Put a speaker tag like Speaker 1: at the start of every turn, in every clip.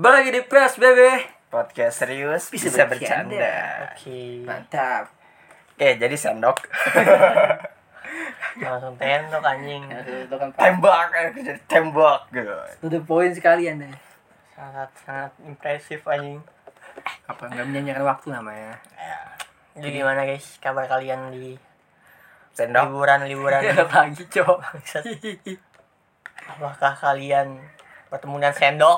Speaker 1: Balik lagi di PSBB
Speaker 2: Podcast serius bisa bercanda.
Speaker 1: Oke.
Speaker 3: Mantap.
Speaker 2: Oke, jadi sendok.
Speaker 1: Langsung tendok anjing.
Speaker 3: Itu kan
Speaker 2: Tembak, jadi tembak gitu.
Speaker 3: to the point sekalian deh.
Speaker 1: Sangat impresif anjing.
Speaker 3: Apa nggak menyanyikan waktu namanya?
Speaker 1: Jadi gimana guys kabar kalian di
Speaker 2: Sendok.
Speaker 1: liburan
Speaker 3: Pagi cok.
Speaker 1: Apakah kalian bertemu dengan sendok?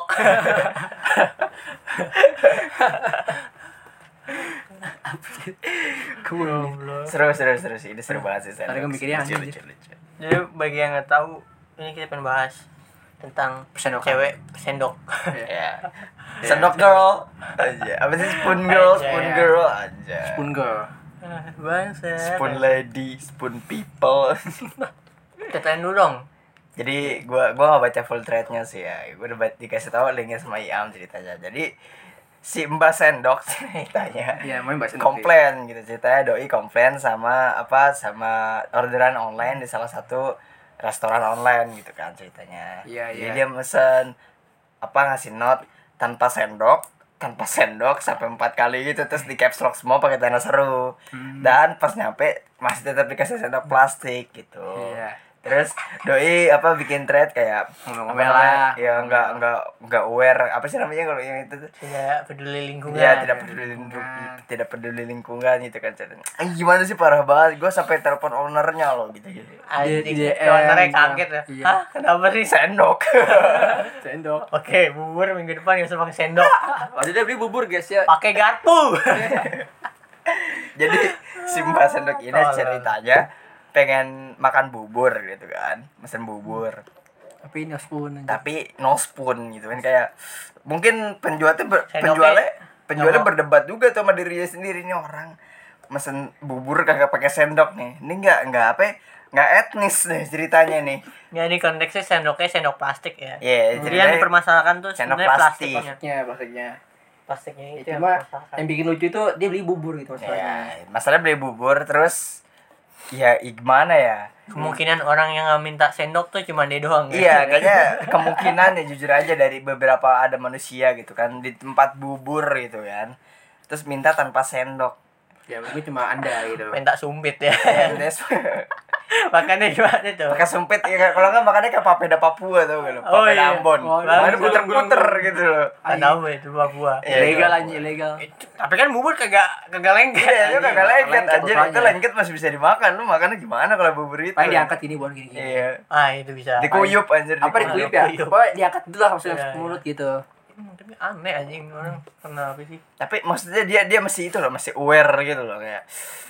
Speaker 2: Seru sih. Ini seru banget sih sendok.
Speaker 3: Tadi gue mikirnya
Speaker 2: Lucu.
Speaker 1: Jadi bagi yang nggak tahu, ini kita pengen bahas tentang
Speaker 3: Persendokan.
Speaker 1: cewek sendok.
Speaker 2: Ya. Sendok girl aja. Apa sih spoon girl aja.
Speaker 3: Spoon girl.
Speaker 1: Bangsa.
Speaker 2: Spoon lady, spoon people.
Speaker 1: Ceritain dulu dong.
Speaker 2: Jadi gua gak baca full threadnya sih ya. Gua udah dikasih tahu linknya sama Iam ceritanya. Jadi si Mbak Sendok ceritanya
Speaker 3: Iya, main bahasa
Speaker 2: komplain gitu ceritanya. Doi komplain sama orderan online di salah satu restoran online gitu kan ceritanya.
Speaker 3: Iya.
Speaker 2: Jadi dia mesen ngasih note tanpa sendok sampai 4 kali gitu, terus di caps lock semua pakai tanda seru. Dan pas nyampe masih tetap dikasih sendok plastik gitu.
Speaker 3: Iya.
Speaker 2: Terus doi bikin thread kayak
Speaker 3: Ngomel-ngomel lah.
Speaker 2: ya enggak aware apa sih namanya kalau yang itu tuh.
Speaker 1: Tidak peduli lingkungan.
Speaker 2: Iya, tidak peduli lingkungan gitu kan. Gimana sih, parah banget. Gue sampai telepon ownernya loh gitu.
Speaker 1: Anjing,
Speaker 3: Di
Speaker 1: ownernya
Speaker 3: DM.
Speaker 1: kaget ya.
Speaker 3: Iya.
Speaker 1: Hah? Kenapa sih?
Speaker 2: Sendok.
Speaker 3: Sendok.
Speaker 1: Oke, bubur minggu depan nggak usah pakai sendok.
Speaker 3: Waktu dia beli bubur guys ya.
Speaker 1: Pakai garpu.
Speaker 2: Jadi si Mbak Sendok ini ceritanya pengen makan bubur gitu kan. Mesen bubur.
Speaker 3: Tapi ini spoon aja.
Speaker 2: Tapi no spoon gitu kan, kayak mungkin penjualnya
Speaker 1: Sendoknya
Speaker 2: berdebat juga tuh sama dirinya sendiri. Nih orang mesen bubur kagak pakai sendok nih. Ini enggak etnis nih ceritanya nih.
Speaker 1: Ya ini konteksnya sendoknya sendok plastik ya.
Speaker 2: Iya,
Speaker 1: Jadi yang dipermasalahkan tuh
Speaker 2: sendok
Speaker 1: sebenarnya
Speaker 2: plastik.
Speaker 1: plastiknya.
Speaker 3: Plastiknya.
Speaker 1: Plastiknya
Speaker 3: Ya,
Speaker 1: itu yang
Speaker 3: cuma
Speaker 1: dipermasalahkan.
Speaker 3: yang bikin lucu itu dia beli bubur gitu masalahnya.
Speaker 2: Ya, masalah beli bubur terus ya gimana ya?
Speaker 1: Kemungkinan orang yang nggak minta sendok tuh cuma dia doang.
Speaker 2: Iya, kayaknya kemungkinan ya jujur aja dari beberapa ada manusia gitu kan di tempat bubur gitu kan. Terus minta tanpa sendok.
Speaker 3: Ya mungkin cuma Anda gitu.
Speaker 1: Minta sumpit ya.
Speaker 2: Terus
Speaker 1: Makanya gimana tuh?
Speaker 2: pakai sumpit ya, kalau enggak makannya kayak papeda Papua tuh gitu.
Speaker 1: Oh,
Speaker 2: Papeda
Speaker 1: iya.
Speaker 2: Ambon.
Speaker 3: Oh,
Speaker 2: Main
Speaker 1: iya.
Speaker 2: puter-puter gitu loh.
Speaker 1: Tahu itu buah-buah.
Speaker 2: Iya,
Speaker 3: Ilegal
Speaker 2: itu.
Speaker 3: anjing, ilegal.
Speaker 1: Tapi kan bubur kagak lengket.
Speaker 2: Iya, itu kagak lengket
Speaker 3: Lengket
Speaker 2: anjir.
Speaker 3: ukurannya.
Speaker 2: Itu lengket masih bisa dimakan. Lu makannya gimana kalau bubur itu?
Speaker 3: Paling diangkat gini buat gini.
Speaker 2: Iya.
Speaker 1: Ah, itu bisa.
Speaker 2: Dikuyup anjir.
Speaker 3: Apa dikuyup ya?
Speaker 1: Dikuyup.
Speaker 3: Pokoknya diangkat dulu lah maksudnya
Speaker 1: Iya,
Speaker 3: ke mulut gitu.
Speaker 1: Tapi aneh anjing orang kenapa sih?
Speaker 2: Tapi maksudnya dia masih itu loh, masih aware gitu loh kayak.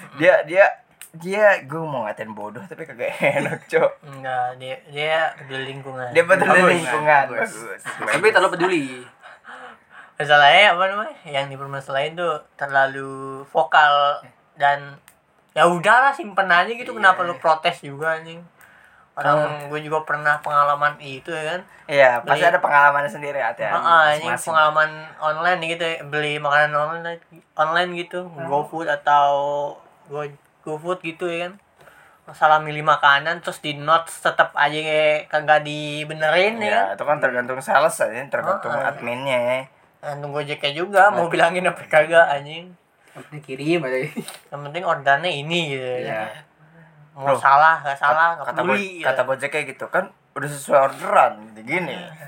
Speaker 2: Dia gue mau ngatain bodoh tapi kagak enak, Cok.
Speaker 1: Enggak, dia peduli lingkungan.
Speaker 2: Dia peduli
Speaker 3: Bagus.
Speaker 2: lingkungan.
Speaker 3: Bagus.
Speaker 2: Bagus.
Speaker 3: Tapi terlalu peduli.
Speaker 1: Masalahnya apa namanya? Yang dipermasalahin tuh terlalu vokal dan ya udahlah simpen aja gitu.
Speaker 3: Iya.
Speaker 1: Kenapa lu protes juga anjing? Orang gue juga pernah pengalaman itu ya kan.
Speaker 2: Iya, pasti
Speaker 1: Beli-
Speaker 2: ada pengalamannya sendiri hati-hati.
Speaker 1: Ini
Speaker 2: masing-masing.
Speaker 1: pengalaman online gitu ya, beli makanan online gitu, GoFood atau GoFood gitu ya kan. Salah milih makanan terus di notes tetap aja kayak kagak dibenerin ya kan.
Speaker 2: Ya, itu kan tergantung sales aja, tergantung adminnya.
Speaker 1: Tergantung Gojeknya juga mau bilangin apa kagak anjing.
Speaker 3: Ini kirim aja.
Speaker 1: Yang penting orderannya ini gitu ya.
Speaker 2: Iya.
Speaker 1: Mau
Speaker 2: Bro,
Speaker 1: salah, nggak salah, nggak peduli.
Speaker 2: Kata Gojek kayak gitu kan udah sesuai orderan gini.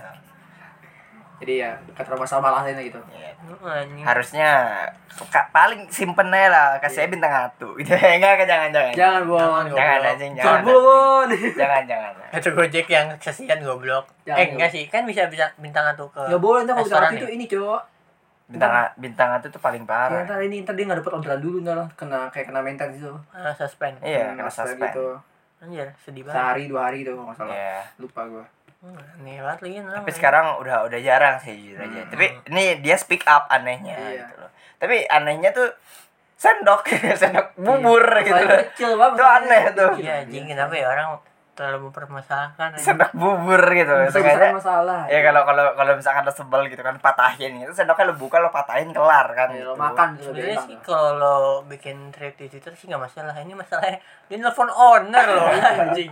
Speaker 3: Jadi ya kata masalah lainnya gitu.
Speaker 1: Anjing.
Speaker 2: Harusnya paling simpen aja lah, kasih aja bintang 1 gitu. Enggak, jangan.
Speaker 3: Jangan bohong.
Speaker 2: Jangan anjing, jangan.
Speaker 3: Bon.
Speaker 2: Jangan.
Speaker 1: Itu Gojek yang kesian goblok.
Speaker 3: Jangan,
Speaker 1: Enggak sih, kan bisa bintang 1 ke.
Speaker 3: Enggak boleh ntar kalau
Speaker 1: restoran
Speaker 3: bintang
Speaker 1: ya?
Speaker 3: itu ini, Cok.
Speaker 2: Bintang 1 tuh paling
Speaker 3: Ya,
Speaker 2: parah.
Speaker 3: ntar dia enggak dapat orderan dulu ntar kena mental gitu.
Speaker 1: Suspend.
Speaker 2: Iya, kena suspend.
Speaker 3: gitu.
Speaker 1: Anjir, sedih banget.
Speaker 3: Sehari 2 hari itu enggak salah.
Speaker 2: Iya.
Speaker 3: Lupa gua.
Speaker 1: Nih banget lagi
Speaker 2: Tapi sekarang udah jarang sih jujur aja. Tapi ini dia speak up anehnya
Speaker 3: Iya.
Speaker 2: gitu loh. Tapi anehnya tuh sendok bubur gitu
Speaker 3: Masalahnya
Speaker 2: loh.
Speaker 3: kecil banget.
Speaker 2: Itu aneh tuh.
Speaker 1: Iya anjing, kenapa ya orang terlalu mempermasalahkan anjing.
Speaker 2: Sendok bubur gitu.
Speaker 3: Besar masalah.
Speaker 2: Ya kalau misalkan lo sebel gitu kan patahin gitu, sendoknya lo buka lo patahin kelar kan.
Speaker 3: Ya,
Speaker 2: Gitu.
Speaker 3: lo makan gitu.
Speaker 1: Sebenarnya sih kalau lo bikin thread di Twitter sih nggak masalah. Ini masalahnya dia nelfon owner loh anjing.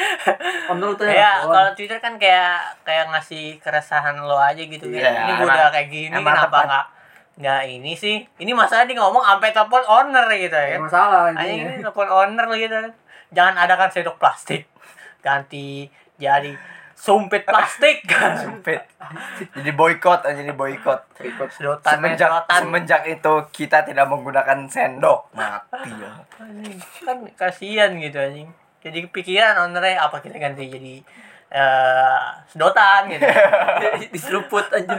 Speaker 3: Om tuh
Speaker 1: Ya kalau Twitter kan kayak ngasih keresahan lo aja gitu kan.
Speaker 2: Iya,
Speaker 1: Ini gue udah kayak gini kenapa nggak ini sih? Ini masalah dia ngomong sampai telepon owner gitu ya.
Speaker 3: masalah
Speaker 1: Anjing
Speaker 3: intinya.
Speaker 1: ini telepon owner gitu kan. Jangan adakan sendok plastik. Ganti jadi sumpit plastik.
Speaker 2: Sumpit. Jadi boykot aja, jadi boykot.
Speaker 1: Sedotan
Speaker 2: Semenjak itu kita tidak menggunakan sendok, mati ya.
Speaker 1: anjing. Kan kasihan gitu anjing. Jadi kepikiran ownernya apa kita ganti jadi sedotan gitu.
Speaker 3: Diseruput aja.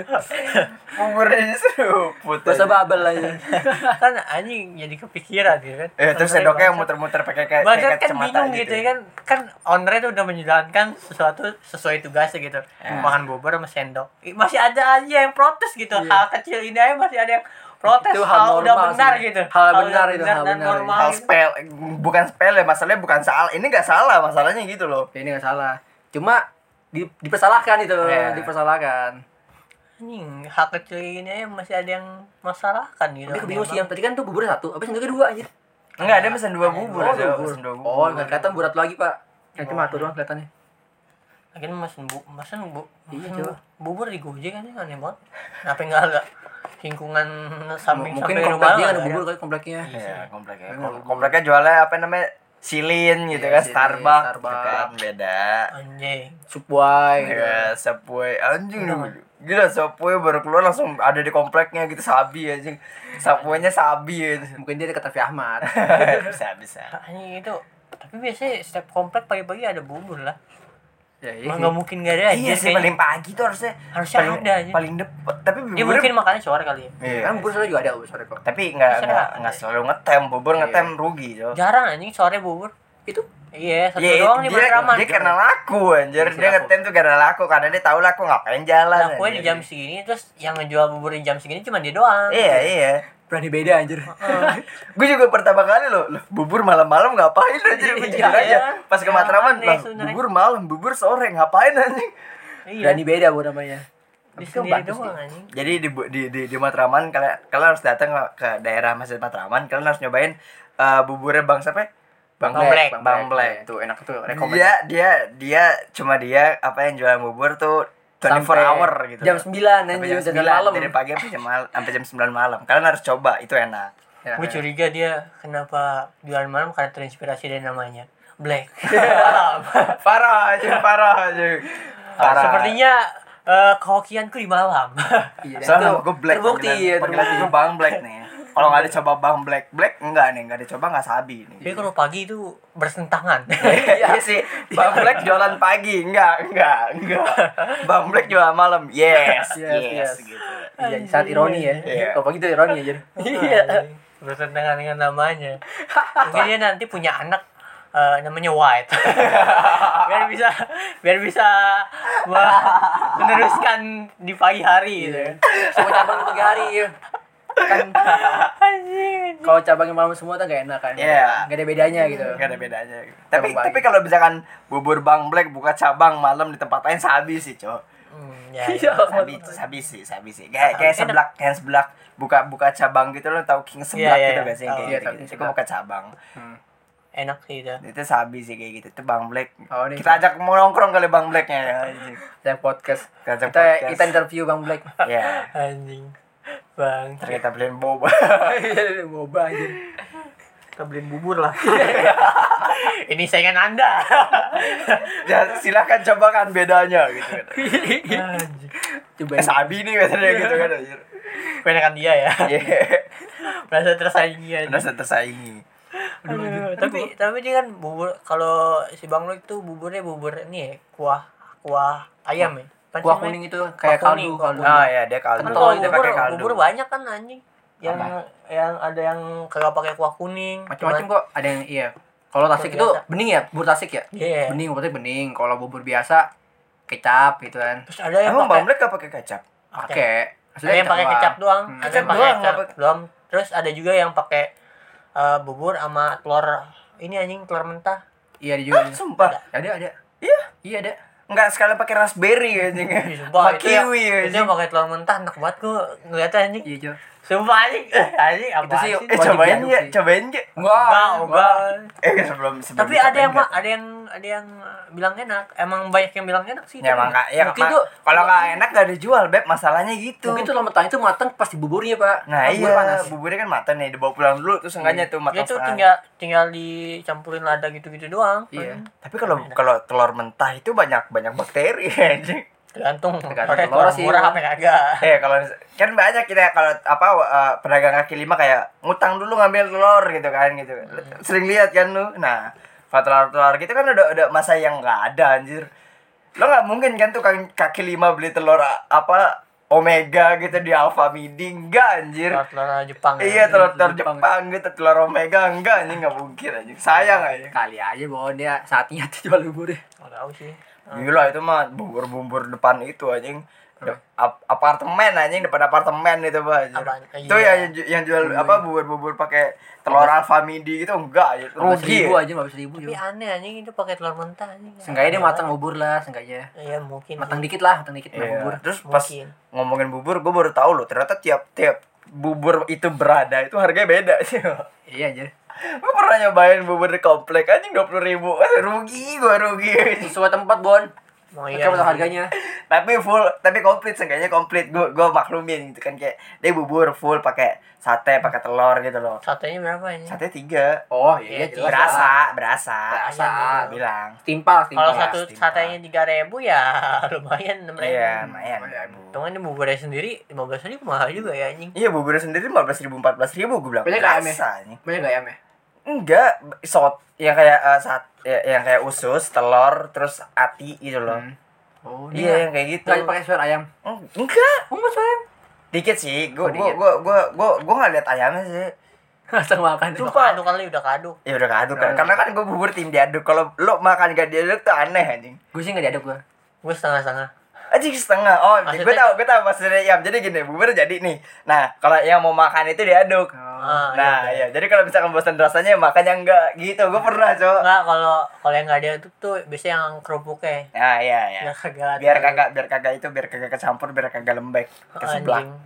Speaker 2: Buburnya diseruput.
Speaker 3: Bahasa babel aja.
Speaker 1: Kan anjing jadi kepikiran gitu kan.
Speaker 2: Terus sendoknya yang muter-muter pakai kayak
Speaker 1: Maksudnya kan
Speaker 2: kacamata
Speaker 1: bingung gitu ya kan. Kan ownernya tuh udah menjalankan sesuatu sesuai tugasnya gitu. Makan bubur sama sendok. Masih ada aja yang protes gitu. Hal kecil ini aja masih ada yang protes.
Speaker 3: Itu
Speaker 1: Hal udah
Speaker 3: normal
Speaker 1: benar
Speaker 3: sih.
Speaker 1: gitu.
Speaker 3: Hal benar itu,
Speaker 1: dan
Speaker 3: hal benar.
Speaker 1: normal.
Speaker 2: hal bukan sepele, masalahnya bukan salah. Ini nggak salah masalahnya gitu loh.
Speaker 3: Ya, ini nggak salah. Cuma dipersalahkan itu, dipersalahkan.
Speaker 1: Anjing, hal kecil ini aja masih ada yang masalahkan gitu.
Speaker 3: Tapi kebingung sih, yang tadi kan tuh bubur satu, apa sendoknya dua aja.
Speaker 2: Enggak, ada pesan 2 bubur.
Speaker 3: Oh,
Speaker 2: ada
Speaker 3: bubur.
Speaker 2: pesan 2 bubur.
Speaker 3: Oh, nggak kelihatan buat lagi pak. Yang cuma satu doang kelihatannya.
Speaker 1: Akhirnya mesen
Speaker 3: Iya, coba.
Speaker 1: bubur di Gojek kan aneh banget. Kenapa enggak ada lingkungan samping
Speaker 3: Mungkin
Speaker 1: sampai rumah
Speaker 3: komplek dia
Speaker 1: lo
Speaker 3: ada
Speaker 1: ya?
Speaker 3: bubur kali kompleknya.
Speaker 2: Iya, kompleknya. Kompleknya jualnya apa namanya? Silin gitu
Speaker 3: Iya,
Speaker 2: kan,
Speaker 3: Silin,
Speaker 2: Starbucks,
Speaker 3: Starbucks.
Speaker 2: gitu kan, beda.
Speaker 1: Anjing.
Speaker 3: Subway.
Speaker 2: Ya, Subway anjing nih. Gila, Subway baru keluar langsung ada di kompleknya gitu, sabi anjing. Subway-nya sabi gitu.
Speaker 3: Mungkin dia dekat Raffi Ahmad.
Speaker 2: bisa.
Speaker 1: Anjing itu. Tapi biasanya setiap komplek pagi-pagi ada bubur lah.
Speaker 3: Ya,
Speaker 1: Emang nggak mungkin nggak ada aja.
Speaker 2: Iya sih,
Speaker 1: kayaknya.
Speaker 2: paling pagi tuh harusnya
Speaker 1: Harusnya ada aja.
Speaker 2: paling depan. Tapi
Speaker 1: Dia
Speaker 2: buburnya
Speaker 1: mungkin makannya sore kali ya.
Speaker 2: iya.
Speaker 3: Kan bubur sore juga ada bubur sore kok.
Speaker 2: Tapi nggak
Speaker 1: Bisa.
Speaker 2: selalu ngetem, bubur ngetem rugi jo.
Speaker 1: Jarang anjing sore bubur.
Speaker 3: Itu
Speaker 1: Iya, satu
Speaker 2: Iya,
Speaker 1: doang di
Speaker 2: dia
Speaker 1: Matraman.
Speaker 2: karena laku anjir.
Speaker 3: Iya,
Speaker 2: Dia
Speaker 3: laku.
Speaker 2: ngetem tuh karena laku, karena dia tahu laku ngapain jalan.
Speaker 1: Nah, kue di
Speaker 2: anjir.
Speaker 1: jam segini terus yang ngejual bubur di jam segini cuma dia doang.
Speaker 2: Iya.
Speaker 3: berani beda anjir.
Speaker 2: Gue juga pertama kali loh bubur malam-malam ngapain anjir, gue jujur
Speaker 1: Iya,
Speaker 2: aja. Pas ke Matraman,
Speaker 1: aneh
Speaker 2: lah,
Speaker 1: sebenarnya.
Speaker 2: bubur malam, bubur sore ngapain anjing?
Speaker 1: Iya.
Speaker 3: Berani beda bu namanya.
Speaker 1: Di
Speaker 3: Tapi kan
Speaker 1: sendiri
Speaker 3: bagus
Speaker 1: doang
Speaker 3: sih.
Speaker 1: anjing.
Speaker 2: Jadi di Matraman kalian harus datang ke daerah Masjid Matraman, kalian harus nyobain buburnya Bang siapa? Bang Black.
Speaker 3: Bang Black tuh enak tuh rekomend.
Speaker 2: Dia cuma dia apa yang jualan bubur tuh 24 hour gitu.
Speaker 3: Jam 9
Speaker 2: Sampai
Speaker 3: anjir
Speaker 2: jam
Speaker 3: jam
Speaker 2: 9
Speaker 3: malam.
Speaker 2: dari pagi sampai jam 9 malam. Kalian harus coba, itu enak.
Speaker 3: Ya,
Speaker 1: Gue
Speaker 3: ya.
Speaker 1: curiga dia kenapa jualan malam karena terinspirasi dari namanya Black.
Speaker 2: Parah aja.
Speaker 1: Sepertinya kehokianku di malam.
Speaker 3: Iya, dan
Speaker 2: Soalnya
Speaker 3: itu
Speaker 2: gue Black.
Speaker 3: terbukti ya,
Speaker 2: Panggilan gue Bang Black nih. Kalau nggak dicoba Bang Black enggak dicoba nggak sabi nih.
Speaker 1: Tapi kalau pagi itu bersentangan.
Speaker 2: Iya sih, Bang Black jualan pagi, enggak. Bang Black jualan malam, yes.
Speaker 3: Yes.
Speaker 2: Gitu.
Speaker 3: Iya, saat ironi ya.
Speaker 2: Iya.
Speaker 3: Kalau pagi itu ironi aja.
Speaker 1: Iya. Bersentangan dengan namanya. Mungkin dia nanti punya anak namanya White. biar bisa meneruskan di pagi hari gitu.
Speaker 3: Semua cabang di pagi hari ya. Kan
Speaker 1: Anjing.
Speaker 3: kalau cabangnya malam semua tuh gak enak kan.
Speaker 2: Iya.
Speaker 3: Gak ada bedanya gitu.
Speaker 2: Gak ada bedanya.
Speaker 3: Cabang pagi.
Speaker 2: Tapi kalau misalkan bubur Bang Black buka cabang malam di tempat lain sabi sih, Cok.
Speaker 1: Ya,
Speaker 3: Iya.
Speaker 2: Sabi sih. Kayak seblak buka cabang gitu, lo tau King seblak
Speaker 1: Iya,
Speaker 2: gitu
Speaker 1: iya.
Speaker 2: gak sih?
Speaker 1: Tahu.
Speaker 2: Kayak
Speaker 3: Iya,
Speaker 2: gitu.
Speaker 3: tahu
Speaker 2: Itu
Speaker 3: seblak.
Speaker 2: buka cabang.
Speaker 1: enak sih itu.
Speaker 2: Itu sabi sih kayak gitu. Itu Bang Black.
Speaker 3: Oh, ini
Speaker 2: Kita ajak mau nongkrong kali Bang Blacknya ya.
Speaker 3: yang podcast.
Speaker 2: Kita ajak
Speaker 3: Kita
Speaker 2: podcast.
Speaker 3: kita interview Bang Black.
Speaker 2: Ya.
Speaker 1: Anjing. Bang,
Speaker 2: Ternyata beliin boba.
Speaker 3: Boba anjir.
Speaker 1: kita beliin bubur lah. Ini saingan Anda.
Speaker 2: Ya, silakan cobakan bedanya gitu kan.
Speaker 1: Anjing.
Speaker 3: Coba
Speaker 2: Sabi nih katanya gitu kan anjir.
Speaker 1: Kebanyakan dia ya.
Speaker 2: Iya.
Speaker 1: Merasa tersaingi aja.
Speaker 2: Udah tersaingi.
Speaker 1: Aduh, tapi dia kan bubur, kalau si Bang Lo itu buburnya bubur ini ya, kuah ayam ya. Apa sih
Speaker 3: kuah
Speaker 1: namanya?
Speaker 3: kuning itu kayak
Speaker 1: Kuah kuning,
Speaker 3: kaldu.
Speaker 2: Oh ya, dia kaldu.
Speaker 1: Kan
Speaker 3: Kental
Speaker 1: kalau
Speaker 3: dia
Speaker 1: bubur,
Speaker 2: pakai kaldu.
Speaker 1: bubur banyak kan anjing. Yang
Speaker 2: Apa?
Speaker 1: ada yang kagak pakai kuah kuning.
Speaker 3: Macam-macam kok. Ada yang iya. Kalau tasik itu
Speaker 1: biasa.
Speaker 3: bening ya, bubur tasik ya.
Speaker 1: Iya.
Speaker 3: Bening, bubur bening. Kalau bubur biasa kecap gitu kan.
Speaker 1: Terus ada yang
Speaker 2: Emang Bang
Speaker 1: pakai
Speaker 2: Black gak pakai kecap?
Speaker 3: Pakai.
Speaker 1: ada yang pakai kecap doang.
Speaker 3: Hmm.
Speaker 1: Ada
Speaker 2: Kecap
Speaker 1: yang pakai
Speaker 2: doang,
Speaker 1: kecap
Speaker 2: nggak
Speaker 1: doang. Terus ada juga yang pakai bubur sama telur ini anjing, telur mentah.
Speaker 3: Iya ada juga.
Speaker 2: Sumpah.
Speaker 3: Ada.
Speaker 2: Iya.
Speaker 3: Iya ada.
Speaker 2: Enggak sekalian pakai raspberry anjing.
Speaker 1: Sumpah,
Speaker 2: Sama kiwi
Speaker 1: itu
Speaker 2: anjing.
Speaker 1: yang pakai telur mentah enak banget gua ngeliatnya anjing.
Speaker 3: Iya, Jo.
Speaker 1: Sumpah anjing, anjing apa
Speaker 3: Itu sih,
Speaker 1: sih?
Speaker 3: wajib
Speaker 2: Cobain
Speaker 3: diaduk
Speaker 2: ya,
Speaker 3: sih.
Speaker 2: cobain ya.
Speaker 1: Enggak.
Speaker 2: Sebelum
Speaker 1: Tapi ada yang bilang enak. Emang banyak yang bilang enak sih.
Speaker 2: Ya
Speaker 1: tapi
Speaker 2: maka ya
Speaker 3: Mungkin tuh-
Speaker 2: kalau nggak enak nggak dijual, Beb. Masalahnya gitu.
Speaker 3: Mungkin tuh mentah itu matang pas di buburnya, Pak.
Speaker 2: Nah,
Speaker 3: Bubur
Speaker 2: iya,
Speaker 3: panas.
Speaker 2: buburnya kan matang nih, dibawa pulang dulu tuh sengaja tuh
Speaker 1: dia
Speaker 2: matang
Speaker 1: tuh
Speaker 2: setengah.
Speaker 1: tinggal dicampurin lada gitu-gitu doang.
Speaker 3: Iya.
Speaker 2: Tapi kalau telur mentah itu banyak bakteri anjing.
Speaker 1: Tergantung
Speaker 3: Tergantung
Speaker 1: pakai
Speaker 3: telur
Speaker 1: telur
Speaker 3: sih,
Speaker 1: murah
Speaker 3: Bang.
Speaker 1: apa kagak.
Speaker 2: Kalau kan banyak kita kalau pedagang kaki lima kayak ngutang dulu ngambil telur gitu kan gitu. Sering lihat kan lu. Nah, kalau telur gitu kan udah masa yang nggak ada anjir. Lo nggak mungkin kan tuh kaki lima beli telur Omega gitu di Alfamidi enggak anjir.
Speaker 1: Telur Jepang.
Speaker 2: Iya, telur
Speaker 3: Jepang.
Speaker 2: Jepang gitu, telur Omega enggak anjing, nggak mungkin anjing. Sayang aja.
Speaker 3: Kali aja bahwa dia saatnya tuh jual buburnya.
Speaker 1: Enggak tahu sih.
Speaker 2: Gila itu mah bubur depan itu anjing. Apartemen anjing, depan apartemen itu anjing.
Speaker 1: Apaan?
Speaker 2: Itu
Speaker 1: Iya.
Speaker 2: yang jual bubur pakai telur Alfamidi gitu enggak ya. Rugi.
Speaker 3: 15.000 aja, 15.000
Speaker 1: Tapi
Speaker 3: juga.
Speaker 1: aneh anjing itu pakai telur mentah anjing.
Speaker 3: Seenggaknya dia matang bubur lah, seenggaknya.
Speaker 1: Iya mungkin.
Speaker 3: Matang
Speaker 1: sih.
Speaker 3: dikit lah, matang dikit
Speaker 2: Iya.
Speaker 3: bubur.
Speaker 2: Terus pas
Speaker 1: Mungkin.
Speaker 2: ngomongin bubur, gue baru tahu loh ternyata tiap bubur itu berada itu harganya beda sih.
Speaker 3: Iya aja.
Speaker 2: Gue pernah nyobain bubur di komplek anjing 20.000. Rugi.
Speaker 3: Sesuai tempat, Bon.
Speaker 1: Oh
Speaker 3: Iya,
Speaker 1: iya.
Speaker 3: harganya.
Speaker 2: tapi komplit, seenggaknya komplit. Gue maklumin gitu kan, kayak dia bubur full pakai sate, pakai telur gitu loh.
Speaker 1: Satenya berapa ini?
Speaker 2: Sate 3.
Speaker 3: Oh, iya
Speaker 1: Iya,
Speaker 3: jelas.
Speaker 2: Berasa.
Speaker 3: Berasa.
Speaker 2: Gua bilang.
Speaker 3: Timpal.
Speaker 1: Kalau
Speaker 2: Iya,
Speaker 1: satu
Speaker 2: setimpal.
Speaker 1: satenya 3.000 ya lumayan 6.000.
Speaker 2: Iya, lumayan.
Speaker 1: Hitungan ini buburnya sendiri 15.000 mahal juga ya anjing.
Speaker 2: Iya, buburnya sendiri 15.000 14.000 gue bilang.
Speaker 3: Banyak nggak ayam ya?
Speaker 2: Berasa anjing.
Speaker 3: Banyak gak ayam ya?
Speaker 2: Enggak, yang kayak yang kayak usus, telur, terus ati gitu loh.
Speaker 3: Oh,
Speaker 2: Iya, yang kayak gitu.
Speaker 3: Enggak pakai suara ayam.
Speaker 2: Enggak.
Speaker 3: Oh, enggak suara ayam.
Speaker 2: Dikit sih. Gue
Speaker 3: dikit.
Speaker 2: enggak lihat ayamnya sih.
Speaker 3: Langsung makan.
Speaker 1: Udah kaduk kali udah kaduk.
Speaker 2: Ya udah keaduk kan. Karena kan gue bubur tim diaduk. Kalau lo makan gak diaduk tuh aneh anjing.
Speaker 3: Gue sih enggak diaduk gua.
Speaker 1: Gue setengah-setengah.
Speaker 2: Anjing setengah. Oh,
Speaker 1: Maksudnya
Speaker 2: gue tahu maksudnya Yam. Jadi gini, bubur jadi nih. Nah, kalau yang mau makan itu diaduk. Nah, iya. Jadi kalau misalkan bosan rasanya makannya enggak gitu. Gue pernah, Cok.
Speaker 1: Enggak, kalau yang enggak diaduk tuh biasanya yang kerupuknya.
Speaker 2: Nah, iya.
Speaker 1: Biar kagak
Speaker 2: Biar kagak kecampur, biar kagak lembek ke sebelah.
Speaker 1: anjing.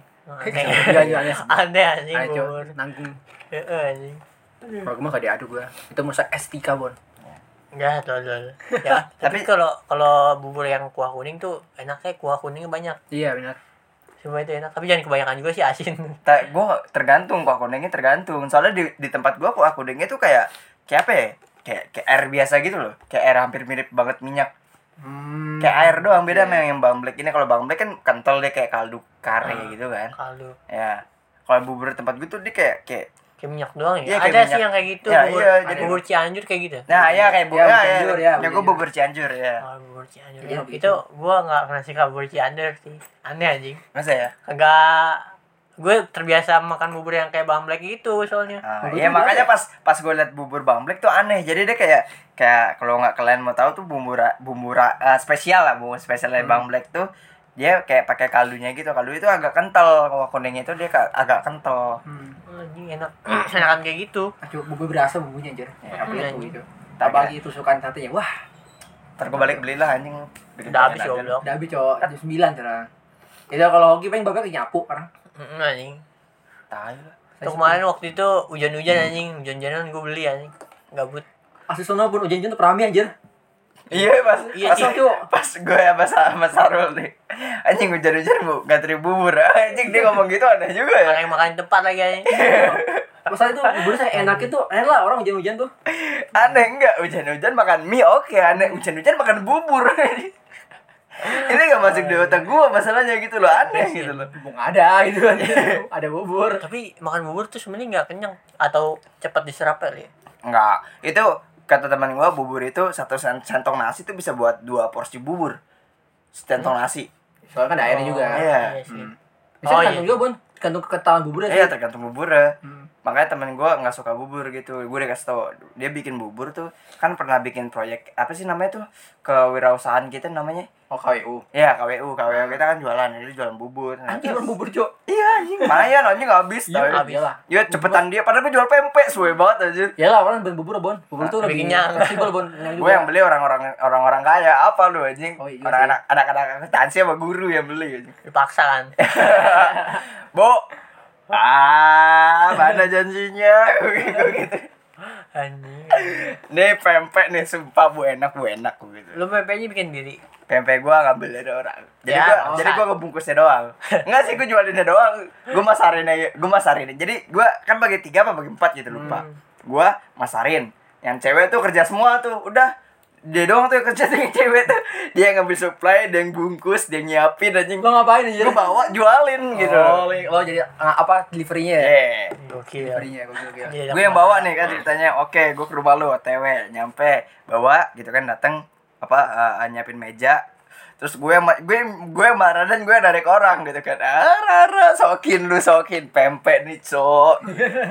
Speaker 3: Iya,
Speaker 1: Aneh anjing
Speaker 3: Ayo,
Speaker 1: bubur.
Speaker 3: nanggung.
Speaker 1: Heeh anjing.
Speaker 3: Kalau gue mah gak diaduk gua. Itu masak S3, Bon.
Speaker 1: Ya, tolol. Ya, tapi kalau bubur yang kuah kuning tuh enaknya kuah kuningnya banyak.
Speaker 3: Iya, benar.
Speaker 1: Semua itu enak, tapi jangan kebanyakan juga sih asin.
Speaker 2: Gue tergantung kuah kuningnya tergantung. Soalnya di tempat gue kuah kuningnya tuh kayak apa ya? Kayak air biasa gitu loh. Kayak air hampir mirip banget minyak. Kayak air doang, beda sama yang Bang Black ini. Kalau Bang Black kan kental, dia kayak kaldu kare gitu kan.
Speaker 1: Kaldu.
Speaker 2: Ya. Kalau bubur tempat gue tuh dia kayak
Speaker 1: Kayak minyak doang
Speaker 2: Iya,
Speaker 1: ya.
Speaker 2: kayak
Speaker 1: Ada
Speaker 2: minyak.
Speaker 1: sih yang kayak gitu,
Speaker 2: Ya,
Speaker 1: bubur,
Speaker 2: iya, jadi-
Speaker 1: bubur Cianjur kayak gitu.
Speaker 2: nah, ya kayak bubur
Speaker 3: Ya,
Speaker 2: ya,
Speaker 3: Cianjur, ya,
Speaker 2: ya
Speaker 3: bubur
Speaker 2: gue bubur Cianjur ya.
Speaker 1: Oh, bubur Cianjur.
Speaker 3: Iya,
Speaker 1: Itu gua enggak pernah suka bubur Cianjur sih. Aneh anjing.
Speaker 2: Masa ya?
Speaker 1: Kagak, gue terbiasa makan bubur yang kayak Bang Black gitu soalnya.
Speaker 3: Bubur
Speaker 2: Iya,
Speaker 3: tuh
Speaker 2: makanya
Speaker 3: ada.
Speaker 2: pas gue liat bubur Bang Black tuh aneh. Jadi dia kayak kalau nggak kalian mau tahu tuh bumbu spesial lah, bumbu spesialnya Bang Black tuh dia kayak pakai kaldunya gitu. Kaldu itu agak kental. Kalau kuningnya itu dia agak kental.
Speaker 1: Anjing enak. Enakan kayak gitu.
Speaker 3: Coba bubur berasa bumbunya anjir.
Speaker 2: Ya,
Speaker 3: Tapi itu
Speaker 1: anjing.
Speaker 3: gitu.
Speaker 2: Tapi-
Speaker 3: Apalagi tusukan satenya. Wah,
Speaker 2: Ntar gue balik belilah anjing. Bikin
Speaker 1: Udah habis
Speaker 2: pengen aja.
Speaker 1: goblok.
Speaker 3: udah habis, Cok. Jam 9 sekarang. Itu kalau Hoki pengen babak nyapu orang.
Speaker 1: Anjing.
Speaker 2: Tai lah.
Speaker 1: Tuh kemarin waktu itu hujan-hujan anjing, hujan-hujanan gue beli anjing. Gabut.
Speaker 3: Asli sono pun hujan-hujan tuh rame anjir.
Speaker 2: Iya
Speaker 1: Iya sih.
Speaker 2: pas gue sama Sarul nih. Anjing hujan-hujan bu ngatri bubur. Anjing dia ngomong gitu aneh juga ya.
Speaker 1: Orang yang makan tempat lagi anjing.
Speaker 3: Masalah itu bubur saya enak itu. Enak lah orang hujan-hujan tuh.
Speaker 2: Aneh enggak hujan-hujan makan mie oke, aneh hujan-hujan makan bubur. Ini gak masuk di otak gua masalahnya gitu loh, aneh gitu loh.
Speaker 3: Bung ada gitu kan. Ada bubur.
Speaker 1: Tapi makan bubur tuh sebenarnya nggak kenyang atau cepat diserap kali ya.
Speaker 2: Enggak, itu kata teman gua bubur itu satu sentong nasi tuh bisa buat 2 porsi bubur. Sentong nasi.
Speaker 3: Soalnya kan ada airnya juga.
Speaker 2: Iya.
Speaker 1: sih.
Speaker 3: Bisa
Speaker 1: Oh,
Speaker 3: tergantung
Speaker 1: iya.
Speaker 3: juga, Bon. Tergantung kekentalan buburnya
Speaker 2: Iya
Speaker 3: sih.
Speaker 2: tergantung buburnya.
Speaker 3: Hmm.
Speaker 2: Makanya temen gua nggak suka bubur gitu. Gue udah kasih tau, dia bikin bubur tuh kan pernah bikin proyek apa sih namanya tuh kewirausahaan kita namanya
Speaker 3: Oh, KWU.
Speaker 2: Iya, KWU kita kan jualan, jadi jualan bubur. Nah,
Speaker 3: Anjing jual bubur, Cok.
Speaker 2: iya anjing, lumayan anjing habis.
Speaker 3: Iya,
Speaker 2: Tapi
Speaker 3: iyalah.
Speaker 2: ya cepetan dia, padahal gue jual pempek suwe banget anjir.
Speaker 3: Iyalah, orang beli bubur, Bon. Bubur tuh lebih
Speaker 1: kenyang.
Speaker 3: fleksibel, Bon.
Speaker 2: Gue yang beli orang-orang kaya, apa lu anjing?
Speaker 3: Oh, iya
Speaker 2: Orang anak-anak akuntansi sama guru yang beli anjing.
Speaker 1: Dipaksa kan.
Speaker 2: Bu. Mana janjinya? Gue gitu.
Speaker 1: Anjing.
Speaker 2: Nih pempek nih, sumpah bu enak gitu.
Speaker 1: Lu pempeknya bikin diri.
Speaker 2: Pempek gua ngambil dari orang. Jadi
Speaker 1: Ya,
Speaker 2: jadi gua ngebungkusnya doang. Enggak sih, gua jualinnya doang. Gua masarin. Jadi gua kan bagi 3 apa bagi 4 gitu lupa. Gua masarin. Yang cewek tuh kerja semua tuh. Udah dia doang tuh yang kerja tuh, yang cewek tuh. Dia yang ngambil supply, dia yang bungkus, dia yang nyiapin anjing.
Speaker 3: Lo ngapain aja?
Speaker 2: Gua bawa jualin gitu.
Speaker 3: Oh, lo jadi apa delivery-nya ya?
Speaker 1: Gokil.
Speaker 3: Delivery-nya gokil.
Speaker 1: Iya,
Speaker 2: Gue yang bawa nih kan ceritanya. Oke, gue ke rumah lu OTW, nyampe bawa gitu kan, datang nyiapin meja. Terus gue marah dan gue narik orang gitu kan. Rara sokin pempek nih, Cok.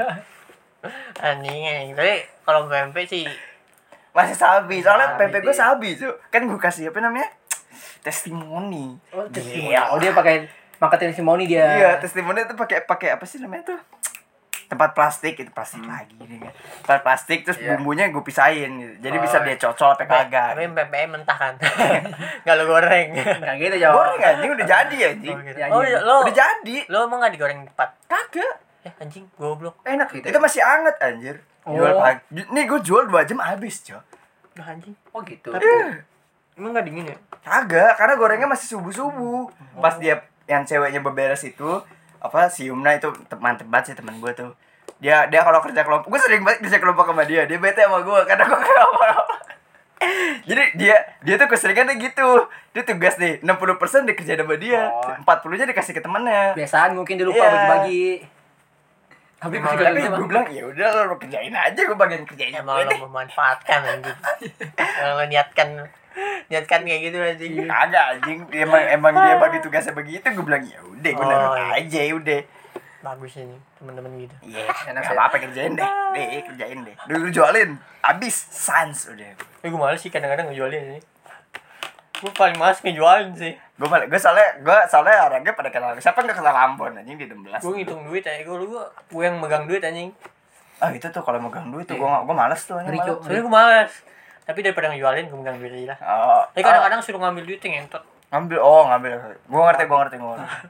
Speaker 1: Anjing. Tapi kalau pempek sih
Speaker 2: Masih sabi, soalnya
Speaker 1: Sabi,
Speaker 2: pempek gue
Speaker 1: iya.
Speaker 2: sabi, Cok. Kan gue kasih apa namanya? Testimoni.
Speaker 3: Oh, testimoni.
Speaker 2: Iya.
Speaker 3: Oh, dia pakai marketing testimoni dia.
Speaker 2: Iya, testimoni itu pakai apa sih namanya tuh? Tempat plastik, itu plastik lagi nih kan. Tempat plastik terus
Speaker 3: Iya.
Speaker 2: bumbunya gue pisahin gitu. Jadi
Speaker 3: Oh,
Speaker 2: bisa
Speaker 3: iya.
Speaker 2: dia cocol apa kagak.
Speaker 1: tapi pempeknya mentah kan. Enggak lu goreng.
Speaker 3: Enggak gitu, Cok.
Speaker 2: Goreng anjing udah jadi anjing.
Speaker 1: gitu.
Speaker 3: Ya,
Speaker 1: Oh,
Speaker 3: iya.
Speaker 1: lo
Speaker 2: Udah jadi.
Speaker 1: lo emang enggak digoreng tepat?
Speaker 2: Kagak.
Speaker 1: Anjing, goblok.
Speaker 2: Enak
Speaker 3: Gitu.
Speaker 2: itu masih anget anjir. Jual
Speaker 3: Oh.
Speaker 2: pagi. Nih gue jual 2 jam habis, Cok.
Speaker 1: Nah, anjing.
Speaker 3: Oh, gitu.
Speaker 1: Tapi emang enggak dingin ya?
Speaker 2: Kagak, karena gorengnya masih subuh-subuh. Pas dia yang ceweknya beberes itu, si Yumna itu mantep banget sih teman gue tuh. Dia kalau kerja kelompok, gue sering banget kerja kelompok sama dia. Dia bete sama gue karena gue kayak apa. Jadi dia tuh keseringannya gitu. Dia tugas nih 60% dikerjain sama dia.
Speaker 3: Oh.
Speaker 2: 40-nya dikasih ke temennya.
Speaker 3: Biasaan mungkin dia lupa
Speaker 2: Iya.
Speaker 3: bagi-bagi. Tapi
Speaker 1: Emang,
Speaker 2: Tapi gue bilang ya udah lo kerjain aja, gue bagian kerjainnya
Speaker 1: Emang
Speaker 2: gue
Speaker 1: lo
Speaker 2: deh.
Speaker 1: memanfaatkan anjing. Kalau niatkan kayak gitu anjing.
Speaker 2: Kagak anjing, emang dia bagi tugasnya begitu, gue bilang ya udah, gue
Speaker 1: Oh,
Speaker 2: nurut
Speaker 1: iya.
Speaker 2: aja udah.
Speaker 1: Bagus ini teman-teman gitu.
Speaker 2: Iya,
Speaker 3: Enak
Speaker 2: nggak
Speaker 3: ya.
Speaker 2: apa-apa kerjain deh, kerjain deh. Dulu jualin, habis sans udah.
Speaker 1: Gue males sih kadang-kadang ngejualin ini. Gue paling males ngejualin sih.
Speaker 2: Gue soalnya orangnya pada kenal. Siapa nggak kenal Ambon anjing di 16.
Speaker 1: Gue ngitung duit aja. Gue yang megang duit anjing.
Speaker 2: Ah itu tuh kalau megang duit tuh gue males tuh anjing.
Speaker 3: Ngeri, Cok.
Speaker 2: Males.
Speaker 1: Soalnya gue males. Tapi daripada ngejualin gue megang duit aja lah.
Speaker 2: Oh,
Speaker 1: Tapi kadang-kadang suruh ngambil duit yang entot.
Speaker 2: ngambil. Gue ngerti.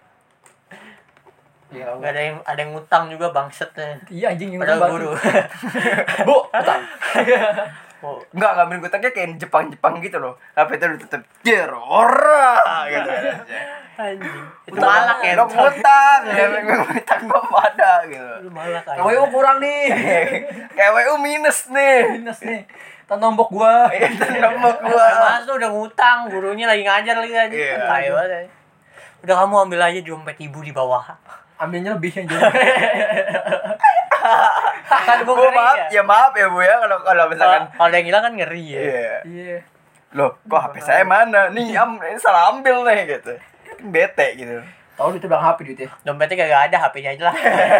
Speaker 3: Iya,
Speaker 1: Gak ada yang ngutang juga bangsetnya.
Speaker 3: iya anjing yang
Speaker 1: Padahal
Speaker 3: utang
Speaker 1: guru.
Speaker 3: Bu, utang.
Speaker 1: Oh,
Speaker 2: Enggak ngambil gutangnya kayak Jepang gitu loh. Tapi itu udah tetep dir ora gitu.
Speaker 1: anjing. Itu
Speaker 3: Utang
Speaker 1: malak ya.
Speaker 2: Lo ngutang, ngutang gue pada gitu.
Speaker 1: Lu malak aja.
Speaker 3: KWU kurang nih.
Speaker 2: KWU minus nih.
Speaker 3: Minus nih. Tan nombok gua.
Speaker 2: Itu nombok gua.
Speaker 1: Mas tuh udah ngutang, gurunya lagi ngajar lagi aja.
Speaker 2: Iya.
Speaker 1: Ayo aja. Udah kamu ambil aja dompet ibu di bawah.
Speaker 3: Ambilnya lebih aja.
Speaker 1: Kan gue
Speaker 2: Bu,
Speaker 1: ngeri ya.
Speaker 2: maaf ya Bu ya kalau misalkan
Speaker 1: Kalau ada yang hilang kan ngeri ya.
Speaker 2: iya.
Speaker 3: Iya.
Speaker 2: Loh, kok HP saya mana? Nih, ini salah ambil nih gitu. Kan bete gitu.
Speaker 3: Tahu itu bilang HP duitnya.
Speaker 1: Dompetnya kagak ada, HP-nya aja lah.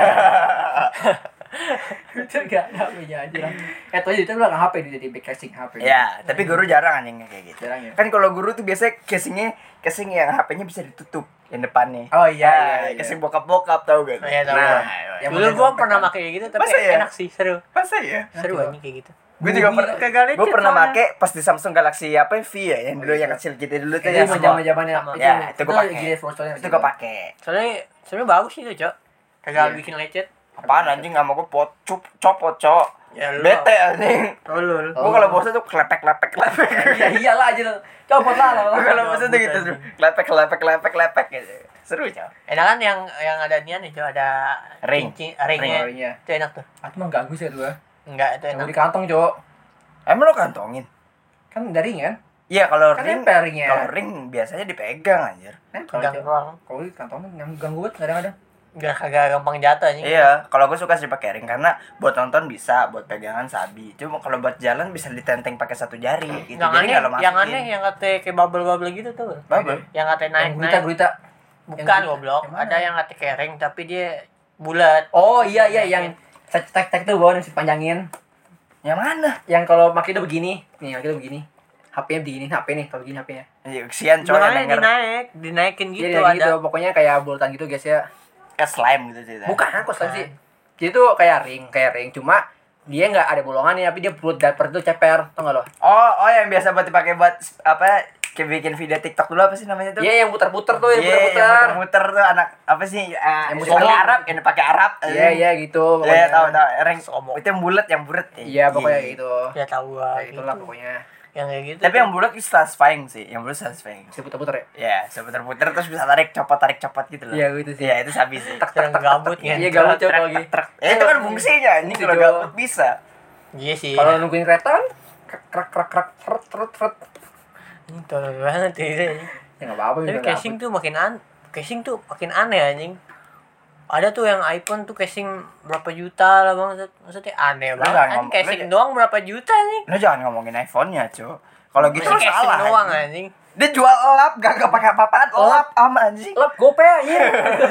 Speaker 3: Itu enggak ada HP-nya aja lah. Tuh itu bilang HP duitnya di back casing HP.
Speaker 2: Ya, tapi guru jarang anjingnya kayak gitu.
Speaker 3: Jarang ya?
Speaker 2: Kan kalau guru tuh biasanya casing yang HP-nya bisa ditutup yang depannya.
Speaker 3: Oh iya.
Speaker 2: Casing bokap-bokap tau gak?
Speaker 1: Iya, tahu.
Speaker 2: Nah,
Speaker 3: Yang
Speaker 1: Dulu
Speaker 3: model
Speaker 1: gue
Speaker 3: dompet
Speaker 1: pernah
Speaker 3: kan.
Speaker 1: pakai kayak gitu, tapi
Speaker 2: Masa ya?
Speaker 1: enak sih, seru.
Speaker 2: masa ya?
Speaker 1: Seru
Speaker 3: Coba.
Speaker 1: anjing kayak gitu.
Speaker 2: Gue juga
Speaker 3: Bumi
Speaker 2: pernah
Speaker 1: kagak lecet
Speaker 2: gue pernah
Speaker 1: soalnya.
Speaker 2: make pas di Samsung Galaxy apa V ya yang dulu yang kecil gitu dulu tuh
Speaker 3: Itu
Speaker 2: yang semua.
Speaker 3: zaman-zamannya
Speaker 1: Sama.
Speaker 2: Ya, itu gue pakai.
Speaker 3: Gila Frostonya.
Speaker 2: Itu gue pakai.
Speaker 1: Soalnya bagus sih itu, Cok. Kagak
Speaker 3: Iya.
Speaker 1: bikin lecet.
Speaker 2: Apaan anjing nggak mau gue copot cok.
Speaker 1: Ya, lu.
Speaker 2: Bete anjing.
Speaker 1: Tolol.
Speaker 2: Gue kalau bosan tuh klepek.
Speaker 3: Iya iyalah aja. Copot lah.
Speaker 2: Gue kalau bosan tuh gitu tuh klepek gitu. Seru cok.
Speaker 1: Enak kan yang ada nian itu ada
Speaker 2: Ring.
Speaker 1: ringnya.
Speaker 3: Ringnya.
Speaker 1: Itu enak tuh.
Speaker 3: Aku mah ganggu sih tuh.
Speaker 1: Enggak, itu
Speaker 3: Yang
Speaker 1: enak.
Speaker 3: di kantong, Cok.
Speaker 2: Emang lo kantongin?
Speaker 3: Kan dari ring kan?
Speaker 2: Iya kalau
Speaker 3: Kan
Speaker 2: ring
Speaker 3: nempel ringnya.
Speaker 2: kalau ring biasanya dipegang anjir.
Speaker 3: Nempel,
Speaker 1: Pegang
Speaker 3: Cok.
Speaker 1: doang.
Speaker 3: Kalau di kantongnya ganggu banget kadang-kadang.
Speaker 1: Enggak kagak gampang jatuh anjing.
Speaker 2: Iya, kalau gue suka sih pakai ring karena buat nonton bisa, buat pegangan sabi. Cuma kalau buat jalan bisa ditenteng pakai satu jari gitu.
Speaker 1: Yang
Speaker 2: Jadi
Speaker 1: aneh,
Speaker 2: nggak lo
Speaker 1: yang
Speaker 2: masukin.
Speaker 1: aneh yang kata kayak bubble gitu tuh.
Speaker 2: Bubble?
Speaker 1: Yang kata naik
Speaker 3: Gurita.
Speaker 1: Bukan
Speaker 3: Yang
Speaker 1: goblok.
Speaker 3: yang mana?
Speaker 1: Ada yang kata kayak ring tapi dia bulat.
Speaker 3: Oh iya yang tek tuh bawa yang dipanjangin.
Speaker 2: Yang mana?
Speaker 3: Yang kalau pakai itu begini. Nih, pakai itu begini. HP-nya begini, HP nih, kalau begini HP-nya.
Speaker 2: Iya, kesian coy yang
Speaker 1: Makanya
Speaker 2: denger.
Speaker 1: dinaikin gitu
Speaker 3: Jadi
Speaker 1: ada.
Speaker 3: gitu, pokoknya kayak bulatan gitu guys ya.
Speaker 2: Kayak slime gitu ceritanya.
Speaker 3: Bukan, kok sih. Jadi tuh kayak ring, cuma dia nggak ada bolongannya, tapi dia bulat dapet tuh ceper, tau nggak lo?
Speaker 2: Oh yang biasa buat dipakai buat apa? Kayak bikin video TikTok dulu apa sih namanya tuh?
Speaker 3: Iya, yang putar-putar tuh, yang
Speaker 2: Iya,
Speaker 3: putar-putar.
Speaker 2: yang muter-muter tuh anak apa sih? Yang
Speaker 3: muter-
Speaker 2: pakai Arab, yang pakai Arab.
Speaker 3: Iya, gitu.
Speaker 2: Iya,
Speaker 3: pokoknya.
Speaker 2: tahu. Ring
Speaker 1: Sombong.
Speaker 2: itu yang bulat, yang buret.
Speaker 3: Iya, pokoknya gitu.
Speaker 1: Ya tahu gua
Speaker 3: Kayak
Speaker 1: gitu.
Speaker 3: itulah pokoknya.
Speaker 1: Yang kayak gitu.
Speaker 2: Tapi yang bulat itu satisfying sih. Yang bulat satisfying.
Speaker 3: Bisa putar-putar ya?
Speaker 2: Iya, bisa puter-puter terus bisa tarik copot gitu loh.
Speaker 3: Iya, gitu sih.
Speaker 2: Iya, itu sabi sih.
Speaker 1: yang gabut ya.
Speaker 3: Iya, gabut coba lagi.
Speaker 2: Itu kan fungsinya. Ini
Speaker 3: Itu,
Speaker 2: kalau
Speaker 3: Jo.
Speaker 2: gabut bisa.
Speaker 1: Iya sih.
Speaker 3: Kalau nungguin kereta kan krak
Speaker 1: Ini tolol banget ya.
Speaker 3: ya nggak apa-apa
Speaker 1: Tapi
Speaker 3: juga
Speaker 1: casing tuh makin aneh anjing. Ada tuh yang iPhone tuh casing berapa juta lah bang, maksudnya aneh
Speaker 2: Lu
Speaker 1: banget.
Speaker 2: jangan
Speaker 1: Anjing
Speaker 2: ngomong-
Speaker 1: casing
Speaker 2: lu-
Speaker 1: doang berapa juta nih?
Speaker 2: Lu jangan ngomongin iPhone-nya, Cuk. Kalau gitu
Speaker 1: Masih casing
Speaker 2: salah.
Speaker 1: doang
Speaker 2: anjing.
Speaker 1: anjing.
Speaker 2: Dia jual lap, gak pakai apa-apaan, lap ama anjing.
Speaker 3: lap gope anjir.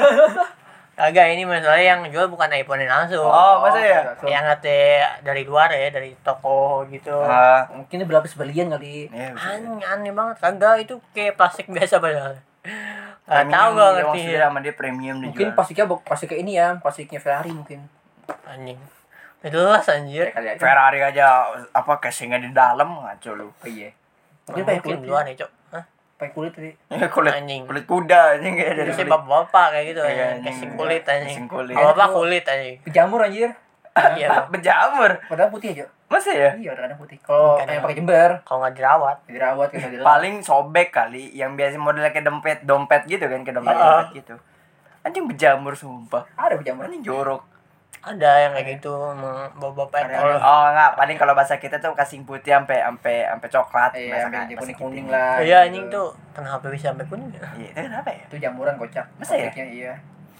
Speaker 1: Agak ini masalahnya yang jual bukan iPhone langsung.
Speaker 2: Oh, masa ya?
Speaker 1: Yang katanya dari luar ya, dari toko gitu.
Speaker 3: Mungkin ini berlapis berlian kali.
Speaker 2: Iya, bisa.
Speaker 1: Aneh banget. Kagak, itu kayak plastik biasa padahal. Gak
Speaker 2: Premium,
Speaker 1: tau gak
Speaker 2: dia
Speaker 1: ngerti.
Speaker 2: maksudnya sama dia premium dijual.
Speaker 3: Mungkin plastiknya ini ya, plastiknya Ferrari mungkin.
Speaker 1: Anjing. Gak jelas anjir.
Speaker 3: Kali aja.
Speaker 2: Ferrari aja apa casingnya di dalam ngaco lu.
Speaker 3: Oh iya. Mungkin pakai
Speaker 1: Mungkin
Speaker 3: kulit
Speaker 1: luar ya, Cok. Hah?
Speaker 3: pakai kulit tadi.
Speaker 2: Ya, kulit
Speaker 1: Anjing.
Speaker 2: kulit kuda anjing kayak dari
Speaker 1: Biasanya
Speaker 2: kulit.
Speaker 1: bapak-bapak kayak gitu
Speaker 2: Iya,
Speaker 1: anjing.
Speaker 2: anjing.
Speaker 1: Casing kulit anjing.
Speaker 2: Casing kulit.
Speaker 1: Bapak kulit anjing.
Speaker 3: Berjamur anjir.
Speaker 1: Iya, Bang.
Speaker 2: Berjamur.
Speaker 3: Padahal putih aja.
Speaker 2: Masa ya?
Speaker 3: Iya, kadang putih. Kalau
Speaker 1: Kadang.
Speaker 3: yang pakai jember,
Speaker 1: Kalau nggak dirawat.
Speaker 3: dirawat kayak tadi.
Speaker 2: Paling sobek kali yang biasa modelnya kayak dompet gitu kan, kayak dompet gitu. Anjing berjamur sumpah.
Speaker 3: Ada berjamur.
Speaker 2: Anjing jorok.
Speaker 1: Ada yang kayak gitu, bapak-bapak
Speaker 3: Ada.
Speaker 1: kalau
Speaker 2: Oh enggak, paling kalau bahasa kita tuh kasing putih sampai coklat.
Speaker 3: Iya,
Speaker 2: Bahasa-
Speaker 3: sampai
Speaker 2: bahasa
Speaker 3: kuning-kuning
Speaker 2: kita.
Speaker 3: lah.
Speaker 1: iya
Speaker 3: gitu.
Speaker 1: anjing tuh kenapa bisa sampai kuning ya?
Speaker 2: Iya, itu kenapa ya?
Speaker 3: Itu jamuran kocak.
Speaker 2: Masa ya?
Speaker 3: Pabriknya, iya.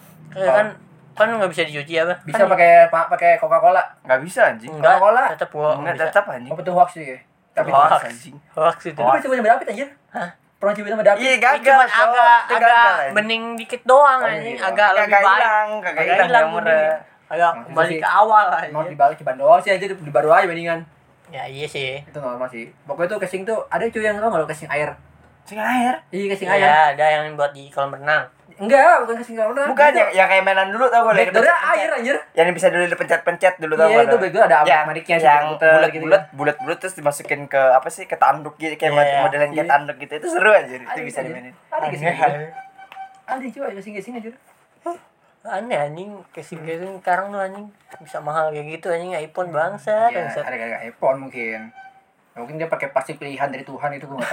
Speaker 1: Kan nggak bisa dicuci apa?
Speaker 3: Bisa pakai Coca-Cola.
Speaker 2: Enggak bisa anjing.
Speaker 1: Enggak,
Speaker 3: Coca-Cola.
Speaker 1: tetap gua
Speaker 2: Enggak
Speaker 1: bisa.
Speaker 2: tetap anjing.
Speaker 3: Oh, betul hoax sih. Ya. Tapi
Speaker 2: Hoax,
Speaker 3: hoax.
Speaker 2: anjing.
Speaker 1: Hoax itu.
Speaker 3: Lu pernah coba sama David anjir?
Speaker 1: Hah?
Speaker 3: Pernah coba sama David?
Speaker 2: Iya,
Speaker 1: Ini
Speaker 2: gagal.
Speaker 1: cuma
Speaker 2: Cok. Itu
Speaker 1: agak
Speaker 2: gagal, anjing.
Speaker 1: bening dikit doang
Speaker 3: Oh,
Speaker 1: anjing,
Speaker 3: iya.
Speaker 1: agak lebih
Speaker 2: Kagak
Speaker 1: baik.
Speaker 2: hilang, kagak hilang jamurnya.
Speaker 1: kuningnya. Agak
Speaker 3: Nah,
Speaker 1: kembali
Speaker 3: itu
Speaker 1: ke
Speaker 3: sih.
Speaker 1: awal
Speaker 3: Mau
Speaker 1: aja.
Speaker 3: dibalik ceban doang sih anjir, di baru aja bandingan.
Speaker 1: Ya iya sih.
Speaker 3: Itu normal sih. Pokoknya tuh casing tuh ada cuy yang tau enggak lo casing air.
Speaker 2: Sing air.
Speaker 3: Iya, casing air.
Speaker 1: Iya, ada yang buat di kolam renang.
Speaker 3: Enggak, bukan casing air.
Speaker 2: Bukan yang kayak mainan dulu tau gue.
Speaker 3: Backdoornya air anjir.
Speaker 2: Yang bisa dulu dipencet-pencet dulu tau
Speaker 3: Iya,
Speaker 2: gak?
Speaker 3: itu backdoor ada
Speaker 2: yang
Speaker 3: maniknya sih,
Speaker 2: yang
Speaker 3: puter gitu.
Speaker 2: bulat terus dimasukin ke apa sih, ke tanduk gitu, kayak
Speaker 1: Iya,
Speaker 2: modelan kayak
Speaker 3: iya.
Speaker 2: tanduk gitu. Itu seru aja, itu
Speaker 3: Ada,
Speaker 2: bisa
Speaker 3: ada.
Speaker 2: dimainin.
Speaker 3: Ada casing air. Ada coba casing anjir.
Speaker 1: Aneh anjing, casing sekarang tuh anjing bisa mahal kayak gitu anjing, iPhone bangsa.
Speaker 3: Ya,
Speaker 1: Bangsat.
Speaker 3: ada kayak iPhone mungkin. Ya, mungkin dia pakai plastik pilihan dari Tuhan itu gua.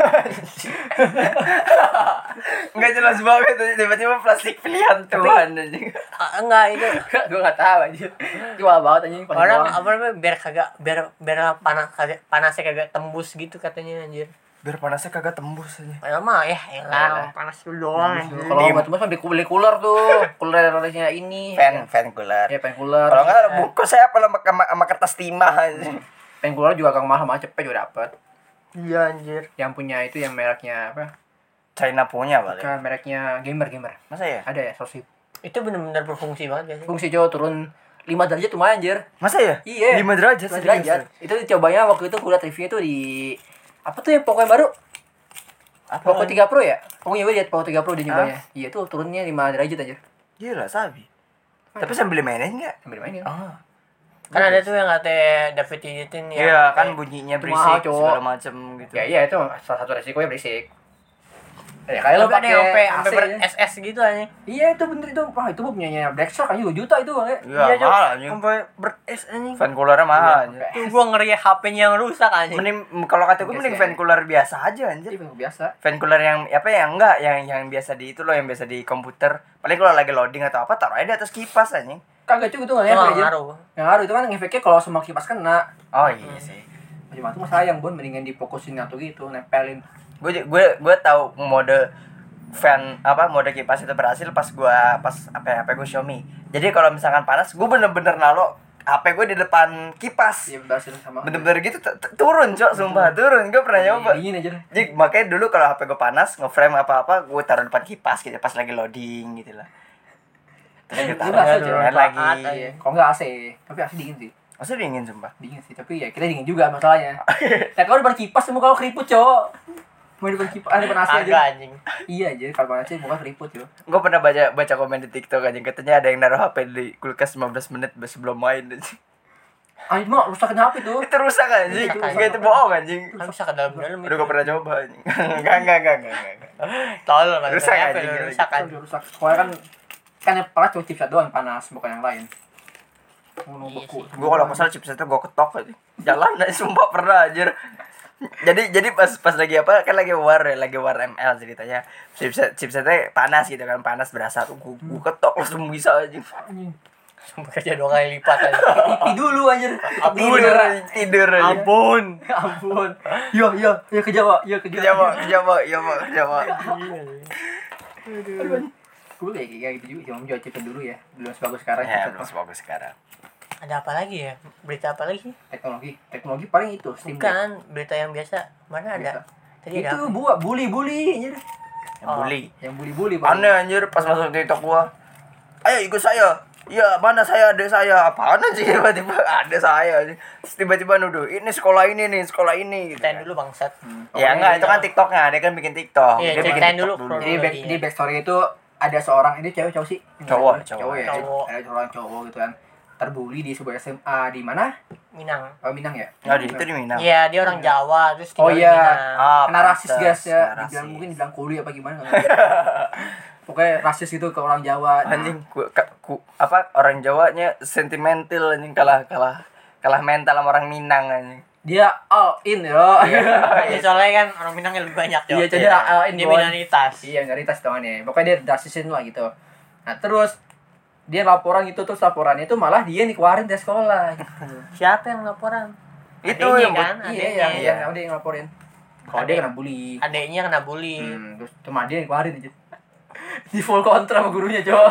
Speaker 2: Enggak jelas banget tiba-tiba plastik pilihan Tuhan anjing.
Speaker 1: Enggak itu.
Speaker 3: Gua enggak tahu anjir. Jual banget anjing plastik
Speaker 1: Orang
Speaker 3: doang.
Speaker 1: apa namanya biar panasnya kagak tembus gitu katanya anjir.
Speaker 2: Biar panasnya kagak tembus aja.
Speaker 1: Padahal mah ya elah panas dulu doang. anjir.
Speaker 3: Kalau obat mas beli cooler tuh, coolernya ini.
Speaker 2: Fan cooler.
Speaker 3: Ya, pen cooler.
Speaker 2: Kalau enggak bungkus saya apa sama kertas timah anjing.
Speaker 3: Pen cooler juga agak mahal, cepet juga dapet.
Speaker 1: Iya anjir.
Speaker 3: Yang punya itu yang mereknya apa?
Speaker 2: China punya paling.
Speaker 3: Kan mereknya gamer.
Speaker 2: Masa ya?
Speaker 3: Ada ya, Sosip.
Speaker 1: Itu benar-benar berfungsi banget ya sih.
Speaker 3: Fungsi coba turun 5 derajat lumayan anjir.
Speaker 2: Masa ya?
Speaker 3: Iya.
Speaker 2: 5 derajat
Speaker 3: 5 derajat. Itu dicobanya waktu itu gua liat reviewnya tuh di apa tuh yang Poco yang baru?
Speaker 2: Apa?
Speaker 3: Poco 3 Pro ya? Pokoknya gue liat Poco 3 Pro dia nyobanya. Iya tuh turunnya 5 derajat aja.
Speaker 2: Gila, sabi. Tapi sambil mainin enggak?
Speaker 3: Sambil mainin.
Speaker 2: Oh.
Speaker 1: Kan ada tuh yang katanya David Digitin ya.
Speaker 2: Iya, kan bunyinya
Speaker 3: Itu mahal,
Speaker 2: berisik
Speaker 3: cowok.
Speaker 2: segala macem gitu.
Speaker 3: Ya iya itu salah satu resikonya berisik. Ya kayak lo
Speaker 1: Tapi ada yang
Speaker 3: pakai
Speaker 1: sampai
Speaker 3: AC
Speaker 1: ber
Speaker 3: aja.
Speaker 1: SS gitu anjing.
Speaker 3: Iya itu bener itu. Wah itu punyanya Black Shark kan 2 juta itu Bang.
Speaker 2: Iya,
Speaker 1: Cok.
Speaker 2: mahal anjing.
Speaker 1: Sampai ber-S anjing.
Speaker 2: Fan coolernya mahal anjing.
Speaker 1: Tuh gua ngeri HP-nya yang rusak anjing.
Speaker 2: Mending kalau kata gue
Speaker 3: Oke
Speaker 2: mending
Speaker 3: sih,
Speaker 2: fan
Speaker 3: ya.
Speaker 2: cooler biasa aja anjir.
Speaker 3: Jadi biasa.
Speaker 2: Fan cooler yang apa ya, enggak yang biasa di itu loh, yang biasa di komputer. Paling kalau lagi loading atau apa taruh aja di atas kipas anjing.
Speaker 3: Kagak cuy itu enggak
Speaker 1: Itu
Speaker 3: ngefek
Speaker 1: nggak
Speaker 3: aja.
Speaker 1: ngaruh.
Speaker 3: Yang ngaruh itu kan ngefeknya kalau sama kipas kena.
Speaker 2: Oh iya sih.
Speaker 3: Cuma itu mah sayang Bon, mendingan difokusin atau gitu, nempelin.
Speaker 2: Gue tahu mode fan apa mode kipas itu berhasil pas HP gue Xiaomi. Jadi kalau misalkan panas, gue bener-bener nalo HP gue di depan kipas.
Speaker 3: Iya berhasil sama.
Speaker 2: Bener-bener gitu turun, Cok, sumpah turun. Gue pernah nyoba.
Speaker 3: Dingin aja.
Speaker 2: Jadi makanya dulu kalau HP gue panas, nge-frame apa-apa, gue taruh depan kipas gitu pas lagi loading gitu lah. Terus gue
Speaker 3: Itu
Speaker 2: taruh
Speaker 3: berhasil,
Speaker 2: gitu,
Speaker 3: Cok.
Speaker 2: main lagi.
Speaker 3: Iya. Kalau enggak AC, tapi AC dingin sih.
Speaker 2: Masa dingin sumpah.
Speaker 3: Dingin sih, tapi ya kita dingin juga masalahnya. Nah, kalau depan kipas semua kalau keriput, Cok. Mau depan kipas, depan AC
Speaker 1: Agak
Speaker 3: aja.
Speaker 1: anjing.
Speaker 3: Iya aja, kalau depan AC muka keriput, yo.
Speaker 2: Gue pernah baca komen di TikTok anjing, katanya ada yang naruh HP di kulkas 15 menit sebelum main anjing.
Speaker 3: Anjing mah rusakin HP tuh.
Speaker 2: Itu rusak anjing.
Speaker 1: Rusak,
Speaker 2: Enggak itu bohong anjing.
Speaker 1: Kan bisa ke dalam-dalam
Speaker 2: Udah gue pernah coba anjing. Enggak.
Speaker 1: Tolol mana
Speaker 2: Rusak
Speaker 1: HP
Speaker 2: anjing.
Speaker 1: lu, rusak kan.
Speaker 3: Rusak. Soalnya kan yang panas cuma chipset doang panas, bukan yang lain. Ngono
Speaker 1: Iya
Speaker 3: beku.
Speaker 1: sih.
Speaker 2: Gue kalau kesal chipsetnya gue ketok anjing. Jalan aja sumpah pernah anjir. Jadi pas lagi apa kan lagi war ML ceritanya. Chipsetnya panas gitu kan, panas berasa tuh gue ketok langsung bisa anjing.
Speaker 1: Sumpah kerja 2 kali lipat aja.
Speaker 3: Pipi dulu anjir.
Speaker 2: Tidur aja.
Speaker 1: Ampun.
Speaker 3: Ampun. Yo ke Jawa, yo ke Jawa.
Speaker 2: Kejawab.
Speaker 3: Gue kayak gitu juga, cuma jual chipset dulu ya. Belum sebagus sekarang.
Speaker 2: Ya,
Speaker 3: chipset
Speaker 2: belum
Speaker 3: mah.
Speaker 2: sebagus sekarang.
Speaker 1: Ada apa lagi ya? Berita apa lagi?
Speaker 3: Teknologi paling itu Steam Deck.
Speaker 1: Bukan, berita yang biasa. Mana ada? Tadi ada
Speaker 3: Itu
Speaker 1: apa?
Speaker 3: bully anjir.
Speaker 2: Yang bully.
Speaker 3: Yang bully paling.
Speaker 2: Aneh anjir pas masuk TikTok gua. Ayo ikut saya. Ya mana saya, adik saya. Apaan aja tiba-tiba ada saya. Terus tiba-tiba nuduh, ini sekolah ini nih, sekolah ini gitu.
Speaker 1: Ceritain dulu bangsat.
Speaker 2: Ya enggak, itu kan TikToknya, dia kan bikin TikTok.
Speaker 1: Iya,
Speaker 2: Dia bikin
Speaker 1: ceritain
Speaker 2: TikTok
Speaker 1: dulu.
Speaker 3: Di backstory itu ada seorang, ini cowok sih?
Speaker 2: Cowok
Speaker 3: ya.
Speaker 1: Cowok.
Speaker 3: Ada seorang cowok gitu kan. Terbully di sebuah SMA di mana?
Speaker 1: Minang.
Speaker 3: Oh, Minang ya?
Speaker 2: Oh, di itu di Minang.
Speaker 1: Iya, dia orang Jawa terus
Speaker 3: Oh
Speaker 1: tinggal di
Speaker 3: iya.
Speaker 1: Minang.
Speaker 2: Ah,
Speaker 3: Kena rasis
Speaker 2: pantes,
Speaker 3: guys ya.
Speaker 2: kena
Speaker 3: Dibilang
Speaker 2: rasis.
Speaker 3: mungkin dibilang kuli apa gimana nggak ngerti. Pokoknya rasis gitu ke orang Jawa. Nah,
Speaker 2: Anjing, apa orang Jawanya sentimental anjing kalah mental sama orang Minang anjing.
Speaker 3: dia all in yo.
Speaker 1: Ya, soalnya kan orang Minangnya lebih banyak
Speaker 3: Iya,
Speaker 1: Cok.
Speaker 3: jadi all in
Speaker 1: Dia
Speaker 3: Bon.
Speaker 1: minoritas.
Speaker 3: Iya, minoritas doangannya. Pokoknya dia rasisin lah gitu. Nah, terus dia laporan gitu, terus laporannya itu malah dia dikeluarin dari sekolah gitu.
Speaker 1: Siapa yang laporan?
Speaker 2: Itu
Speaker 1: Adeknya
Speaker 2: yang
Speaker 1: kan,
Speaker 3: Iya,
Speaker 1: adeknya.
Speaker 3: yang dia yang laporin. Kalau dia kena bully.
Speaker 1: Adeknya kena bully.
Speaker 3: Terus cuma dia yang keluarin aja. Di full kontra sama gurunya, Cok.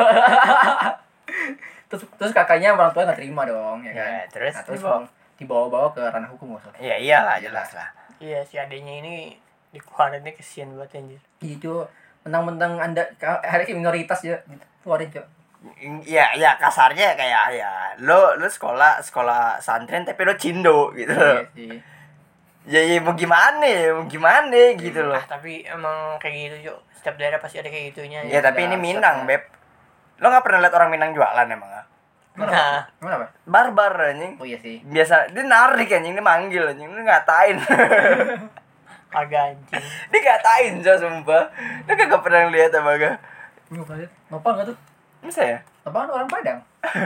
Speaker 3: terus kakaknya orang tua nggak terima dong, ya kan?
Speaker 2: Ya, terus
Speaker 3: Nah, terus dibawa ke ranah hukum maksudnya.
Speaker 2: Ya iyalah jelas lah.
Speaker 1: Iya, si adeknya ini dikeluarinnya kesian banget anjir.
Speaker 3: Iya, Cok. Mentang-mentang Anda hari ini minoritas ya, gitu. Keluarin, Cok.
Speaker 2: Ya kasarnya kayak ya lo sekolah santren tapi lo cindo gitu loh.
Speaker 3: Iya sih.
Speaker 2: Ya mau gimana gitu loh.
Speaker 1: Ah, tapi emang kayak gitu, Cok. Setiap daerah pasti ada kayak gitunya.
Speaker 2: Ya tapi ini Minang, Beb. Lo nggak pernah lihat orang Minang jualan emang?
Speaker 1: Nah,
Speaker 3: Gimana, Pak?
Speaker 2: Barbar anjing.
Speaker 3: Oh iya sih.
Speaker 2: Biasa dia narik anjing, dia manggil anjing, dia ngatain.
Speaker 1: agak anjing.
Speaker 2: Dia ngatain coy sumpah. Dia kagak pernah lihat apa gak?
Speaker 3: Nopal nggak tuh?
Speaker 2: Masa ya?
Speaker 3: Nopal kan orang Padang.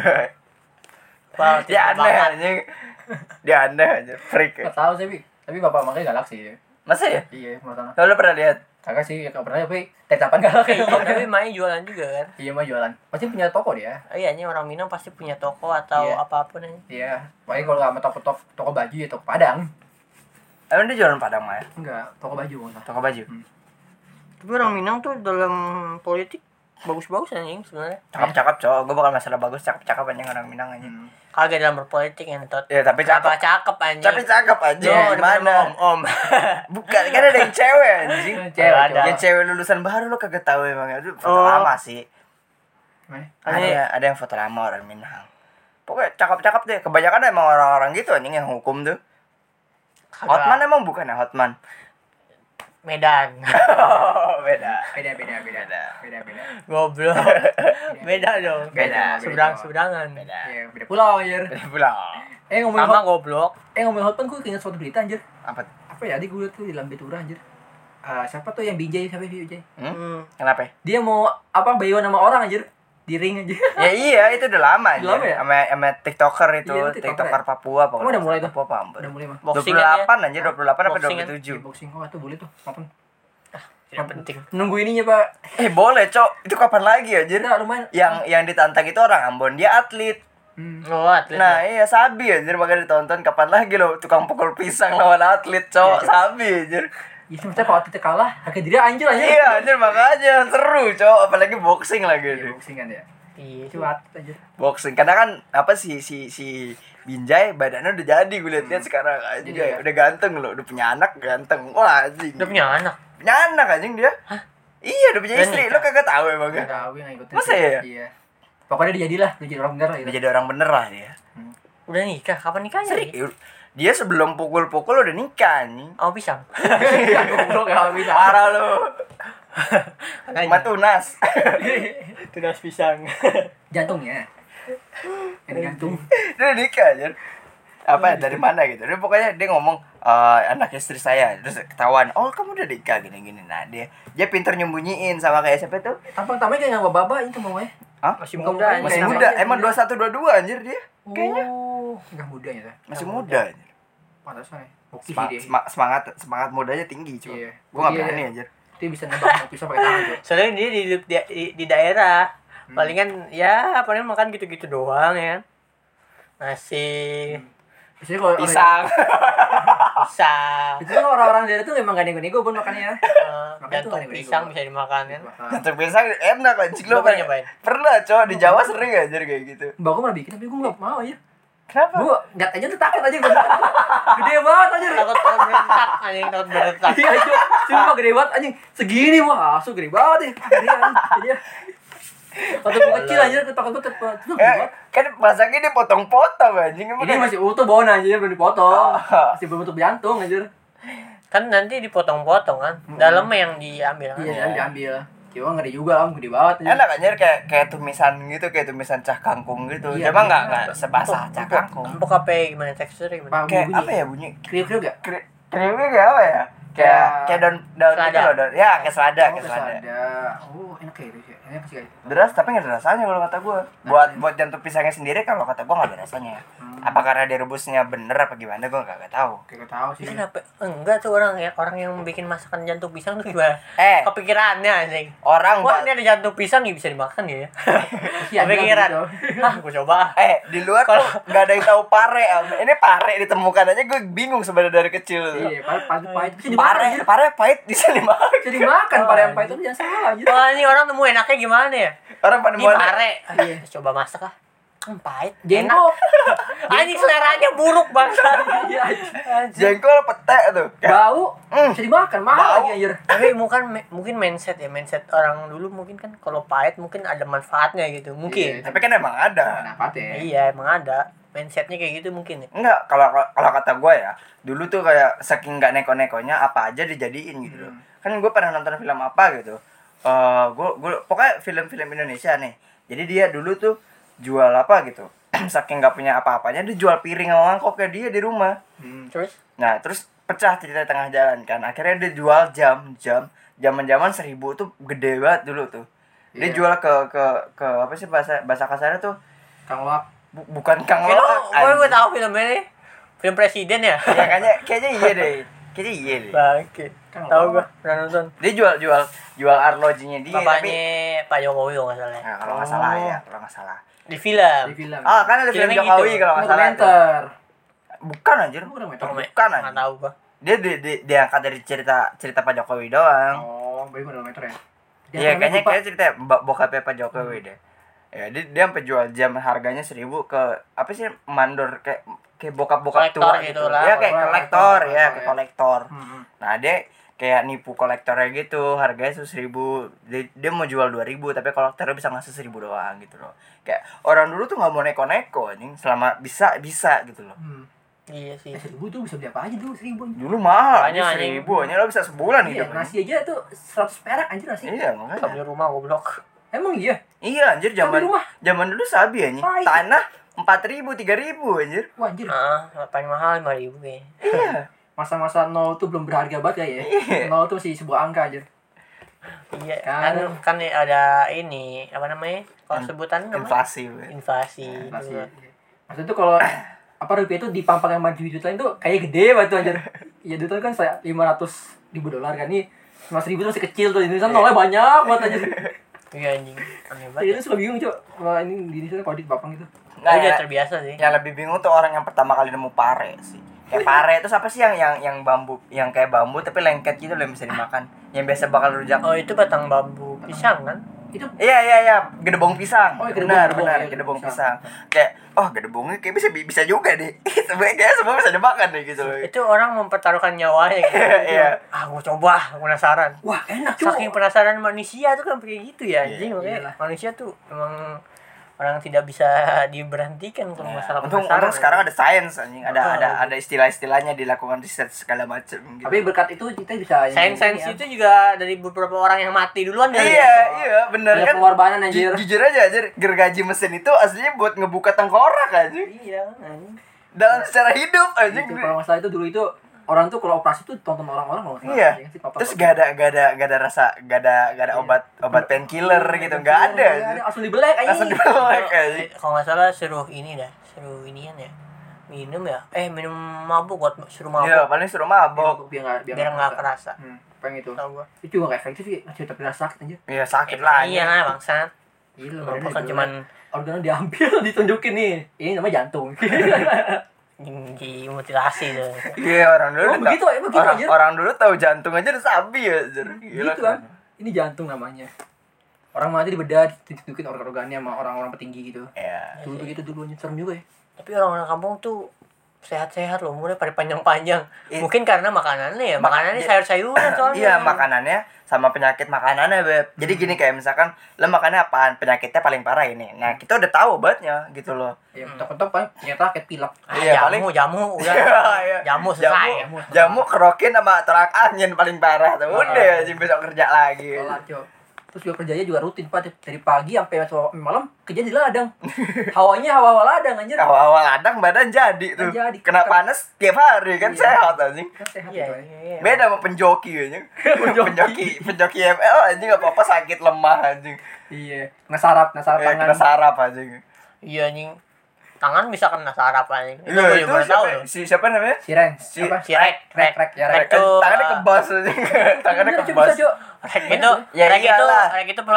Speaker 1: Wah,
Speaker 2: Dia
Speaker 1: tidak
Speaker 2: aneh
Speaker 1: banget.
Speaker 2: anjing. Dia aneh aja, freak.
Speaker 3: Nggak tahu sih, tapi bapak makanya galak sih.
Speaker 2: Masa ya?
Speaker 3: Iya, mana?
Speaker 2: Lo pernah lihat?
Speaker 3: Kagak sih, nggak pernah, tapi tetapan galak kayak gitu.
Speaker 1: Tapi Mai jualan juga kan?
Speaker 3: Iya, mah jualan. Pasti punya toko dia.
Speaker 1: Iya, ini orang Minang pasti punya toko atau
Speaker 3: Iya.
Speaker 1: apapun aja.
Speaker 3: Iya, paling kalau nggak sama toko baju ya toko Padang.
Speaker 2: Emang dia jualan Padang mah ya?
Speaker 3: Enggak, toko baju maksudnya.
Speaker 2: Toko baju.
Speaker 1: Tapi orang Minang tuh dalam politik bagus-bagus anjing sebenarnya.
Speaker 2: Cakep-cakep cowok, gue bukan masalah bagus, cakep-cakep anjing orang Minang anjing.
Speaker 1: Kagak dalam berpolitik entot.
Speaker 2: Ya tapi
Speaker 1: Kenapa
Speaker 2: cakep.
Speaker 1: cakep anjing?
Speaker 2: Tapi cakep aja.
Speaker 1: Yo,
Speaker 2: Gimana?
Speaker 1: om.
Speaker 2: Bukan, kan ada yang cewek anjing.
Speaker 3: Cewek,
Speaker 1: Ada.
Speaker 3: cowok.
Speaker 2: Yang cewek lulusan baru lo kagak tahu emang. Itu foto
Speaker 1: Oh.
Speaker 2: lama sih.
Speaker 3: Mana?
Speaker 2: Ada yang foto lama orang Minang. Pokoknya cakep-cakep deh. Kebanyakan emang orang-orang gitu anjing yang hukum tuh.
Speaker 1: Kagak.
Speaker 2: Hotman emang bukan ya Hotman?
Speaker 1: Medan.
Speaker 2: Beda.
Speaker 3: Beda.
Speaker 1: Goblok. Beda dong.
Speaker 2: Beda.
Speaker 1: Seberang-seberangan.
Speaker 2: Beda.
Speaker 3: Iya, beda pulau anjir.
Speaker 2: Beda pula.
Speaker 3: Ngomongin
Speaker 1: Sama goblok.
Speaker 3: Hotman gue ingat suatu berita anjir.
Speaker 2: Apa?
Speaker 3: Apa ya, tadi gue liat tuh di Lambe Tura anjir. Siapa tuh yang BJ, siapa BJ?
Speaker 2: Kenapa?
Speaker 3: Dia mau bayon sama orang anjir. Di ring aja.
Speaker 2: Ya iya, itu udah lama
Speaker 3: Udah lama ya?
Speaker 2: Sama TikToker itu,
Speaker 3: Iya, itu TikToker
Speaker 2: TikToker Papua
Speaker 3: Kamu udah mulai tuh?
Speaker 2: Papua apa ampun.
Speaker 3: Udah mulai mah.
Speaker 1: Boxing kan
Speaker 2: 28 anjir, 28 apa
Speaker 1: Boxing kan?
Speaker 2: 27?
Speaker 3: Boxing kok tuh boleh tuh. Kapan?
Speaker 1: Tidak penting.
Speaker 3: Nunggu ininya, Pak.
Speaker 2: Boleh, Cok. Itu kapan lagi anjir?
Speaker 3: Kita lumayan.
Speaker 2: Yang ditantang itu orang Ambon, dia atlet.
Speaker 1: Oh, atlet.
Speaker 2: Nah, iya sabi anjir, makanya ditonton kapan lagi lo tukang pukul pisang lawan atlet, Cok. Sabi anjir.
Speaker 3: Ya maksudnya kalau kita kalah, harga diri anjir aja.
Speaker 2: Iya, anjir makanya seru, Cok. Apalagi boxing lagi.
Speaker 3: Iya, boxing kan ya.
Speaker 1: Iya.
Speaker 3: Itu atlet aja.
Speaker 2: Boxing karena kan apa si Binjai badannya udah jadi gue liat sekarang anjing.
Speaker 3: Iya.
Speaker 2: Udah ganteng loh, udah punya anak ganteng. Wah, anjing.
Speaker 1: Udah punya anak.
Speaker 2: Punya anak anjing dia. Hah? Iya, udah punya
Speaker 1: Dan
Speaker 2: istri.
Speaker 1: nikah.
Speaker 2: Lo kagak tahu emang
Speaker 3: Enggak
Speaker 2: ya?
Speaker 3: tahu yang ngikutin.
Speaker 2: Masa
Speaker 3: sih.
Speaker 2: ya?
Speaker 3: Iya. Pokoknya dia jadilah, dia jadi orang bener lah
Speaker 2: Udah
Speaker 3: gitu.
Speaker 2: jadi orang bener lah dia.
Speaker 1: Udah nikah? Kapan nikahnya?
Speaker 2: Serius. Dia sebelum pukul-pukul udah nikah anjing.
Speaker 1: Oh, pisang.
Speaker 3: Goblok kalau bisa.
Speaker 2: Parah lu.
Speaker 1: Makanya.
Speaker 2: Matunas.
Speaker 1: Tunas pisang.
Speaker 3: Jantungnya. Ini jantung.
Speaker 2: Dia udah nikah anjir. Apa dari mana gitu. Dia pokoknya dia ngomong anak istri saya terus ketahuan, "Oh, kamu udah nikah gini-gini." Nah, dia pintar nyembunyiin sama kayak siapa tuh?
Speaker 3: Tampang-tampangnya kayak nggak baba itu mamanya.
Speaker 2: Hah?
Speaker 1: Masih
Speaker 3: Bukan
Speaker 1: muda.
Speaker 3: muda,
Speaker 2: Masih
Speaker 3: kayak
Speaker 2: muda.
Speaker 3: namanya
Speaker 2: Emang
Speaker 3: muda.
Speaker 2: 21 22 anjir dia. Kayaknya
Speaker 3: Enggak muda ya.
Speaker 2: masih muda anjir.
Speaker 3: Pantasan ya. Bukti
Speaker 2: Sema-
Speaker 3: dia.
Speaker 2: sema- semangat mudanya tinggi cuy.
Speaker 3: Iya.
Speaker 2: Gua enggak
Speaker 3: Iya.
Speaker 2: berani anjir.
Speaker 3: Dia bisa nebak mau pisau pakai tangan tuh.
Speaker 1: Soalnya dia di daerah. Palingan ya paling makan gitu-gitu doang ya. Nasi,
Speaker 3: Biasanya kalau
Speaker 2: Pisang.
Speaker 1: pisang,
Speaker 3: itu kan orang-orang daerah tuh memang gak nego-nego pun makannya. Makanya tuh
Speaker 1: jantung
Speaker 3: nego-nego.
Speaker 1: pisang bisa dimakan kan.
Speaker 2: Jantung pisang enak anjing
Speaker 1: Lu
Speaker 2: lu.
Speaker 1: pernah nyobain?
Speaker 2: Pernah, coy, di Jawa sering anjir kayak gitu.
Speaker 3: Mbak gue malah bikin tapi gue gak mau aja.
Speaker 2: Kenapa?
Speaker 3: Gue ngeliat aja tuh takut aja gue. Gede banget aja.
Speaker 1: Takut berentak anjing, takut berentak.
Speaker 3: Iya aja. Cuma gede banget anjing. Segini wah, asu gede banget ya. Gede anjing. Dia. Waktu gue kecil aja takut banget. Tuh gede banget.
Speaker 2: Kan masaknya dia potong-potong anjing. Emang
Speaker 3: Ini
Speaker 2: kan-
Speaker 3: masih utuh bawaan anjir belum dipotong.
Speaker 2: Ah.
Speaker 3: Masih belum bentuk jantung anjir.
Speaker 1: Kan nanti dipotong-potong kan. Dalamnya yang diambil kan.
Speaker 3: Iya, kan diambil. Cuma ngeri juga lah, gede banget anjir.
Speaker 2: enak anjir kayak tumisan gitu, kayak tumisan cah kangkung gitu.
Speaker 3: Iya,
Speaker 2: Cuma
Speaker 3: iya.
Speaker 2: enggak sebasah cah kangkung.
Speaker 1: Empuk apa ya, gimana teksturnya gimana?
Speaker 3: Apa
Speaker 2: Kayak
Speaker 3: bunyi?
Speaker 2: apa ya bunyi?
Speaker 3: Kriuk-kriuk gak?
Speaker 2: Kriuknya kayak apa ya? Kayak daun
Speaker 1: Selada.
Speaker 2: gitu loh, daun. Ya, kayak selada,
Speaker 3: Oh,
Speaker 2: kayak selada.
Speaker 3: ada. Oh, enak kayak itu sih. Enak sih kayak itu.
Speaker 2: Deras tapi nggak ada rasanya kalau kata gue. Buat jantung pisangnya sendiri kalau kata gue nggak ada rasanya. Apa karena direbusnya bener apa gimana gue nggak tahu.
Speaker 3: Kayak gak tahu sih.
Speaker 1: Kenapa? Enggak tuh orang yang bikin masakan jantung pisang tuh gimana?
Speaker 2: Eh.
Speaker 1: Kepikirannya anjing.
Speaker 2: Orang
Speaker 1: Wah, ini ada jantung pisang nih bisa dimakan ya.
Speaker 3: Iya,
Speaker 1: Kepikiran.
Speaker 3: gitu.
Speaker 1: Hah, gua coba.
Speaker 2: di luar tuh nggak ada yang tahu pare. Ini pare ditemukan aja gue bingung sebenarnya dari kecil.
Speaker 3: Iya, pahit bisa dimakan anjir.
Speaker 2: Pare pahit bisa dimakan.
Speaker 3: Bisa dimakan pada yang pahit itu jangan salah anjir.
Speaker 1: Wah, ini orang nemu enaknya gimana ya?
Speaker 2: Orang pada
Speaker 1: Ini
Speaker 2: mau
Speaker 1: pare.
Speaker 3: Iya.
Speaker 1: Coba masak ah. Pahit.
Speaker 3: Jengkol.
Speaker 1: Ini seleranya buruk banget.
Speaker 3: Iya anjir.
Speaker 2: jengkol pete tuh.
Speaker 3: Bau. Bisa dimakan mahal
Speaker 2: Bau.
Speaker 3: lagi anjir.
Speaker 1: Tapi mungkin mindset orang dulu mungkin kan kalau pahit mungkin ada manfaatnya gitu. Mungkin.
Speaker 2: Tapi kan emang ada.
Speaker 3: Kenapa teh?
Speaker 1: Iya, emang ada. Mindsetnya kayak gitu mungkin ya.
Speaker 2: Enggak, kalau kata gue ya, dulu tuh kayak saking nggak neko-nekonya apa aja dijadiin gitu loh. Kan gue pernah nonton film apa gitu. Gue pokoknya film-film Indonesia nih. Jadi dia dulu tuh jual apa gitu. Saking nggak punya apa-apanya dia jual piring sama mangkoknya dia di rumah.
Speaker 1: Terus
Speaker 2: Nah, terus pecah cerita tengah jalan kan. Akhirnya dia jual zaman-zaman 1000 tuh gede banget dulu tuh. Dia
Speaker 3: Iya.
Speaker 2: jual ke apa sih bahasa kasarnya tuh?
Speaker 3: Kang Wak.
Speaker 2: Bukan Kang
Speaker 1: Kayaknya
Speaker 2: Loak.
Speaker 1: gue tahu filmnya nih. Film presiden ya?
Speaker 2: Ya kayaknya iya deh. Kayaknya iya deh.
Speaker 1: Bangke.
Speaker 3: Kan
Speaker 1: Tahu
Speaker 3: apa?
Speaker 1: gua, pernah nonton.
Speaker 2: Dia jual arlojinya dia
Speaker 1: Bapaknya Pak Jokowi kalau nggak salah. Ya.
Speaker 2: Nah, kalau nggak salah ya, kalau nggak salah.
Speaker 1: Di film.
Speaker 3: Di film.
Speaker 2: Ah, kan ada film
Speaker 1: Filmnya
Speaker 2: Jokowi
Speaker 1: gitu.
Speaker 2: kalau nggak salah. tuh.
Speaker 3: Dokumenter.
Speaker 2: Bukan anjir.
Speaker 3: Bukan dokumenter.
Speaker 2: Bukan
Speaker 1: Nggak
Speaker 2: anjir.
Speaker 1: tahu gua.
Speaker 2: Dia diangkat dari cerita Pak Jokowi doang.
Speaker 3: Oh, baik dokumenter ya. Dia
Speaker 2: Iya,
Speaker 3: namanya lupa.
Speaker 2: kayaknya cerita bokapnya Pak Jokowi deh. Ya, dia sampai jual jam harganya 1000 ke apa sih mandor kayak bokap-bokap
Speaker 1: Kolektor
Speaker 2: tua
Speaker 1: gitu
Speaker 2: gitu.
Speaker 1: lah.
Speaker 2: Ya kayak kolektor ya,
Speaker 3: Kolektor,
Speaker 2: kayak
Speaker 3: ya.
Speaker 2: kolektor.
Speaker 3: Hmm.
Speaker 2: Nah, dia kayak nipu kolektornya gitu, harganya 1000. Dia mau jual 2000 tapi kolektornya bisa ngasih 1000 doang gitu loh. Kayak orang dulu tuh nggak mau neko-neko anjing, selama bisa gitu loh.
Speaker 1: Iya sih.
Speaker 3: 1000 tuh bisa beli apa aja dulu 1000.
Speaker 2: Dulu mahal,
Speaker 1: Makanya, anjing.
Speaker 2: 1000 aja lo bisa sebulan
Speaker 3: Iya,
Speaker 2: hidup.
Speaker 3: nasi aja tuh 100 perak anjir nasi.
Speaker 2: Iya,
Speaker 1: Kita
Speaker 2: makanya.
Speaker 1: beli rumah goblok.
Speaker 3: Emang iya.
Speaker 2: Iya anjir
Speaker 3: Kan di rumah.
Speaker 2: zaman dulu sabi anjing.
Speaker 3: Pahit.
Speaker 2: Tanah 4000, 3000 anjir.
Speaker 3: Wah anjir.
Speaker 1: Paling mahal 5.000 kayaknya.
Speaker 2: Iya.
Speaker 3: Masa-masa 0 tuh belum berharga banget ya.
Speaker 2: Iya.
Speaker 3: 0 tuh masih sebuah angka anjir.
Speaker 1: Iya,
Speaker 3: Kan.
Speaker 1: kan ada ini apa namanya? Kalau sebutan namanya
Speaker 2: Inflasi. we.
Speaker 1: inflasi.
Speaker 3: Inflasi.
Speaker 1: Gitu.
Speaker 3: Maksudnya tuh kalau apa rupiah itu dipampang sama duit lain tuh kayak gede banget tuh anjir. Iya duit kan saya $500,000 kan nih. 100.000 tuh masih kecil tuh. Indonesia nolnya banyak banget anjir.
Speaker 1: Iya anjing, aneh
Speaker 3: Jadi
Speaker 1: banget.
Speaker 3: itu suka bingung cuy. Wah ini di Indonesia kalau dipapang gitu.
Speaker 2: Nah,
Speaker 1: Tapi udah
Speaker 2: ya-
Speaker 1: terbiasa sih.
Speaker 2: yang lebih bingung tuh orang yang pertama kali nemu pare sih. Kayak pare itu apa sih yang bambu, yang kayak bambu tapi lengket gitu loh yang bisa dimakan. Yang biasa bakal rujak.
Speaker 1: Oh, itu batang bambu pisang kan?
Speaker 3: Itu
Speaker 2: Iya, gedebong pisang.
Speaker 3: Oh,
Speaker 2: benar,
Speaker 3: gedebong,
Speaker 2: benar,
Speaker 3: ya,
Speaker 2: gedebong
Speaker 3: gedebong
Speaker 2: pisang. Kayak gedebongnya kayak bisa juga deh. Sebenarnya kayak semua bisa dimakan deh gitu loh.
Speaker 1: Itu orang mempertaruhkan nyawanya gitu.
Speaker 2: Iya.
Speaker 1: Gua coba, penasaran.
Speaker 3: wah enak cuy.
Speaker 1: Saking penasaran manusia tuh kan kayak gitu ya,
Speaker 2: Iya,
Speaker 1: anjing. Makanya
Speaker 3: iyalah.
Speaker 1: manusia tuh emang orang tidak bisa diberhentikan kalau
Speaker 2: Ya,
Speaker 1: masalah
Speaker 2: untung
Speaker 1: pemasaran.
Speaker 2: sekarang ada sains anjing,
Speaker 1: Oh,
Speaker 2: ada istilah-istilahnya, dilakukan riset segala macam gitu.
Speaker 3: Tapi berkat itu kita bisa
Speaker 1: Sains
Speaker 3: ya.
Speaker 1: itu juga dari beberapa orang yang mati duluan dari
Speaker 2: Iya, bener
Speaker 3: Banyak
Speaker 2: kan.
Speaker 3: pengorbanan, anjir.
Speaker 2: Jujur aja gergaji mesin itu aslinya buat ngebuka tengkorak anjing.
Speaker 1: Iya anjing.
Speaker 2: Dalam secara hidup anjing.
Speaker 3: Itu kalau masalah itu dulu itu orang tuh kalau operasi tuh tonton orang-orang kalau nggak salah.
Speaker 2: Iya.
Speaker 3: Ya kan sih, papa.
Speaker 2: Terus gak ada rasa, gak ada obat painkiller gitu, gak ada.
Speaker 3: Nggak ada, langsung dibelek aja.
Speaker 2: Langsung dibelek anjing.
Speaker 1: Kalau nggak salah suruh inian ya, minum minum mabuk buat suruh mabuk
Speaker 2: Iya, paling suruh mabok.
Speaker 3: Biar
Speaker 1: biar nggak kerasa.
Speaker 3: Pengen itu.
Speaker 1: Tahu gua.
Speaker 3: Itu juga nggak efektif sih, masih tapi rasa sakit aja.
Speaker 2: Iya, sakit lah.
Speaker 1: Iya lah bangsat.
Speaker 3: Gila,
Speaker 1: Mabuk
Speaker 3: badannya
Speaker 1: kan
Speaker 3: dibelek.
Speaker 1: cuman
Speaker 3: organnya diambil, ditunjukin nih. Ini namanya jantung.
Speaker 1: dimutilasi tuh.
Speaker 2: Iya, orang dulu.
Speaker 3: Oh, begitu ya, begitu aja.
Speaker 2: Orang dulu tahu jantung aja udah sabi ya. Gila
Speaker 3: Gitu kan. Ini jantung namanya. Orang mati dibedah, ditunjukin organ-organnya sama orang-orang petinggi gitu.
Speaker 2: Iya.
Speaker 3: Dulu begitu dulu, serem juga ya.
Speaker 1: Tapi orang-orang kampung tuh sehat-sehat loh, umurnya pada panjang-panjang.
Speaker 2: Iya.
Speaker 1: Mungkin karena makanannya ya, makanannya sayur-sayuran soalnya.
Speaker 2: Iya, makanannya sama penyakit makanannya, Beb. Jadi gini, kayak misalkan lo makannya apaan, penyakitnya paling parah ini. Nah, kita udah tahu obatnya gitu loh.
Speaker 3: Ya, mentok-mentok paling ternyata kayak pilek.
Speaker 2: Iya,
Speaker 1: jamu udah.
Speaker 2: Iya.
Speaker 1: Jamu selesai.
Speaker 2: Jamu kerokin sama tolak angin paling parah tuh. Udah, sih besok kerja lagi.
Speaker 3: Sholat, Cok. Terus juga kerjanya juga rutin, Pak. Dari pagi sampai malam kerja di ladang. Hawanya hawa-hawa ladang anjir.
Speaker 2: Awal-awal ladang badan jadi tuh.
Speaker 3: Jadi.
Speaker 2: Kena panas tiap hari kan
Speaker 3: Iya.
Speaker 2: sehat anjing.
Speaker 3: Kan sehat
Speaker 1: Iya,
Speaker 3: gitu,
Speaker 1: iya.
Speaker 2: Beda sama penjoki anjing. penjoki ML anjing apa-apa sakit lemah anjing.
Speaker 3: Iya. Ngesarap tangan.
Speaker 2: Kena saraf anjing.
Speaker 1: Iya anjing. Tangan bisa kena saraf anjing. Itu
Speaker 2: Iya,
Speaker 1: gue juga baru tahu
Speaker 2: siapa,
Speaker 1: loh.
Speaker 2: siapa namanya?
Speaker 3: Si Ren.
Speaker 2: Si-
Speaker 3: Apa?
Speaker 1: Si Rek.
Speaker 3: Ya,
Speaker 1: Rek
Speaker 3: Rek.
Speaker 1: tuh,
Speaker 2: Tangannya kebas anjing. Tangannya
Speaker 3: Bener, Cok,
Speaker 2: kebas.
Speaker 3: bisa, Cok.
Speaker 1: Rek itu,
Speaker 2: Ya iyalah.
Speaker 1: Rek itu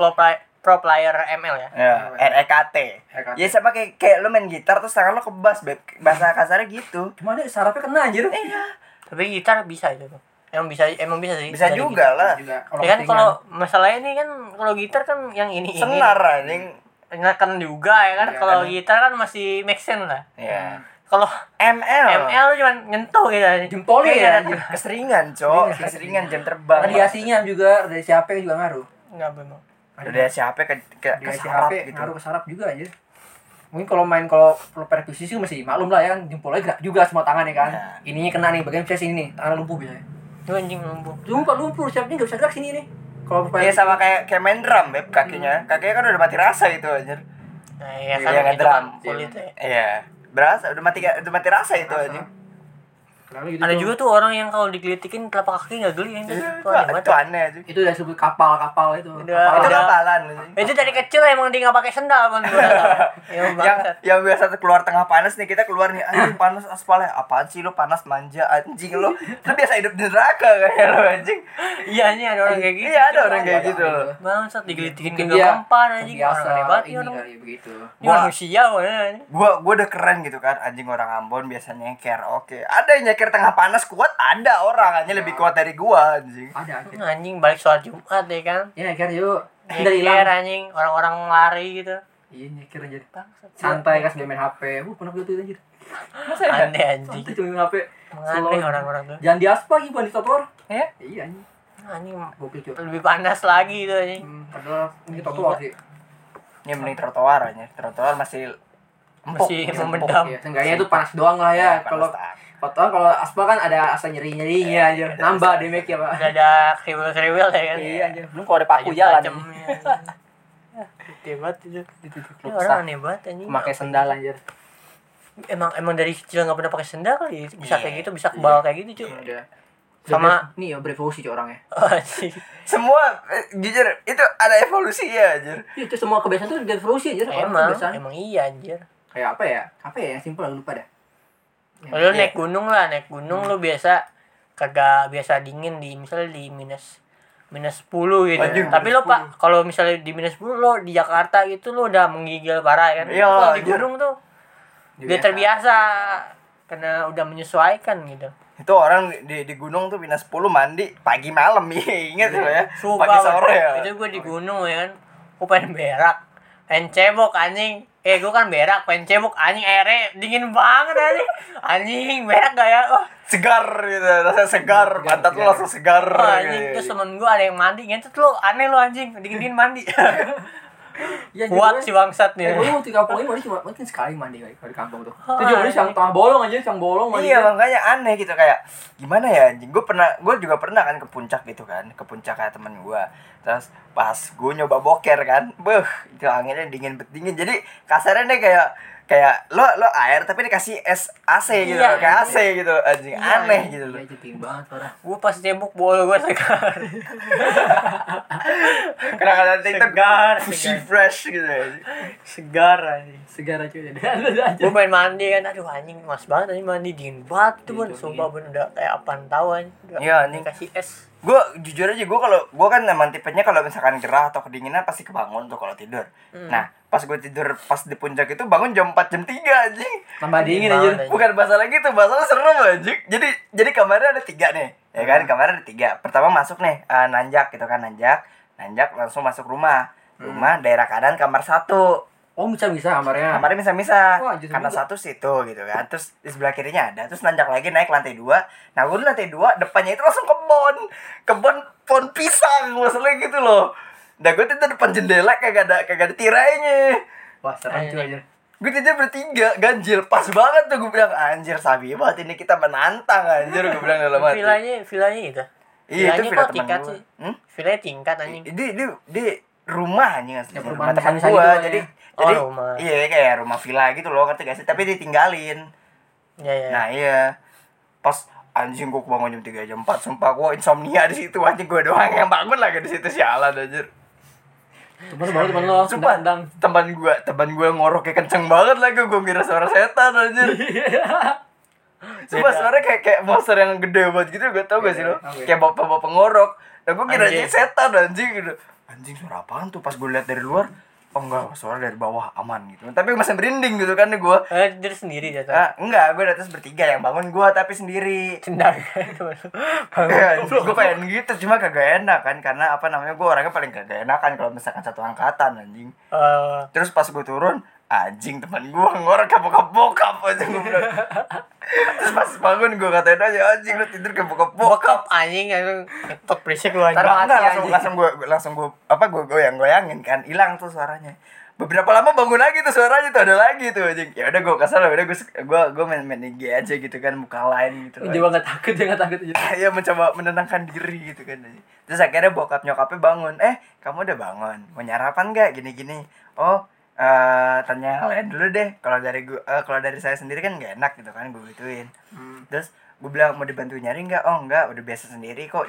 Speaker 1: pro player ML ya.
Speaker 2: Ya, REKT.
Speaker 3: REKT.
Speaker 2: Ya sama kayak lu main gitar terus tangan lu kebas, Beb. Bahasa kasarnya gitu.
Speaker 3: Cuma dia sarafnya kena anjir.
Speaker 1: Tapi gitar bisa itu tuh. Emang bisa sih.
Speaker 2: Bisa
Speaker 1: dari
Speaker 2: juga lah.
Speaker 3: Juga
Speaker 1: Ya kan
Speaker 3: keseringan.
Speaker 1: kalau masalahnya ini kan kalau gitar kan yang ini
Speaker 2: Senar anjing.
Speaker 1: ngekan juga ya kan.
Speaker 3: Iya,
Speaker 1: Kalau
Speaker 2: kan.
Speaker 1: gitar kan masih make sense lah.
Speaker 2: Ya.
Speaker 1: Kalau
Speaker 2: ML.
Speaker 1: ML cuma nyentuh gitu anjing.
Speaker 3: Jempolnya ya,
Speaker 1: Iya,
Speaker 3: anjir.
Speaker 2: Keseringan, Cok. Keseringan jam terbang.
Speaker 3: Radiasinya juga dari HP juga ngaruh.
Speaker 1: Enggak memang.
Speaker 2: Radiasi HP ke
Speaker 3: Radiasi
Speaker 2: saraf
Speaker 3: HP
Speaker 2: gitu.
Speaker 3: ngaruh ke saraf juga anjir. Mungkin kalau perkusi sih masih maklum lah ya kan, jempolnya gerak juga semua tangan ya kan.
Speaker 2: Ya.
Speaker 3: Ininya kena nih, bagian saya sini nih, tangan lumpuh biasanya.
Speaker 1: Itu anjing lumpuh.
Speaker 3: Lumpur, siapnya nggak bisa gerak sini nih. Kalau
Speaker 2: Iya sama kayak main drum, Beb, kakinya. Kakinya kan udah mati rasa itu anjir.
Speaker 1: Nah, iya
Speaker 2: Iya,
Speaker 1: kan itu
Speaker 2: ngedrum.
Speaker 1: kan kulitnya.
Speaker 2: Iya. Berasa udah mati rasa itu anjing.
Speaker 3: Lalu gitu
Speaker 1: Ada
Speaker 3: tuh.
Speaker 1: juga tuh orang yang kalau digelitikin telapak kaki nggak geli itu. Tuh aneh banget.
Speaker 2: Itu aneh anjing.
Speaker 3: Itu udah disebut kapal itu.
Speaker 1: Udah.
Speaker 2: Itu
Speaker 1: Udah.
Speaker 2: kapalan anjing.
Speaker 1: Itu dari kecil emang dia nggak pakai sendal kan gua tahu. Ya
Speaker 2: yang biasa tuh keluar tengah panas nih, kita keluar nih anjing panas aspalnya, apaan sih lu panas manja anjing lu biasa hidup di neraka kayak lu anjing.
Speaker 1: Iya nih ada orang kayak gitu.
Speaker 2: Iya ada orang kayak gitu.
Speaker 1: Bangsat digelitikin
Speaker 3: Mungkin
Speaker 1: kagak
Speaker 3: dia
Speaker 1: mempan anjing.
Speaker 3: terbiasa
Speaker 1: Orang aneh banget
Speaker 3: ini
Speaker 1: ya orang.
Speaker 3: kali begitu.
Speaker 1: Ini manusia anjing.
Speaker 2: Gua udah keren gitu kan, anjing orang Ambon biasanya nyeker, oke ada yang nyeker tengah panas kuat, ada orang hanya lebih kuat dari gua anjing.
Speaker 3: Ada aja.
Speaker 1: Anjing balik sholat Jumat ya kan.
Speaker 3: Ya nyeker yuk. Dari
Speaker 1: Nyeker
Speaker 3: hilang.
Speaker 1: anjing, orang-orang lari gitu.
Speaker 3: Iya nyeker aja.
Speaker 1: Bangsat.
Speaker 3: Santai kan sambil main HP. Pernah gitu anjir.
Speaker 1: Aneh anjing.
Speaker 3: Santai cuma main HP.
Speaker 1: Aneh orang-orang tuh.
Speaker 3: Jangan di aspal gitu, bukan di trotoar.
Speaker 2: Ya?
Speaker 3: Iya anjing.
Speaker 1: Anjing
Speaker 3: Gokil cuy.
Speaker 1: lebih panas lagi itu anjing.
Speaker 3: Padahal ini trotoar sih.
Speaker 2: Ini mending trotoar aja. Trotoar masih empuk.
Speaker 1: Masih
Speaker 2: empuk.
Speaker 1: memendam.
Speaker 3: Iya, seenggaknya itu panas doang lah ya.
Speaker 2: Panas
Speaker 3: Kalau
Speaker 2: tak.
Speaker 3: kalau aspal kan ada asa nyeri-nyerinya aja. Nambah damage ya, Pak.
Speaker 1: Udah ada kriwil-kriwil ya kan.
Speaker 3: Iya aja. Belum kalau ada paku jalan.
Speaker 1: Tajamnya. Hebat itu.
Speaker 3: Itu
Speaker 1: Ini orang aneh banget anjing.
Speaker 3: pakai sendal anjir.
Speaker 1: Emang dari kecil nggak pernah pakai sendal kali. Bisa
Speaker 2: Iya.
Speaker 1: kayak gitu, bisa kebal kayak gitu, cuy.
Speaker 3: Udah.
Speaker 1: Sama-
Speaker 3: nih ya berevolusi cuy orangnya.
Speaker 1: Anjing.
Speaker 2: Semua jujur itu ada evolusinya anjir.
Speaker 3: Iya, itu semua kebiasaan tuh berevolusi aja. Orang
Speaker 1: Emang,
Speaker 3: kebiasaan.
Speaker 1: emang iya anjir.
Speaker 3: Kayak apa ya? Apa ya yang simpel lupa dah.
Speaker 1: Kalau
Speaker 2: Iya.
Speaker 1: naik gunung lah, naik gunung lu biasa kagak biasa dingin di misalnya di minus 10 gitu.
Speaker 2: Anjing,
Speaker 1: Tapi
Speaker 2: minus
Speaker 1: lo Pak, kalau misalnya di minus 10 lo di Jakarta itu lo udah menggigil parah kan.
Speaker 2: Iya,
Speaker 1: Kalau di
Speaker 2: anjir.
Speaker 1: gunung tuh dia terbiasa karena udah menyesuaikan gitu.
Speaker 2: Itu orang di gunung tuh minus 10 mandi pagi malam inget lo ya.
Speaker 1: Sumpah,
Speaker 2: Pagi sore ya.
Speaker 1: Itu gue di gunung ya kan. Gue pengen berak. Pengen cebok anjing. Gue kan berak, pengen cebok anjing airnya dingin banget anjing. Anjing, berak gak ya? Oh,
Speaker 2: Segar gitu, rasanya segar, pantat lu langsung segar.
Speaker 1: anjing.
Speaker 2: gitu.
Speaker 1: Terus temen gue ada yang mandi, ngentot lo aneh lo anjing. Dingin-dingin mandi.
Speaker 3: Iya,
Speaker 1: Kuat si bangsat nih.
Speaker 3: Gue waktu di kampung ini mungkin sekali mandi kalau di kampung tuh. Itu juga yang tengah bolong aja, yang bolong mandi.
Speaker 2: Iya, makanya aneh gitu kayak gimana ya anjing. Gue juga pernah kan ke puncak gitu kan, ke puncak kayak temen gue. Terus pas gue nyoba boker kan, itu anginnya dingin. Jadi kasarnya nih kayak lo air tapi dikasih es AC gitu,
Speaker 1: Iya,
Speaker 2: kayak AC gitu anjing, aneh gitu loh.
Speaker 3: Iya, jeping banget parah.
Speaker 1: Gue pas cebok bol gue segar.
Speaker 2: Kadang-kadang TikTok
Speaker 1: Segar,
Speaker 2: fushi
Speaker 1: segar.
Speaker 2: fresh gitu anjing.
Speaker 1: Segar anjing.
Speaker 3: Segar aja udah.
Speaker 1: Gue main mandi kan, aduh anjing mas banget anjing mandi dingin banget tuh bun,
Speaker 3: Dingin.
Speaker 1: sumpah bun udah kayak apaan tahu anjing.
Speaker 2: Iya, anjing.
Speaker 1: Kasih es.
Speaker 2: Gue jujur aja gue kan emang tipenya kalau misalkan gerah atau kedinginan pasti kebangun tuh kalau tidur. Nah pas gue tidur pas di puncak itu bangun jam 4 jam 3 anjing.
Speaker 3: Tambah dingin
Speaker 1: Banget,
Speaker 3: aja.
Speaker 1: anjing.
Speaker 2: Bukan masalah gitu, masalah serem anjing. Jadi kamarnya ada 3 nih, ya kan? Kamarnya ada 3. Pertama masuk nih, nanjak gitu kan, nanjak langsung masuk rumah. Rumah daerah kanan kamar 1.
Speaker 3: Oh, bisa kamarnya.
Speaker 2: Kamarnya misah-misah.
Speaker 3: Wah, justru
Speaker 2: Karena
Speaker 3: juga.
Speaker 2: 1 situ gitu kan. Terus di sebelah kirinya ada. Terus nanjak lagi naik lantai 2. Nah, gue di lantai 2 depannya itu langsung kebon. Pohon pisang masalahnya gitu loh. Nah, gue tidur depan jendela kagak ada tirainya.
Speaker 3: Wah, serem juga aja.
Speaker 2: Gue tidur bertiga, ganjil, pas banget tuh. Gue bilang, anjir sabi banget ini kita menantang anjir. Gue bilang dalam hati.
Speaker 1: Villanya itu.
Speaker 2: Iya, itu
Speaker 1: Villanya
Speaker 2: villa
Speaker 1: kok
Speaker 2: teman
Speaker 1: tingkat
Speaker 2: gue.
Speaker 1: sih? Villanya tingkat anjing.
Speaker 2: Di rumah anjing asli.
Speaker 3: Ya,
Speaker 2: Rumah
Speaker 3: perumahan
Speaker 2: teman
Speaker 3: misah
Speaker 2: gue.
Speaker 3: gitu,
Speaker 2: Jadi
Speaker 1: ya. Oh, rumah.
Speaker 2: Iya kayak rumah villa gitu loh, ngerti gak sih? Tapi ditinggalin.
Speaker 1: Ya.
Speaker 2: Nah iya. Pas anjing gue bangun jam 3 jam 4, sumpah gue insomnia di situ anjing, gue doang yang bangun lagi di situ, sialan anjir.
Speaker 3: Temen lo,
Speaker 2: Sumpah,
Speaker 3: dang.
Speaker 2: teman gue ngoroknya kenceng banget lagi, gue kira suara setan anjir. Sumpah suaranya kayak monster yang gede banget gitu, gak tau gak sih lo?
Speaker 3: Oke.
Speaker 2: Kayak bapak-bapak ngorok. Nah gue kira
Speaker 1: Anjing.
Speaker 2: setan anjing gitu. Anjing suara apaan tuh, pas gue lihat dari luar, oh enggak, suara dari bawah aman gitu. Tapi masih merinding gitu kan gue.
Speaker 1: Tidur sendiri jatuh.
Speaker 2: Enggak, gue di atas bertiga, yang bangun gue tapi sendiri.
Speaker 1: Cendang.
Speaker 2: Gue pengen gitu, cuma kagak enak kan, karena apa namanya, gue orangnya paling kagak enak kan kalau misalkan satu angkatan anjing. Terus pas gue turun, anjing teman gue ngorok kayak bokap aja gue bilang. Terus pas bangun gue katain aja, anjing lu tidur kayak bokap.
Speaker 1: Bokap anjing yang ngetok berisik lu anjing.
Speaker 2: Enggak, langsung gue goyangin kan, hilang tuh suaranya. Beberapa lama bangun lagi tuh suaranya tuh ada lagi tuh anjing. Ya udah gue kesel, udah gue main IG aja gitu kan, muka lain gitu.
Speaker 3: Dia nggak takut aja.
Speaker 2: Ya mencoba menenangkan diri gitu kan. Terus akhirnya bokap nyokapnya bangun. Kamu udah bangun? Mau nyarapan nggak? Gini-gini. Oh, tanya lain dulu deh. Kalau dari saya sendiri kan nggak enak gitu kan, gue gituin. Terus gue bilang, mau dibantu nyari nggak? Oh enggak, udah biasa sendiri kok.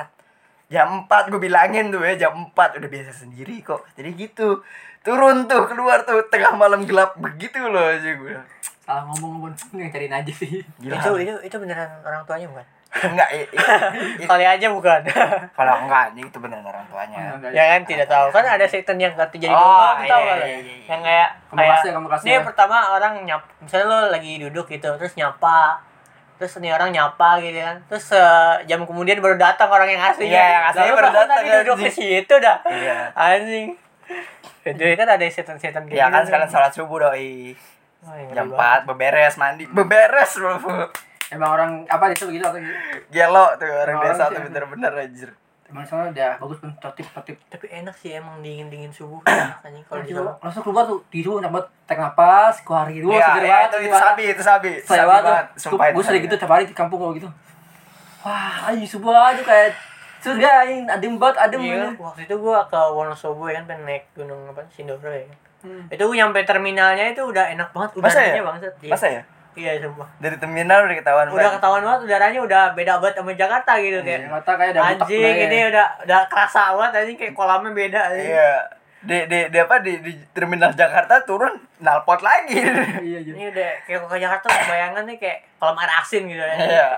Speaker 2: Jam 4 gue bilangin tuh ya, jam 4 udah biasa sendiri kok. Jadi gitu. Turun tuh, keluar tuh tengah malam gelap begitu loh aja gue.
Speaker 3: Salah ngomong yang cariin aja sih.
Speaker 2: Gila.
Speaker 1: Itu beneran orang tuanya bukan?
Speaker 2: Enggak,
Speaker 1: Kali aja bukan.
Speaker 2: kalau enggak anjing itu beneran orang tuanya.
Speaker 1: Ya kan tidak tahu kan ada setan yang ganti jadi
Speaker 2: Oh,
Speaker 1: domba, tahu
Speaker 2: iya,
Speaker 1: kan?
Speaker 2: iya.
Speaker 1: Yang kayak
Speaker 3: Kamu kasih.
Speaker 1: Nih pertama orang misalnya lo lagi duduk gitu terus nyapa. Terus nih orang nyapa gitu kan. Terus jam kemudian baru datang orang yang aslinya.
Speaker 2: Iya, yang aslinya baru datang,
Speaker 1: Tadi duduk di
Speaker 2: anjing.
Speaker 1: situ dah.
Speaker 2: Iya.
Speaker 1: Anjing. Jadi kan ada setan-setan gitu.
Speaker 2: Ya kan sekalian sholat subuh doi.
Speaker 1: Oh, iya,
Speaker 2: Jam
Speaker 1: ngeri
Speaker 2: 4 beberes mandi. Beberes bro.
Speaker 3: Emang orang apa itu begitu atau gitu?
Speaker 2: Gelo tuh orang
Speaker 3: Orang
Speaker 2: desa
Speaker 3: sih,
Speaker 2: tuh bener-bener anjir.
Speaker 3: Emang soalnya udah bagus pun tertib.
Speaker 1: Tapi enak sih emang dingin subuh anjing kalau di sana.
Speaker 3: Langsung keluar tuh tidur dapat tarik napas, keluar gitu.
Speaker 2: Iya,
Speaker 3: seger
Speaker 2: iya,
Speaker 3: banget,
Speaker 2: itu
Speaker 3: gimana?
Speaker 2: sabi.
Speaker 3: Saya
Speaker 2: Sabi
Speaker 3: banget.
Speaker 2: Sumpah itu
Speaker 3: Gue sering
Speaker 2: sabi
Speaker 3: gitu tiap hari di kampung kalau gitu. Wah, anjing subuh aja kayak surga anjing, adem banget, adem
Speaker 1: Iya,
Speaker 3: banget.
Speaker 1: waktu itu gua ke Wonosobo ya kan pengen naik gunung apa Sindoro ya kan. Itu gua nyampe terminalnya itu udah enak banget
Speaker 2: Masa
Speaker 1: udaranya
Speaker 2: ya?
Speaker 1: bangsat. Iya.
Speaker 2: Masa ya?
Speaker 1: Iya sumpah.
Speaker 2: Dari terminal udah ketahuan
Speaker 1: Udah ketahuan banget udaranya udah beda banget sama Jakarta gitu kayak.
Speaker 3: Mata kayak ada butek
Speaker 1: Anjing
Speaker 3: lah ya.
Speaker 1: ini udah kerasa banget anjing kayak kolamnya beda anjing.
Speaker 2: Iya. Di terminal Jakarta turun nalpot lagi.
Speaker 3: Iya, iya.
Speaker 1: Ini udah kayak ke Jakarta bayangan nih kayak kolam air asin gitu ya.
Speaker 2: Iya.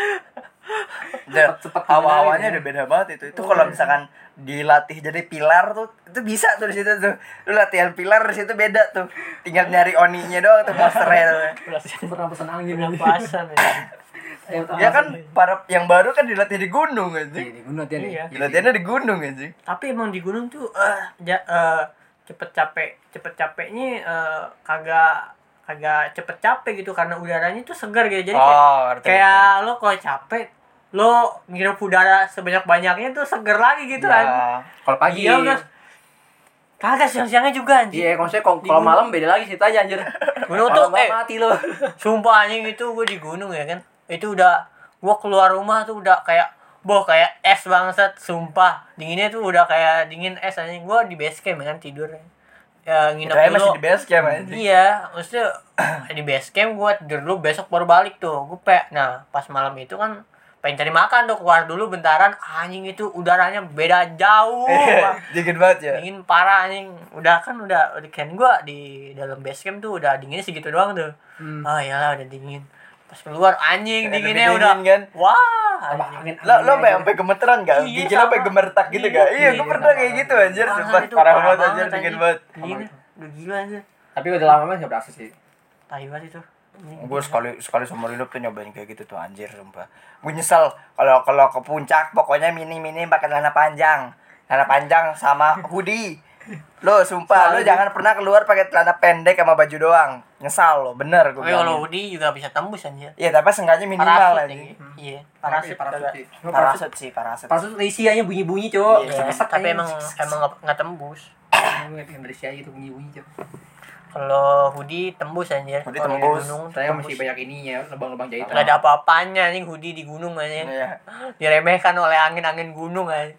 Speaker 3: Cepet
Speaker 2: Hawa-hawanya
Speaker 3: gitu ya.
Speaker 2: udah beda banget itu. Itu kalau misalkan dilatih jadi pilar tuh, itu bisa tuh di situ tuh. Lu latihan pilar di situ beda tuh. Tinggal nyari oninya doang tuh, monsternya tuh.
Speaker 3: Pernapasan angin ini.
Speaker 1: Pernapasan ya.
Speaker 2: Ya kan para yang baru kan dilatih di gunung
Speaker 3: Iya,
Speaker 2: anjing.
Speaker 3: di gunung dia nih.
Speaker 1: Iya.
Speaker 2: Latihannya di gunung anjing.
Speaker 1: Tapi emang di gunung tuh cepet capeknya kagak cepet capek gitu karena udaranya tuh segar gitu jadi
Speaker 2: ngerti.
Speaker 1: kayak lo kalau capek lo ngirup udara sebanyak banyaknya tuh segar lagi gitu
Speaker 2: Ya.
Speaker 1: kan
Speaker 3: Kalau pagi
Speaker 1: iya udah Kagak siang-siangnya juga anjing.
Speaker 3: Iya, konsepnya kalau malam beda lagi ceritanya anjir.
Speaker 1: Gunung tuh
Speaker 3: Malam mati lo.
Speaker 1: sumpah anjing itu gue di gunung ya kan. Itu udah gue keluar rumah tuh udah kayak kayak es bangsat, sumpah. Dinginnya tuh udah kayak dingin es anjing. Gue di base camp ya kan tidur. Ya nginep
Speaker 2: Saya
Speaker 1: dulu.
Speaker 2: masih di base camp aja.
Speaker 1: Iya, maksudnya di base camp gue tidur dulu, besok baru balik tuh. Nah, pas malam itu kan pengen cari makan tuh, keluar dulu bentaran, anjing itu udaranya beda jauh.
Speaker 2: Dingin banget ya.
Speaker 1: Dingin parah anjing. Udah kan gua di dalam base camp tuh udah dinginnya segitu doang tuh. Oh iyalah udah dingin. Pas keluar anjing
Speaker 2: Lebih
Speaker 1: dinginnya
Speaker 2: dingin,
Speaker 1: udah
Speaker 2: kan?
Speaker 1: wah.
Speaker 3: Tambah
Speaker 1: Anjing.
Speaker 3: angin.
Speaker 2: Lo sampai gemeteran gak?
Speaker 1: Iya,
Speaker 2: Gigi lo sampai
Speaker 1: sama.
Speaker 2: gemeretak gitu
Speaker 1: Iya,
Speaker 2: gak? Iya,
Speaker 1: iya,
Speaker 2: gue pernah kayak gitu anjir.
Speaker 1: Parah,
Speaker 2: Sumpah
Speaker 1: itu
Speaker 2: parah banget anjir,
Speaker 1: anjing.
Speaker 2: dingin banget.
Speaker 1: Dingin. Udah gila anjir.
Speaker 3: Tapi udah lama mah enggak berasa sih.
Speaker 1: Tai banget itu.
Speaker 2: Gue sekali seumur hidup tuh nyobain kayak gitu tuh anjir sumpah. Gue nyesel kalau ke puncak pokoknya mini pakai celana panjang sama hoodie. Lo sumpah lo jangan pernah keluar pakai celana pendek sama baju doang. Nyesal lo, bener gue
Speaker 1: Tapi kalau hoodie juga bisa tembus anjir.
Speaker 2: Iya, tapi seenggaknya minimal
Speaker 1: Parasut
Speaker 2: aja.
Speaker 1: ya. Iya,
Speaker 3: Parasut
Speaker 1: parasut.
Speaker 3: sih.
Speaker 2: Parasut.
Speaker 3: Parasut isiannya bunyi-bunyi, Cok.
Speaker 1: Iya, tapi emang nggak tembus.
Speaker 3: Yang dari siang itu bunyi-bunyi, Cok.
Speaker 1: Kalau hoodie tembus anjir.
Speaker 2: Hoodie
Speaker 1: Kalau di
Speaker 2: tembus.
Speaker 1: gunung
Speaker 3: Saya
Speaker 1: tembus.
Speaker 3: masih banyak ininya, lubang-lubang jahitan.
Speaker 1: Nggak ada apa-apanya anjing hoodie di gunung anjing.
Speaker 2: Iya.
Speaker 1: Diremehkan oleh angin-angin gunung anjing.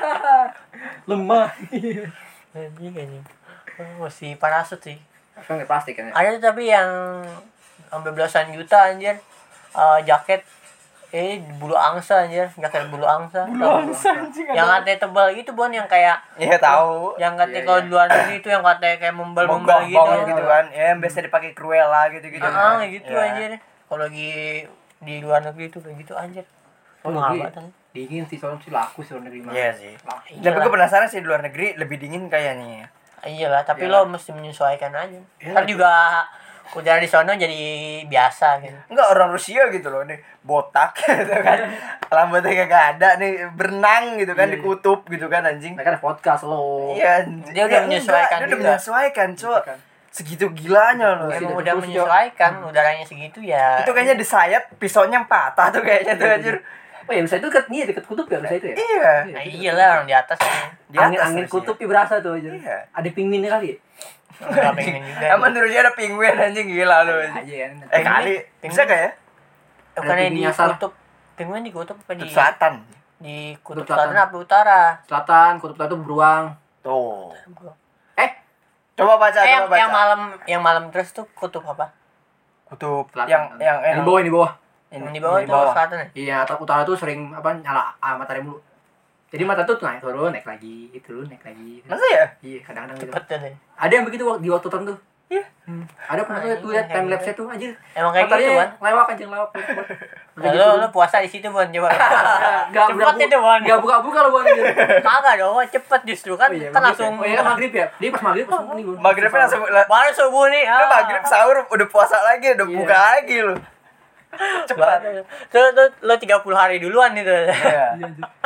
Speaker 3: Lemah.
Speaker 1: Anjing. Masih parasut sih.
Speaker 3: Kan nggak plastik kan ya?
Speaker 1: Ada tuh tapi yang sampai belasan juta anjir. Jaket bulu angsa anjir, jaket bulu angsa.
Speaker 2: anjing.
Speaker 1: Yang katanya tebal gitu Bon, yang kayak
Speaker 2: Iya tahu.
Speaker 1: yang katanya
Speaker 3: Iya,
Speaker 1: kalau
Speaker 3: iya.
Speaker 1: di luar negeri itu yang katanya kayak membal-membal gitu.
Speaker 2: Bong gitu kan. Ya yang biasa dipakai Cruella gitu-gitu.
Speaker 1: Kayak gitu
Speaker 2: Iya.
Speaker 1: anjir. Kalau lagi di luar negeri itu kayak gitu anjir.
Speaker 3: Oh,
Speaker 1: Mahal
Speaker 3: iya.
Speaker 1: banget anjir.
Speaker 3: Dingin sih soalnya sih laku sih luar negeri mah.
Speaker 2: Iya sih.
Speaker 3: Laku.
Speaker 2: Tapi gue penasaran sih di luar negeri lebih dingin kayaknya.
Speaker 1: Iyalah, tapi
Speaker 3: Iyalah.
Speaker 1: lo mesti menyesuaikan aja.
Speaker 3: Iyalah,
Speaker 1: Ntar juga udara di sana jadi biasa gitu.
Speaker 2: Enggak, orang Rusia gitu loh nih, botak gitu kan. Rambutnya kagak ada nih, berenang gitu kan
Speaker 3: Iya,
Speaker 2: di kutub gitu kan anjing.
Speaker 3: Mereka ada podcast lo.
Speaker 2: Iya,
Speaker 1: Dia udah menyesuaikan
Speaker 2: Dia udah
Speaker 1: juga.
Speaker 2: menyesuaikan, Cok. Segitu gilanya loh.
Speaker 3: Iya,
Speaker 1: Emang
Speaker 3: betul
Speaker 1: udah
Speaker 3: sih,
Speaker 1: menyesuaikan udaranya segitu ya.
Speaker 2: Itu kayaknya disayat pisaunya patah tuh kayaknya tuh anjir.
Speaker 3: Oh ya, bisa itu dekat kutub ya, bisa itu ya?
Speaker 2: Iya.
Speaker 1: Nah, iyalah orang di atas ya.
Speaker 2: Di atas
Speaker 3: Angin
Speaker 2: Rusia.
Speaker 3: kutub ya berasa tuh aja.
Speaker 2: Iya.
Speaker 3: Ada pinguinnya kali ya?
Speaker 1: Enggak pengen juga.
Speaker 2: Emang di Rusia ada penguin anjing gila lu.
Speaker 3: Aja kan.
Speaker 2: Kali bisa gak ya?
Speaker 1: Bukannya di
Speaker 3: penguin nyasar.
Speaker 1: kutub. Penguin di kutub apa di
Speaker 2: Kutub Selatan.
Speaker 1: di kutub
Speaker 3: Kutub Selatan.
Speaker 1: selatan apa utara?
Speaker 3: Selatan, kutub selatan beruang.
Speaker 2: Tuh.
Speaker 3: Eh,
Speaker 2: Coba baca,
Speaker 1: yang,
Speaker 2: coba baca.
Speaker 1: yang malam terus tuh kutub apa?
Speaker 2: Kutub
Speaker 3: Selatan.
Speaker 2: yang
Speaker 3: di bawah, di bawah.
Speaker 1: Yang di bawah itu selatan ya?
Speaker 3: Iya, atau utara tuh sering nyala matahari mulu. Jadi mata tuh naik turun, naik lagi, turun, naik lagi.
Speaker 2: Masa ya?
Speaker 3: Iya, kadang-kadang gitu.
Speaker 1: Cepet deh.
Speaker 3: Ada yang begitu di waktu tertentu.
Speaker 2: Iya.
Speaker 3: Ada pernah tuh lihat time lapse tuh anjir.
Speaker 1: Emang kayak gitu kan?
Speaker 3: Lewat anjing lewat.
Speaker 1: Lo puasa di situ Bon coba.
Speaker 3: Enggak
Speaker 1: Cepet itu Bon.
Speaker 3: Enggak buka-buka lo Bon.
Speaker 1: Kagak dong, cepet justru kan. Kan langsung
Speaker 3: Oh iya kan maghrib ya? Dia pas maghrib pas ini Bon.
Speaker 2: Maghribnya langsung
Speaker 1: baru subuh nih.
Speaker 2: Lu maghrib sahur udah puasa lagi, udah
Speaker 3: Iya.
Speaker 2: buka lagi lu. Cepat.
Speaker 1: Lo 30 hari duluan itu.
Speaker 2: Iya.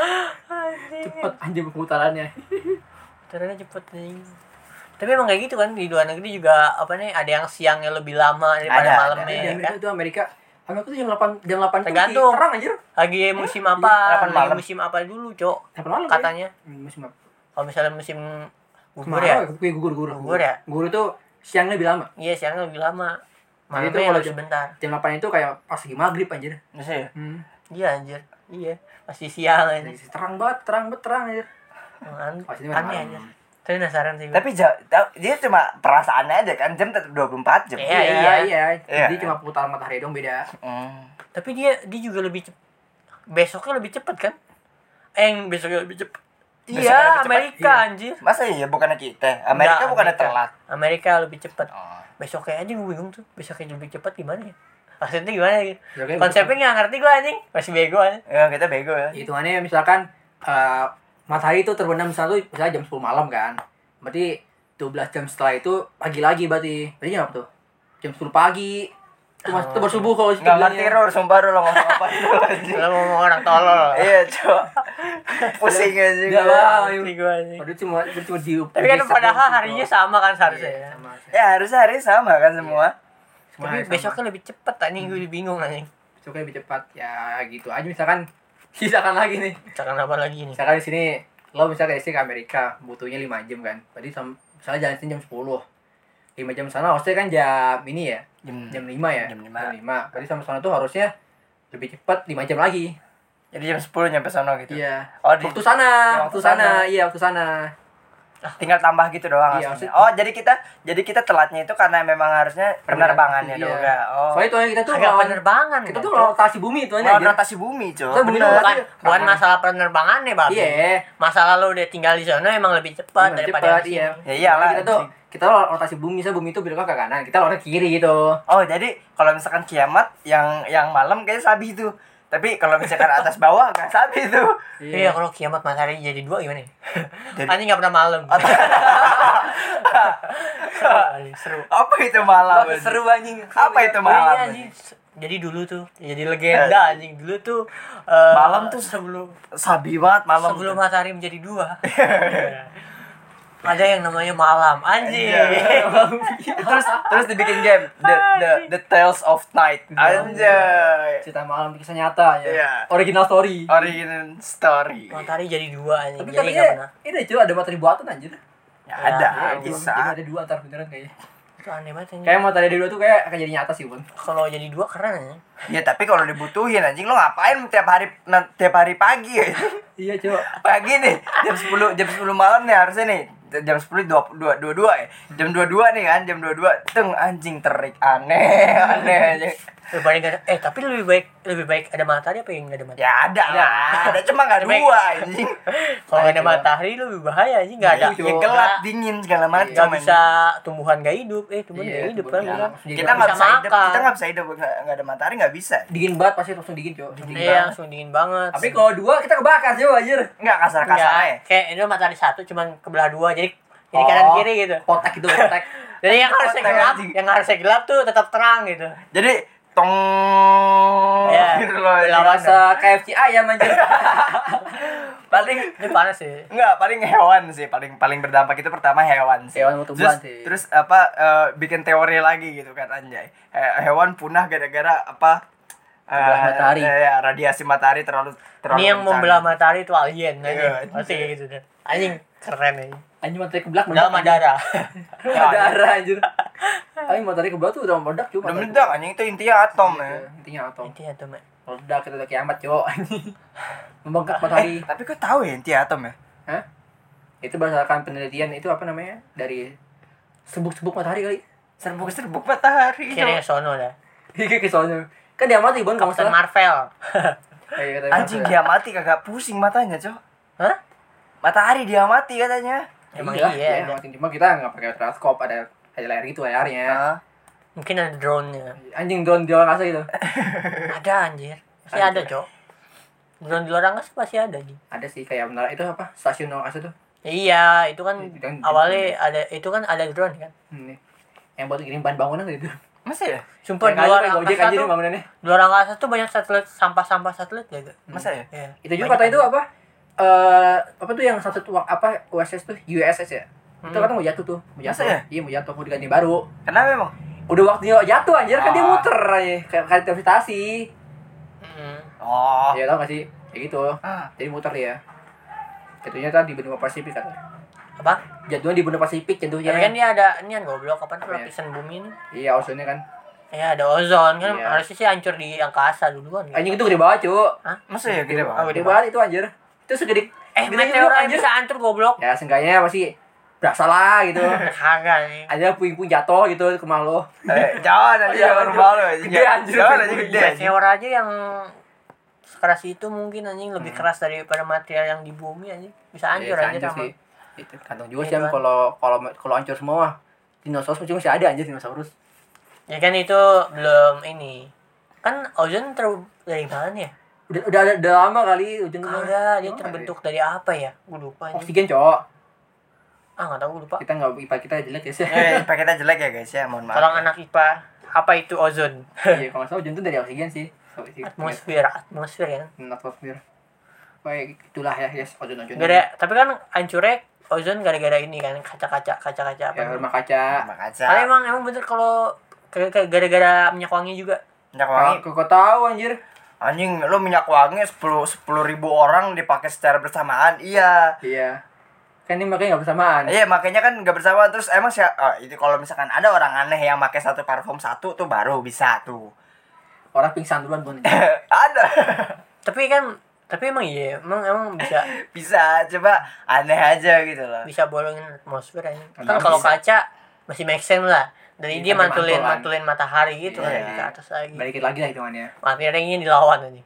Speaker 3: Cepet anjing pemutarannya.
Speaker 1: Caranya cepet nih. Tapi emang kayak gitu kan di luar negeri juga apa nih ada yang siangnya lebih lama daripada
Speaker 2: Ada,
Speaker 1: malamnya
Speaker 3: Di
Speaker 1: ya
Speaker 3: Amerika
Speaker 1: kan?
Speaker 3: itu Amerika tuh jam 8 tuh
Speaker 1: Tergantung.
Speaker 3: terang anjir.
Speaker 1: Lagi musim apa?
Speaker 2: Delapan
Speaker 1: Lagi
Speaker 2: malam.
Speaker 1: musim apa dulu, Cok?
Speaker 3: Sampai malam
Speaker 1: Katanya.
Speaker 3: Musim apa?
Speaker 1: Kalau misalnya musim gugur ya.
Speaker 3: Gugur.
Speaker 1: Gugur ya?
Speaker 3: Gugur itu siangnya lebih lama.
Speaker 1: Iya, siangnya lebih lama.
Speaker 3: Jadi itu
Speaker 1: Malamnya
Speaker 3: kalau
Speaker 1: lebih sebentar.
Speaker 3: Jam 8 itu kayak pas lagi maghrib anjir.
Speaker 2: Masa ya?
Speaker 1: Iya anjir. Iya. Masih siang aja.
Speaker 3: Terang banget anjir. Pasti
Speaker 1: Aneh
Speaker 3: malam.
Speaker 1: aja. Tapi penasaran sih.
Speaker 2: Tapi dia cuma perasaannya aja kan, jam tetap 24 jam.
Speaker 1: Iya.
Speaker 3: Iya.
Speaker 2: Iya.
Speaker 3: Jadi cuma putaran matahari dong beda.
Speaker 1: Tapi dia juga lebih besoknya lebih cepet kan? Besoknya lebih cepet.
Speaker 2: Besoknya
Speaker 1: Iya,
Speaker 2: lebih cepet,
Speaker 1: Amerika
Speaker 3: iya.
Speaker 1: anjir.
Speaker 2: Masa iya bukannya kita? Amerika
Speaker 1: Enggak,
Speaker 2: bukannya
Speaker 1: Amerika.
Speaker 2: telat.
Speaker 1: Amerika lebih cepet.
Speaker 2: Oh.
Speaker 1: Besoknya aja gue bingung tuh. Besoknya lebih cepet gimana ya? Maksudnya gimana ya?
Speaker 3: Besoknya
Speaker 1: Konsepnya nggak ngerti gue anjing. Masih bego aja.
Speaker 2: Ya kita bego ya.
Speaker 3: Hitungannya misalkan matahari itu terbenam misalnya jam 10 malam kan. Berarti 12 jam setelah itu pagi lagi berarti. Berarti jam apa tuh? Jam 10 pagi. Itu itu baru subuh kalau
Speaker 2: Enggak ngerti Ror, sumpah Ror lo ngomong apa dulu anjing.
Speaker 1: Lo ngomong orang tolol.
Speaker 2: Iya, Cok. Pusing aja
Speaker 3: Enggak
Speaker 2: gua.
Speaker 3: lah.
Speaker 1: Ngerti gue anjing.
Speaker 3: Padahal cuma di
Speaker 1: Tapi kan padahal harinya sama kan seharusnya ya.
Speaker 2: Ya harusnya hari sama kan semua.
Speaker 1: Tapi besoknya lebih cepet anjing, gue bingung anjing.
Speaker 3: besoknya lebih cepat. Ya gitu aja misalkan lagi nih.
Speaker 1: Misalkan apa lagi nih?
Speaker 3: Misalkan di sini lo misalkan di sini ke Amerika butuhnya 5 jam kan. Berarti Misalnya jalan sini jam 10. 5 jam sana harusnya kan jam ini ya. Jam 5 ya.
Speaker 2: Jam 5.
Speaker 3: Jam 5. Berarti sama sana tuh harusnya lebih cepat 5 jam lagi.
Speaker 2: Jadi jam 10 nyampe sono gitu.
Speaker 3: Iya.
Speaker 2: Oh, di,
Speaker 3: Waktu sana,
Speaker 2: ya,
Speaker 3: waktu
Speaker 2: waktu
Speaker 3: sana.
Speaker 2: sana.
Speaker 3: Iya, waktu sana.
Speaker 2: tinggal tambah gitu doang
Speaker 3: Iya,
Speaker 2: aslinya.
Speaker 3: maksud-
Speaker 2: Oh, jadi kita telatnya itu karena memang harusnya penerbangannya
Speaker 3: Iya.
Speaker 2: doang. Enggak. Oh.
Speaker 3: Soalnya itu kita tuh
Speaker 1: Agak
Speaker 3: lawan-
Speaker 1: penerbangan.
Speaker 3: kita
Speaker 1: kan,
Speaker 3: tuh
Speaker 1: Cok.
Speaker 3: rotasi bumi itu aja.
Speaker 2: Lawan rotasi bumi, Cok.
Speaker 3: Kita bumi
Speaker 2: Bener.
Speaker 3: doang.
Speaker 1: bukan masalah penerbangannya, Babi.
Speaker 3: Iya.
Speaker 1: Masalah lu udah tinggal di sana emang lebih cepat daripada di sini.
Speaker 3: iya.
Speaker 2: Ya iyalah,
Speaker 3: Kita tuh
Speaker 2: anjing.
Speaker 3: kita rotasi bumi, misalnya bumi itu beloknya ke kanan, kita lawannya kiri gitu.
Speaker 2: Oh, jadi kalau misalkan kiamat yang malam kayaknya sabi itu. Tapi kalau misalkan atas bawah enggak sabi itu.
Speaker 1: Iya, kalau kiamat matahari jadi 2 gimana?
Speaker 2: Jadi-
Speaker 1: Anjing enggak pernah malam. Seru.
Speaker 2: Apa itu malam?
Speaker 3: Seru anjing.
Speaker 2: Apa itu
Speaker 1: Iya,
Speaker 2: malam?
Speaker 1: anjing. Jadi dulu tuh, jadi legenda anjing. Dulu tuh
Speaker 2: Malam tuh
Speaker 1: sebelum
Speaker 2: sabi banget malam.
Speaker 1: sebelum matahari menjadi 2. Ada yang namanya malam, anjing.
Speaker 2: terus dibikin game the Tales of Night. Anjay.
Speaker 3: Cerita malam kisah nyata ya.
Speaker 2: Iya.
Speaker 3: Original story.
Speaker 2: Original story.
Speaker 1: Matahari jadi 2 anjing.
Speaker 3: Tapi
Speaker 1: Jadi
Speaker 3: katanya
Speaker 1: enggak pernah.
Speaker 3: ini cuy ada matahari buatan anjir.
Speaker 2: Ya, ada
Speaker 1: iya,
Speaker 2: bisa.
Speaker 3: Jadi ada 2 antar beneran kayaknya.
Speaker 1: Itu aneh banget anjing.
Speaker 3: Kayak matahari 2 tuh kayak akan jadi nyata sih, Bun.
Speaker 1: Kalau jadi 2 keren anjing.
Speaker 2: Ya tapi kalau dibutuhin anjing lo ngapain tiap hari pagi ya?
Speaker 3: Iya, cuy.
Speaker 2: Pagi nih jam 10 malam nih harusnya nih jam 10 22 ya. Jam 22 nih kan, jam 22 teng anjing terik aneh aja.
Speaker 1: Lebih baik ada, tapi lebih baik ada matahari apa yang enggak ada matahari?
Speaker 2: Ya ada lah, ada cuma nggak
Speaker 1: Lebih baik-
Speaker 2: dua anjing.
Speaker 1: Kalau nggak ada matahari lebih bahaya anjing, enggak ada.
Speaker 3: Iya,
Speaker 2: Ya gelap dingin segala macam.
Speaker 1: Enggak bisa tumbuhan enggak hidup. Tumbuhan
Speaker 3: Iya,
Speaker 1: enggak hidup
Speaker 3: tumbuhan
Speaker 1: kan.
Speaker 3: nggak
Speaker 1: bilang.
Speaker 3: hidup.
Speaker 2: Kita nggak
Speaker 1: bisa
Speaker 2: bisa hidup,
Speaker 1: makan.
Speaker 2: kita nggak bisa hidup nggak ada matahari nggak bisa.
Speaker 3: Dingin banget pasti langsung dingin, cuy. Dingin
Speaker 1: Iya,
Speaker 3: banget.
Speaker 1: langsung dingin banget.
Speaker 3: Tapi kalau 2 kita kebakar, cuy, anjir.
Speaker 2: Nggak kasar-kasar
Speaker 1: Enggak,
Speaker 2: ya.
Speaker 1: kayak itu matahari satu cuman kebelah 2 jadi
Speaker 3: Oh,
Speaker 1: kanan kiri gitu.
Speaker 3: Kotak itu, kotak.
Speaker 1: Jadi yang harusnya
Speaker 2: Kotak
Speaker 1: gelap,
Speaker 2: anjing.
Speaker 1: yang harusnya gelap tuh tetap terang gitu.
Speaker 2: Jadi tong
Speaker 1: Iya,
Speaker 2: gitu loh.
Speaker 1: berlawan.
Speaker 3: Rasa KFC ayam anjir.
Speaker 2: Paling
Speaker 1: Ini panas sih.
Speaker 2: enggak, paling hewan sih, paling berdampak itu pertama hewan sih.
Speaker 3: Hewan tumbuhan
Speaker 2: terus,
Speaker 3: sih.
Speaker 2: Terus bikin teori lagi gitu kan anjay. Hewan punah gara-gara apa?
Speaker 3: Sebelah matahari.
Speaker 2: Ya, radiasi matahari terlalu
Speaker 1: Ini yang
Speaker 2: kencang.
Speaker 1: membelah matahari itu alien
Speaker 2: Iya,
Speaker 1: anjing. Pasti kayak gitu deh. Anjing keren anjing.
Speaker 3: Anjing matahari keblak
Speaker 1: Dalam darah.
Speaker 3: darah anjir. Tapi matahari keblak tuh udah meledak, cuy.
Speaker 2: Udah meledak anjing, itu intinya atom ya.
Speaker 3: Intinya atom.
Speaker 1: Intinya tuh, Mek.
Speaker 3: Meledak kita udah kiamat, cuy. Anjing. Membengkak matahari.
Speaker 2: Tapi kok tahu ya inti atom ya?
Speaker 3: Hah? Itu berdasarkan penelitian itu apa namanya? Dari serbuk-serbuk matahari kali.
Speaker 2: Serbuk-serbuk matahari.
Speaker 1: Kira sono dah.
Speaker 3: Iya ke soalnya. Kan dia mati, Bang, kamu
Speaker 1: Captain
Speaker 3: salah.
Speaker 1: Marvel.
Speaker 2: Anjing dia mati kagak pusing matanya, Cok.
Speaker 1: Hah?
Speaker 2: Matahari dia mati katanya.
Speaker 1: Emang
Speaker 3: iya.
Speaker 1: iya.
Speaker 3: Mati. Cuma kita nggak pakai teleskop, ada layar gitu layarnya.
Speaker 2: Hah?
Speaker 1: Mungkin ada drone-nya.
Speaker 3: Anjing drone di luar angkasa gitu.
Speaker 1: Ada anjir. Pasti ada, Cok. Drone di luar angkasa pasti ada, anjing.
Speaker 3: Ada sih kayak menara itu apa? Stasiun luar angkasa tuh.
Speaker 1: Iya, itu kan
Speaker 3: Itu kan-
Speaker 1: awalnya ada drone kan.
Speaker 3: Nih. Yang buat kirim bahan bangunan gitu.
Speaker 2: Masa ya?
Speaker 1: Sumpah
Speaker 3: Yang
Speaker 1: di luar
Speaker 3: ada Gojek
Speaker 1: angkasa
Speaker 3: anjir
Speaker 1: tuh,
Speaker 3: bangunannya.
Speaker 1: di luar angkasa tuh banyak satelit, sampah-sampah satelit gitu.
Speaker 2: Masa ya?
Speaker 1: Iya.
Speaker 3: Itu juga kata itu apa? Apa tuh yang satu apa USS tuh USS ya? Itu kata mau jatuh tuh, mau
Speaker 2: Masa
Speaker 3: jatuh.
Speaker 2: ya?
Speaker 3: Iya mau jatuh, mau diganti baru.
Speaker 2: Kenapa emang?
Speaker 3: Udah waktunya jatuh anjir kan dia
Speaker 2: Ah.
Speaker 3: muter aja kayak gravitasi.
Speaker 1: Mm.
Speaker 2: Oh.
Speaker 3: Ya tau gak sih? Kayak gitu.
Speaker 2: Ah.
Speaker 3: Jadi muter dia. Jatuhnya kan di benua Pasifik kan.
Speaker 1: Apa?
Speaker 3: Jatuhnya di benua Pasifik jatuhnya.
Speaker 1: Tapi kan dia ada ini kan goblok kapan tuh
Speaker 3: Apa ya?
Speaker 1: lapisan bumi ini.
Speaker 3: Iya, ozonnya kan.
Speaker 1: Ya ada ozon kan
Speaker 3: Iya.
Speaker 1: harusnya sih hancur di angkasa duluan. Gitu.
Speaker 3: Anjing itu gede banget, Cuk.
Speaker 2: Masa ya gede
Speaker 1: Oh,
Speaker 2: banget?
Speaker 3: Gede banget itu anjir. Itu segede gede
Speaker 1: meteor
Speaker 3: juga,
Speaker 1: aja bisa hancur goblok.
Speaker 3: Ya, seenggaknya masih berasa lah gitu.
Speaker 1: Kagak nih.
Speaker 3: Ada puing-puing jatuh gitu ke rumah lo.
Speaker 2: Jangan aja
Speaker 3: Iya,
Speaker 2: rumah lu anjing.
Speaker 3: gede, anjir.
Speaker 2: Jangan aja gede. anjing.
Speaker 1: Meteor aja yang sekeras itu mungkin anjing lebih keras daripada material yang di bumi anjing. Bisa hancur
Speaker 3: Ya,
Speaker 1: aja sama.
Speaker 3: sih. Itu gantung juga
Speaker 1: Iya,
Speaker 3: sih Am,
Speaker 1: kan.
Speaker 3: kalau hancur semua. Dinosaurus masih ada anjir dinosaurus.
Speaker 1: Ya kan itu belum ini. Kan ozon dari mana ya?
Speaker 3: Udah ada lama kali ujung
Speaker 1: Kagak, dia terbentuk dari apa ya? Gue lupa anjing.
Speaker 3: oksigen, Cok.
Speaker 1: Ah, enggak tahu gue lupa.
Speaker 3: Kita enggak IPA kita jelek ya sih.
Speaker 2: IPA kita jelek ya guys ya, mohon maaf.
Speaker 1: Tolong anak IPA, apa itu ozon?
Speaker 3: Iya, kalau nggak salah ozon itu dari oksigen sih.
Speaker 1: Atmosfer ya.
Speaker 3: Atmosfer. Kayak itulah ya, yes, ozon-ozon.
Speaker 1: Tapi kan hancurnya ozon gara-gara ini kan kaca-kaca apa?
Speaker 3: Ya, rumah kaca.
Speaker 2: Sama kaca.
Speaker 1: Karena emang bener kalau kayak gara-gara minyak wangi juga.
Speaker 2: Minyak wangi.
Speaker 3: Kau tahu anjir.
Speaker 2: Anjing, lu minyak wangi 10.000 orang dipakai secara bersamaan. Iya.
Speaker 3: Iya. Kan ini makanya nggak bersamaan.
Speaker 2: Iya, makanya kan nggak bersama. Terus emang sih, itu kalau misalkan ada orang aneh yang pakai satu parfum satu tuh baru bisa tuh.
Speaker 3: Orang pingsan duluan pun.
Speaker 2: Ada.
Speaker 1: Tapi emang iya, emang bisa
Speaker 2: Bisa, coba aneh aja gitu loh.
Speaker 1: bisa bolongin atmosfer aja. Kan
Speaker 3: Nggak
Speaker 1: kalau
Speaker 3: bisa.
Speaker 1: kaca masih make sense lah. Dari
Speaker 3: Iya,
Speaker 1: dia
Speaker 3: pakai
Speaker 1: mantulin
Speaker 3: mantul kan.
Speaker 1: matahari gitu
Speaker 2: Iya.
Speaker 1: kan ke atas lagi.
Speaker 3: Balikin lagi lah hitungannya.
Speaker 1: Materinya dilawan aja.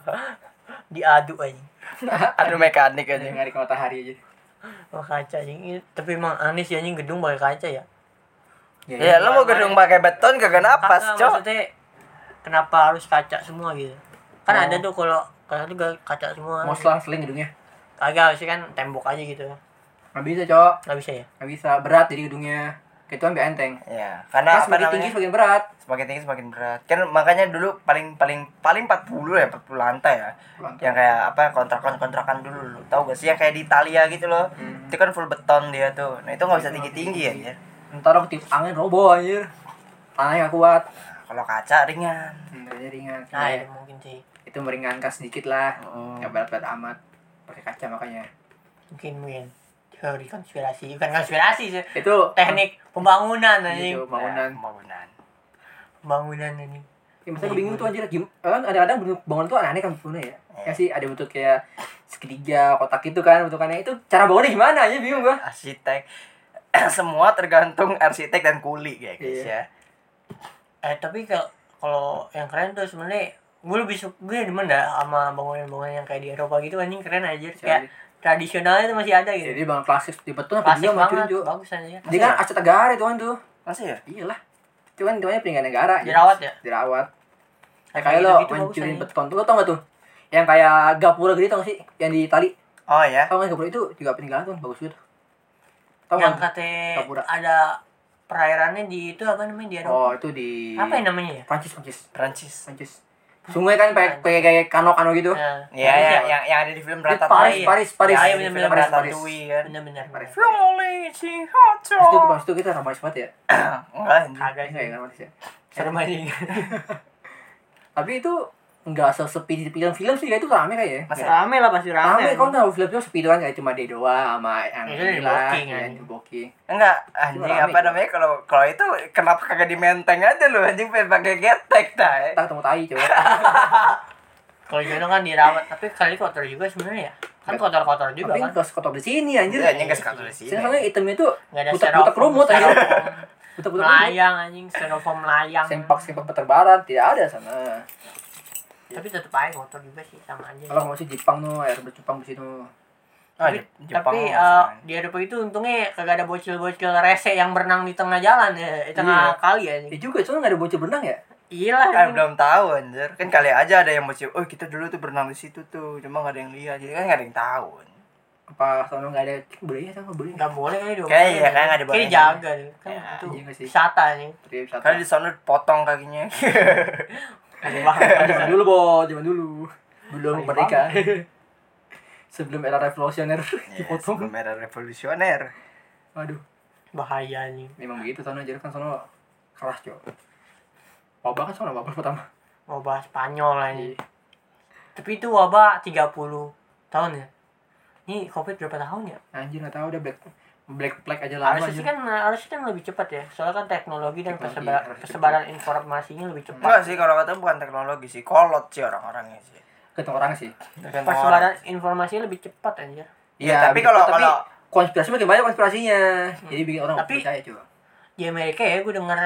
Speaker 1: Diadu aja.
Speaker 2: Aduh, mekanik
Speaker 3: Ada
Speaker 2: aja.
Speaker 3: yang ngarik matahari aja.
Speaker 1: Oh, kaca anjing. Tapi emang aneh sih anjing gedung pakai kaca ya.
Speaker 2: Ya, lo mau gedung pakai beton kagak napas,
Speaker 1: Kagak,
Speaker 2: cok.
Speaker 1: maksudnya kenapa harus kaca semua gitu? Kan
Speaker 3: Oh.
Speaker 1: ada tuh kalau tuh kaca semua.
Speaker 3: Mau selang-seling gedungnya.
Speaker 1: Kagak sih kan tembok aja gitu.
Speaker 3: Nggak bisa, Cok.
Speaker 1: Nggak bisa ya?
Speaker 3: Nggak bisa. Berat jadi gedungnya. Gitu kan biar enteng.
Speaker 2: Ya,
Speaker 3: Kan
Speaker 2: karena apa
Speaker 3: semakin
Speaker 2: namanya?
Speaker 3: tinggi semakin berat.
Speaker 2: Semakin tinggi semakin berat. Kan makanya dulu paling 40 ya, 40 lantai ya.
Speaker 3: Lantai.
Speaker 2: Yang kayak apa kontrakan dulu. Tahu gak sih yang kayak di Italia gitu loh. Itu kan full beton dia tuh. Nah, itu nggak bisa tinggi-tinggi ya.
Speaker 3: Ntar ketip angin roboh anjir. Tanahnya nggak kuat.
Speaker 2: Kalau kaca ringan.
Speaker 3: Jadi ringan.
Speaker 1: Nah,
Speaker 3: Ya,
Speaker 1: ya mungkin sih.
Speaker 3: itu meringankan sedikit lah.
Speaker 2: Mm.
Speaker 3: Nggak berat-berat amat. Pakai kaca makanya.
Speaker 1: Mungkin teori konspirasi, bukan konspirasi sih.
Speaker 3: Itu
Speaker 1: Teknik pembangunan anjing.
Speaker 3: Itu bangunan.
Speaker 2: Ya, bangunan.
Speaker 1: Pembangunan anjing.
Speaker 3: Ya, masa gue bingung tuh anjir. Kan kadang-kadang bentuk bangunan tuh aneh-aneh kan bentuknya ya. Ya sih ada bentuk kayak segitiga, kotak gitu kan bentukannya. Itu cara bangunnya gimana aja bingung gua.
Speaker 2: Arsitek. Semua tergantung arsitek dan kuli ya guys
Speaker 3: Iya.
Speaker 2: ya.
Speaker 1: Tapi kalau yang keren tuh sebenarnya gue demen dah sama bangunan-bangunan yang kayak di Eropa gitu anjing keren aja. Kayak tradisionalnya tuh masih ada gitu.
Speaker 3: Jadi bangun klasik di beton apa
Speaker 1: Klasik
Speaker 3: juga
Speaker 1: banget,
Speaker 3: macurin tuh.
Speaker 1: bagus aja.
Speaker 3: Dia kan aset negara itu kan tuh.
Speaker 2: Masih ya?
Speaker 3: Iyalah. Itu kan hitungannya peninggalan negara.
Speaker 1: Dirawat ya?
Speaker 3: Dirawat.
Speaker 1: Kayak
Speaker 3: Kayak lo
Speaker 1: gitu-gitu bagus
Speaker 3: hancurin
Speaker 1: aja.
Speaker 3: beton tuh, lo tau gak tuh? Yang kayak gapura gitu tau gak sih? Yang di Itali.
Speaker 2: Oh ya.
Speaker 3: Tau gak gapura itu juga peninggalan tuh, bagus gitu. Tau
Speaker 1: Yang
Speaker 3: gak?
Speaker 1: katanya
Speaker 3: Gapura.
Speaker 1: ada perairannya di itu apa namanya di Eropa?
Speaker 3: Oh, itu di
Speaker 1: Apa yang namanya ya?
Speaker 3: Prancis.
Speaker 2: Prancis.
Speaker 3: Sungai kan pakai kayak kano-kano gitu.
Speaker 1: Nah,
Speaker 2: Ya, yang ada di film
Speaker 3: Di
Speaker 2: Ratatouille.
Speaker 3: Paris.
Speaker 2: Ya,
Speaker 1: Iya,
Speaker 2: di
Speaker 1: bener-bener
Speaker 2: film
Speaker 3: Paris.
Speaker 2: Ratatouille kan.
Speaker 1: Bener-bener.
Speaker 3: Paris.
Speaker 2: Rolling
Speaker 3: Itu pas itu kita romantis banget ya.
Speaker 2: Enggak, anjing.
Speaker 1: Kagak
Speaker 3: Enggak ya
Speaker 1: sih.
Speaker 3: romantis ya.
Speaker 1: Serem aja.
Speaker 3: Tapi itu enggak sesepi di film-film sih, kayak itu rame kayak ya.
Speaker 2: Masa?
Speaker 1: Rame lah pasti
Speaker 3: Rame,
Speaker 1: rame.
Speaker 3: kau tahu film itu sepi doang kayak cuma dia doang sama yang
Speaker 1: Itu di
Speaker 3: inilah,
Speaker 1: booking,
Speaker 3: ya,
Speaker 1: anjing.
Speaker 3: di booking.
Speaker 2: Enggak, anjing
Speaker 3: Rame
Speaker 2: apa
Speaker 3: itu.
Speaker 2: namanya kalau itu kenapa kagak di menteng aja lu anjing pengen pakai getek tai.
Speaker 3: Kita ketemu tai coba.
Speaker 1: Kalau Jono kan dirawat, tapi kali kotor juga sebenarnya ya. Kan kotor-kotor juga
Speaker 3: Tapi
Speaker 1: kan.
Speaker 3: enggak kotor di sini anjir.
Speaker 2: Anjing enggak sekatu di sini.
Speaker 3: Sini soalnya itemnya itu
Speaker 1: Enggak ada
Speaker 3: butak-butak rumut anjir.
Speaker 1: styrofoam
Speaker 3: Butak-butak rumut.
Speaker 1: melayang anjing, styrofoam melayang.
Speaker 3: Sempak berterbaran tidak ada sana.
Speaker 1: Tapi tetep aja kotor juga sih sama aja.
Speaker 3: Kalau masih Jepang tuh, air berjepang di situ.
Speaker 1: Tapi di Eropa itu untungnya kagak ada bocil-bocil rese yang berenang di tengah jalan ya, di tengah
Speaker 3: Iya.
Speaker 1: kali ya.
Speaker 3: Ya juga, soalnya nggak ada bocil berenang ya.
Speaker 1: Iya lah.
Speaker 2: Kan belum tahu anjir. Kan kali aja ada yang bocil. Oh, kita dulu tuh berenang di situ tuh. Cuma enggak ada yang lihat. Jadi kan enggak ada yang tahu.
Speaker 3: Apa soalnya nggak ada budaya sama budaya?
Speaker 1: Enggak boleh kali dong.
Speaker 2: Kayak iya, kayak nggak ada
Speaker 1: Kayak
Speaker 2: boleh.
Speaker 1: jaga nih. Kan
Speaker 2: Ya,
Speaker 1: itu
Speaker 3: iya nggak sih?
Speaker 1: wisata nih.
Speaker 3: Tapi wisata.
Speaker 2: Kali di sana potong kakinya.
Speaker 3: Zaman dulu, zaman dulu. Belum
Speaker 1: Paling
Speaker 3: merdeka. Sebelum era revolusioner dipotong.
Speaker 2: Sebelum era revolusioner.
Speaker 3: Aduh,
Speaker 1: Bahaya nih.
Speaker 3: memang begitu sono, jadi kan sono keras, Cok. Wabah kan sono wabah pertama.
Speaker 1: Wabah Spanyol lah ini.
Speaker 3: Iya.
Speaker 1: Tapi itu wabah 30 tahun ya. Ini Covid berapa tahun ya?
Speaker 3: Anjir enggak tahu udah black flag aja lama
Speaker 1: Harusnya kan lebih cepat ya. Soalnya kan teknologi dan
Speaker 3: Teknologi, harusnya
Speaker 1: persebaran informasinya lebih cepat.
Speaker 2: Enggak sih kalau kata bukan teknologi sih. Kolot sih orang-orangnya sih.
Speaker 3: ketemu orang sih.
Speaker 2: Tergantung
Speaker 1: Persebaran
Speaker 2: orang.
Speaker 1: informasinya lebih cepat anjir.
Speaker 2: Iya, tapi
Speaker 3: begitu,
Speaker 2: kalau
Speaker 3: konspirasi makin banyak konspirasinya. Jadi bikin orang
Speaker 1: Tapi-
Speaker 3: percaya, Cok.
Speaker 1: Di Amerika ya gue dengar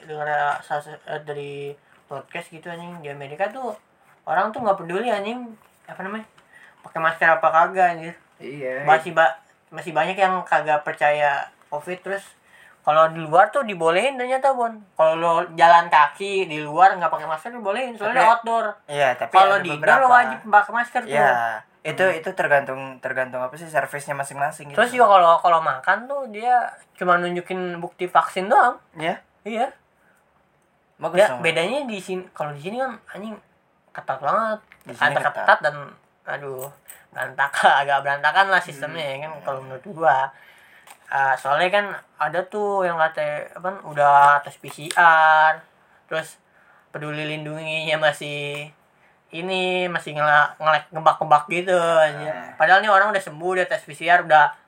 Speaker 1: dari podcast gitu anjing, di Amerika tuh orang tuh nggak peduli anjing apa namanya pakai masker apa kagak anjir.
Speaker 3: Iya.
Speaker 1: Masih banyak yang kagak percaya Covid. Terus kalau di luar tuh dibolehin ternyata Bon. Kalau lo jalan kaki di luar nggak pakai masker dibolehin soalnya
Speaker 2: Tapi-
Speaker 1: outdoor.
Speaker 2: Iya, tapi
Speaker 1: Kalau
Speaker 2: ada
Speaker 1: di
Speaker 2: beberapa.
Speaker 1: indoor lo wajib pakai masker tuh.
Speaker 2: Iya, itu tergantung apa sih servisnya masing-masing gitu.
Speaker 1: Terus juga kalau makan tuh dia cuma nunjukin bukti vaksin doang.
Speaker 2: ya,
Speaker 1: Iya.
Speaker 2: bagus
Speaker 1: Ya
Speaker 2: dong.
Speaker 1: bedanya di sini, kalau di sini kan anjing ketat banget.
Speaker 2: Di sini
Speaker 1: Antara ketat dan aduh berantakan, agak berantakan lah sistemnya ya kan kalau menurut gua. Soalnya kan ada tuh yang kata apa udah tes PCR, terus peduli lindunginya masih ngelek ngebak-ngebak gitu aja. Padahal nih orang udah sembuh, udah tes PCR, udah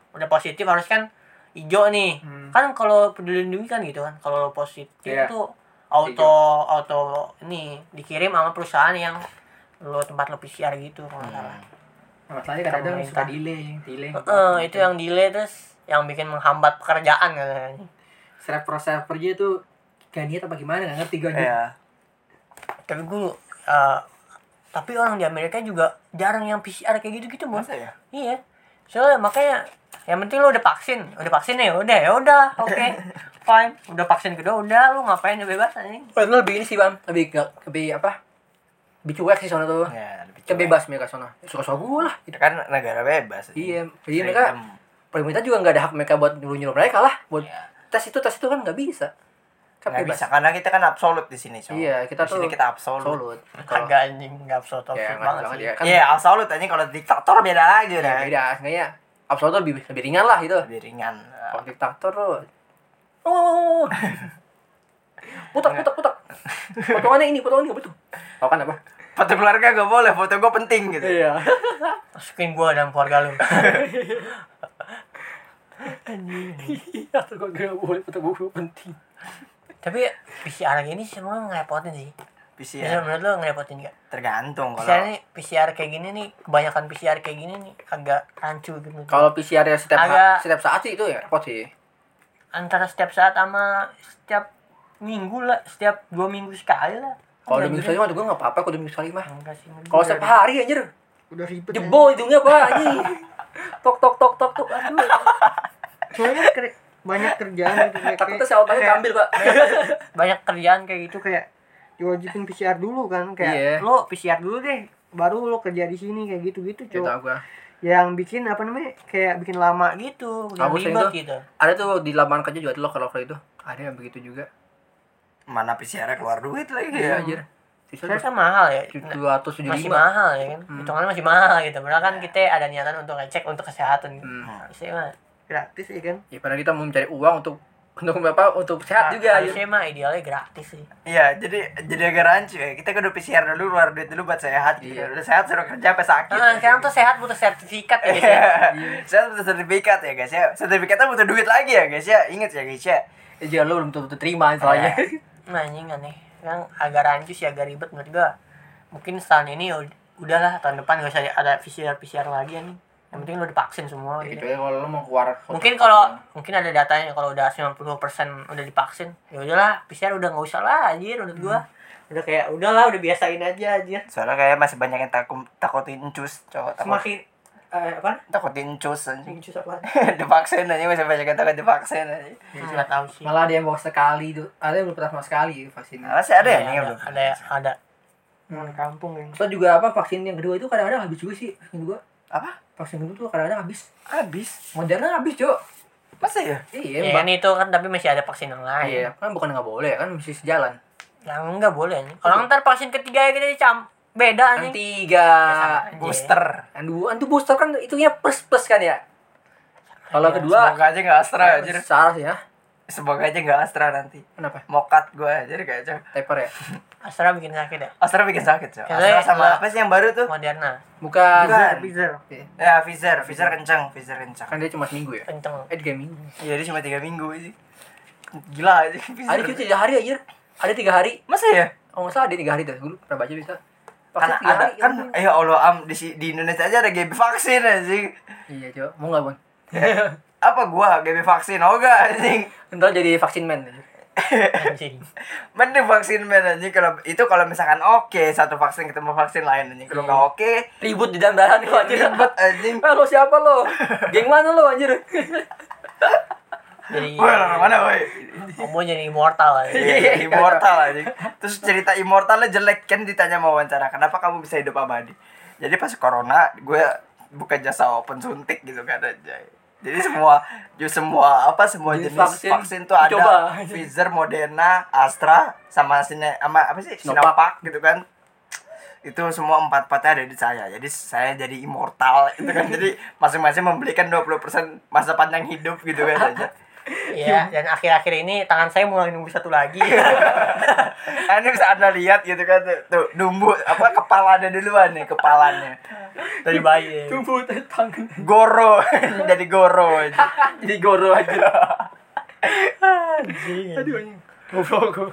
Speaker 1: udah positif harus kan hijau nih. Kan kalau Peduli Lindungi kan gitu kan, kalau lo positif
Speaker 3: Iya.
Speaker 1: tuh auto ini dikirim sama perusahaan yang tempat lo PCR gitu kalau nggak salah.
Speaker 3: Masalahnya kadang
Speaker 1: Pemerintah.
Speaker 3: suka delay.
Speaker 1: Itu yang delay terus yang bikin menghambat pekerjaan katanya.
Speaker 3: server aja tuh gak niat apa gimana, gak ngerti gue.
Speaker 2: Iya.
Speaker 1: Tapi gue tapi orang di Amerika juga jarang yang PCR kayak gitu-gitu, Bos.
Speaker 2: Masa ya?
Speaker 1: Iya. Soalnya makanya yang penting lo udah vaksin ya udah, oke. Fine. Udah vaksin kedua udah, lu ngapain bebas anjing.
Speaker 3: Padahal lebih ini sih bang, lebih apa? Lebih cuek sih sono tuh.
Speaker 2: Ya, lebih
Speaker 3: Kan
Speaker 2: cuek.
Speaker 3: bebas mereka sono. Suka-suka gue lah.
Speaker 2: Itu kan negara bebas.
Speaker 3: Iya. Jadi mereka pemerintah juga nggak ada hak mereka buat nyuruh mereka lah buat tes itu kan nggak bisa. Kan
Speaker 2: nggak
Speaker 3: bebas.
Speaker 2: bisa karena kita kan absolut di sini, so.
Speaker 3: Iya, kita
Speaker 2: di sini
Speaker 3: tuh
Speaker 2: kita absolut.
Speaker 3: Kalau
Speaker 1: Agak anjing enggak absolut
Speaker 3: ya nggak
Speaker 1: banget
Speaker 3: banget
Speaker 1: sih.
Speaker 3: ya kan.
Speaker 2: Iya, absolut aja kalau diktator beda lagi
Speaker 3: Ya,
Speaker 2: udah.
Speaker 3: beda. Kayaknya absolut tuh lebih ringan lah itu.
Speaker 2: Lebih ringan.
Speaker 3: Kalau diktator tuh oh. Putak. Potongannya ini apa tuh? Tahu kan apa?
Speaker 2: Foto keluarga gak boleh, foto gue penting gitu.
Speaker 3: Iya.
Speaker 1: Masukin gua dalam keluarga lu.
Speaker 3: Iya, tuh kok gak boleh foto gue penting.
Speaker 1: Tapi PCR gini semua ngerepotin sih. Bisa
Speaker 2: PCR
Speaker 1: menurut lo ngerepotin gak?
Speaker 2: tergantung
Speaker 1: PCR
Speaker 2: kalau
Speaker 1: PCR kayak gini nih, kebanyakan PCR kayak gini nih agak rancu gitu.
Speaker 3: Kalau PCR ya
Speaker 1: Agak-
Speaker 3: setiap saat sih itu ya repot sih.
Speaker 1: Antara setiap saat sama setiap minggu lah, setiap 2 minggu sekali lah.
Speaker 3: Kalau 2 minggu sekali mah gue nggak apa-apa, kalau 2 minggu sekali mah.
Speaker 1: Enggak sih.
Speaker 3: Kalau setiap hari anjir,
Speaker 1: udah ribet.
Speaker 3: jebol hidungnya apa anjing. Tok. Aduh.
Speaker 1: Soalnya banyak kerjaan gitu
Speaker 3: Takutnya sel otaknya ambil, Pak.
Speaker 1: banyak kerjaan kayak gitu kayak diwajibin PCR dulu kan kayak
Speaker 3: Iya.
Speaker 1: lo PCR dulu deh baru lo kerja di sini kayak gitu-gitu
Speaker 3: Gitu
Speaker 1: coba
Speaker 3: gua.
Speaker 1: yang bikin apa namanya kayak bikin lama gitu yang
Speaker 3: Kamu sering
Speaker 1: ribet
Speaker 3: tuh?
Speaker 1: gitu.
Speaker 3: Ada tuh di lapangan kerja juga tuh loker itu. Ada yang begitu juga.
Speaker 2: mana PCR keluar duit lagi.
Speaker 3: Iya anjir. Sisa
Speaker 1: Saya kan mahal ya,
Speaker 3: 275.
Speaker 1: masih mahal ya kan, hitungannya masih mahal gitu. Padahal kan kita ada niatan untuk ngecek untuk kesehatan. Harusnya mah gratis ya kan.
Speaker 3: Ya padahal kita mau mencari uang untuk apa? Untuk sehat juga.
Speaker 1: Harusnya mah idealnya gratis sih.
Speaker 2: Iya, jadi agak rancu ya. Kita kudu PCR dulu, keluar duit dulu buat sehat gitu.
Speaker 3: Iya.
Speaker 2: Udah sehat suruh kerja sampai sakit.
Speaker 1: Nah, sekarang tuh sehat butuh sertifikat ya guys ya.
Speaker 2: Sehat butuh sertifikat ya guys ya. Sertifikatnya butuh duit lagi ya guys ya. Ingat ya guys ya.
Speaker 3: Ya jangan lu belum tentu terima soalnya.
Speaker 1: Nah, anjing aneh. Yang agak rancu sih, agak ribet menurut gua. Mungkin tahun ini udahlah, tahun depan gak usah ada PCR lagi anjing. Yang penting lu divaksin semua gitu.
Speaker 3: Kecuali kalau lu mau keluar
Speaker 1: Mungkin ada datanya kalau udah 90% udah divaksin. Ya udahlah, PCR udah enggak usah lah anjir menurut gua. Udah kayak udahlah, udah biasain aja anjir.
Speaker 2: Soalnya kayak masih banyak yang takutin encus, cowok
Speaker 1: Semakin apa?
Speaker 2: takutin encus anjing.
Speaker 1: Encus apa?
Speaker 2: Divaksin aja masih banyak yang takut divaksin aja.
Speaker 1: Enggak tahu sih.
Speaker 3: malah ada yang bawa sekali tuh. Ada yang belum pernah sama sekali vaksin.
Speaker 2: Masih ada ya
Speaker 1: Iya,
Speaker 2: nih yang belum.
Speaker 1: ada. Di kampung ya.
Speaker 3: Terus juga apa vaksin yang kedua itu kadang-kadang habis juga sih. Vaksin kedua.
Speaker 2: Apa?
Speaker 3: Vaksin kedua tuh kadang-kadang habis.
Speaker 2: Habis.
Speaker 3: Moderna habis, Cok.
Speaker 2: Masa ya?
Speaker 3: Iya,
Speaker 1: Ya kan itu kan tapi masih ada vaksin yang lain.
Speaker 3: Iya, kan bukan nggak boleh kan mesti sejalan.
Speaker 1: Yang enggak boleh anjing. Kalau ntar vaksin ketiga ya kita beda
Speaker 3: Yang
Speaker 1: anjing.
Speaker 3: 3
Speaker 1: Sama.
Speaker 2: Booster.
Speaker 3: yang 2 itu booster kan itunya plus kan ya. Kalau kedua
Speaker 2: Semoga aja nggak Astra anjir.
Speaker 3: salah sih ya.
Speaker 2: Semoga aja nggak Astra nanti.
Speaker 3: Kenapa?
Speaker 2: Mokat gue aja kayaknya.
Speaker 3: Taper ya?
Speaker 1: Astra bikin sakit ya.
Speaker 2: Astra bikin sakit so.
Speaker 1: Kayaknya
Speaker 2: Astra sama
Speaker 1: nggak-
Speaker 2: apa sih yang baru tuh?
Speaker 1: Moderna.
Speaker 3: Bukan.
Speaker 2: Pfizer.
Speaker 3: Iya.
Speaker 2: Ya Pfizer kencang.
Speaker 3: Kan dia cuma seminggu ya?
Speaker 1: Kenceng.
Speaker 3: 3 minggu.
Speaker 2: Iya dia cuma 3 minggu sih. Gila aja Pfizer.
Speaker 3: Ada kita 3 hari anjir. Ada 3 hari.
Speaker 2: Masa ya?
Speaker 3: Oh, nggak salah ada 3 hari tuh. Gue pernah baca bisa.
Speaker 2: Kan
Speaker 3: Vaksin 3
Speaker 2: ada
Speaker 3: hari.
Speaker 2: kan ya Allah di Indonesia aja ada GB vaksin anjing.
Speaker 3: Iya, coba. Mau enggak, Bang?
Speaker 2: Apa gua GB vaksin? Oh enggak anjing.
Speaker 3: Ntar jadi vaksin man.
Speaker 1: Anjing.
Speaker 2: Mending vaksin men anjing kalau misalkan oke satu vaksin ketemu vaksin lain anjing. Kalau enggak oke
Speaker 3: Ribut di dalam dalam kok anjir.
Speaker 2: ribet anjing.
Speaker 3: Ah, lo siapa lo? Geng mana lo anjir?
Speaker 1: Jadi
Speaker 2: Woi, orang mana woi?
Speaker 1: kamu jadi immortal ya.
Speaker 2: Iya, immortal anjing. Terus cerita immortalnya jelek kan ditanya mau wawancara. Kenapa kamu bisa hidup abadi? Jadi pas corona gue buka jasa open suntik gitu kan aja. Jadi semua
Speaker 3: Jenis
Speaker 2: jenis vaksin tuh ada.
Speaker 3: Coba.
Speaker 2: Pfizer, Moderna, Astra sama apa sih? Sinovac gitu kan. Itu semua 4-4-nya ada di saya. Jadi saya jadi immortal itu kan. Jadi masing-masing memberikan 20% masa panjang hidup gitu kan aja.
Speaker 1: Iya, dan akhir-akhir ini tangan saya mulai nunggu satu lagi.
Speaker 2: Ini bisa Anda lihat gitu kan tuh numbu apa kepalanya duluan nih, kepalanya.
Speaker 1: Dari bayi.
Speaker 3: Tumbuh tangan.
Speaker 2: Goro, jadi goro aja.
Speaker 3: Jadi goro aja.
Speaker 1: Anjing.
Speaker 3: Aduh anjing. Goblok.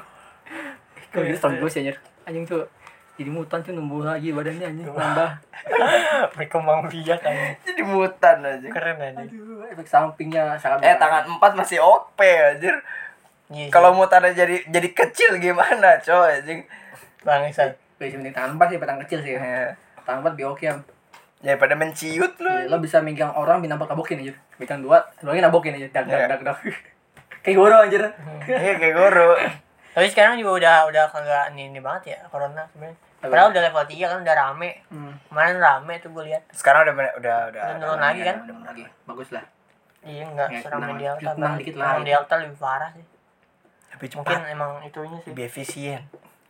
Speaker 3: Kok gitu strong terus ya anjir. Anjing tuh jadi mutan tuh numbuh lagi badannya anjing nambah.
Speaker 1: Berkembang biak kan.
Speaker 2: Jadi mutan aja.
Speaker 1: Keren aja.
Speaker 3: Aduh, efek sampingnya sangat
Speaker 2: Tangan 4 masih OP anjir.
Speaker 1: Iya,
Speaker 2: Kalau mutannya jadi kecil gimana, coy anjing.
Speaker 1: bangsat.
Speaker 3: Bisa mending tangan 4 sih, tangan kecil sih.
Speaker 2: Ya.
Speaker 3: Tangan 4 lebih oke ya.
Speaker 2: Daripada menciut lu.
Speaker 3: Lo bisa megang orang binampak-tabokin aja. Megang duanya nabokin aja. Dak
Speaker 2: Iya.
Speaker 3: dak dak dak. Kayak goro anjir.
Speaker 2: Iya kayak goro.
Speaker 1: Tapi sekarang juga udah kagak ini banget ya corona sebenarnya. Padahal udah level 3 kan udah rame. Kemarin rame tuh gue lihat.
Speaker 2: Sekarang udah
Speaker 1: Turun lagi kan?
Speaker 3: Lagi. Bagus lah.
Speaker 1: Iya enggak
Speaker 3: Ya,
Speaker 1: seram
Speaker 3: tenang.
Speaker 1: Delta.
Speaker 3: Tenang dikit lah.
Speaker 1: Orang Delta lebih parah sih.
Speaker 2: lebih
Speaker 1: Mungkin
Speaker 2: cepat,
Speaker 1: emang itunya sih.
Speaker 2: lebih efisien.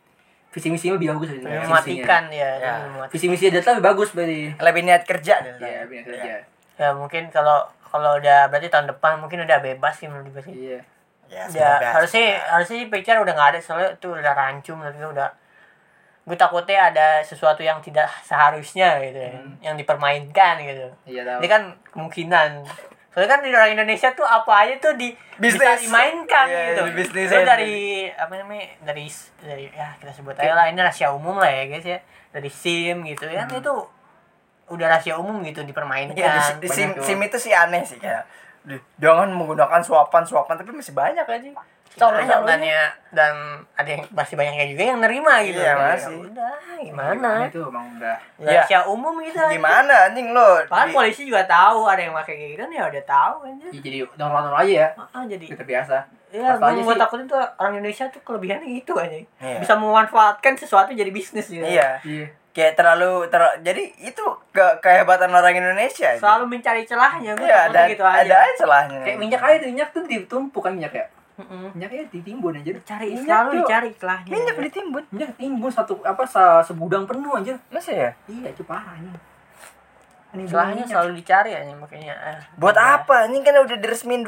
Speaker 3: Visi misinya lebih bagus
Speaker 1: Lebih mematikan ya.
Speaker 2: Ya.
Speaker 3: Visi misi Delta lebih bagus berarti.
Speaker 2: Lebih niat kerja deh.
Speaker 3: Iya, benar kerja.
Speaker 1: Ya mungkin kalau udah berarti tahun depan mungkin udah bebas sih menurut gue sih.
Speaker 3: Iya.
Speaker 2: Ya,
Speaker 1: Ya,
Speaker 2: semoga.
Speaker 1: harusnya PCR udah nggak ada soalnya itu udah rancu menurut gue udah. Gue takutnya ada sesuatu yang tidak seharusnya gitu ya, yang dipermainkan gitu.
Speaker 3: Iya tahu.
Speaker 1: Ini kan kemungkinan. Soalnya kan di orang Indonesia tuh apa aja tuh bisa
Speaker 2: Bisnis.
Speaker 1: dimainkan
Speaker 2: Iya,
Speaker 1: gitu.
Speaker 2: bisnis
Speaker 1: Itu
Speaker 2: aja.
Speaker 1: dari apa namanya? Dari ya kita sebut aja lah ini rahasia umum lah ya guys ya. Dari SIM gitu ya. Itu udah rahasia umum gitu dipermainkan.
Speaker 2: Iya, di SIM,
Speaker 3: Banyak tuh.
Speaker 2: SIM itu sih aneh sih kayak. Jangan menggunakan suapan tapi masih banyak aja.
Speaker 1: Banyak dan ada yang masih banyaknya juga yang nerima gitu.
Speaker 2: Iya,
Speaker 1: Ya
Speaker 2: masih.
Speaker 1: udah gimana?
Speaker 3: Itu emang udah.
Speaker 2: Iya.
Speaker 1: Rahasia umum gitu.
Speaker 2: Gimana anjing lo?
Speaker 1: Padahal polisi juga tahu ada yang pakai kayak gitu ya udah tahu aja.
Speaker 3: Ya, jadi download aja ya.
Speaker 1: Jadi
Speaker 3: Kita biasa.
Speaker 1: ya
Speaker 3: Masalahnya
Speaker 1: gue
Speaker 3: sih-
Speaker 1: takutin tuh orang Indonesia tuh kelebihannya gitu aja.
Speaker 2: Iya.
Speaker 1: Bisa memanfaatkan sesuatu jadi bisnis gitu.
Speaker 2: Iya.
Speaker 3: Iya.
Speaker 2: Kayak terlalu jadi itu kehebatan orang Indonesia aja.
Speaker 1: Selalu mencari celahnya gue
Speaker 2: Iya,
Speaker 1: takutnya
Speaker 2: ada
Speaker 1: gitu aja.
Speaker 2: ada aja celahnya.
Speaker 3: Kayak minyak aja tuh, minyak tuh ditumpuk kan minyak ya.
Speaker 1: Mm-mm.
Speaker 3: Minyaknya ditimbun aja.
Speaker 1: Cari
Speaker 3: Minyak
Speaker 1: selalu
Speaker 3: tuh-
Speaker 1: dicari celahnya.
Speaker 2: minyak ditimbun.
Speaker 3: Minyak ditimbun segudang penuh aja.
Speaker 2: Masa ya?
Speaker 3: Iya, itu parah ini.
Speaker 1: Celahnya selalu dicari aja makanya.
Speaker 2: Buat apa? Ini kan udah diresmin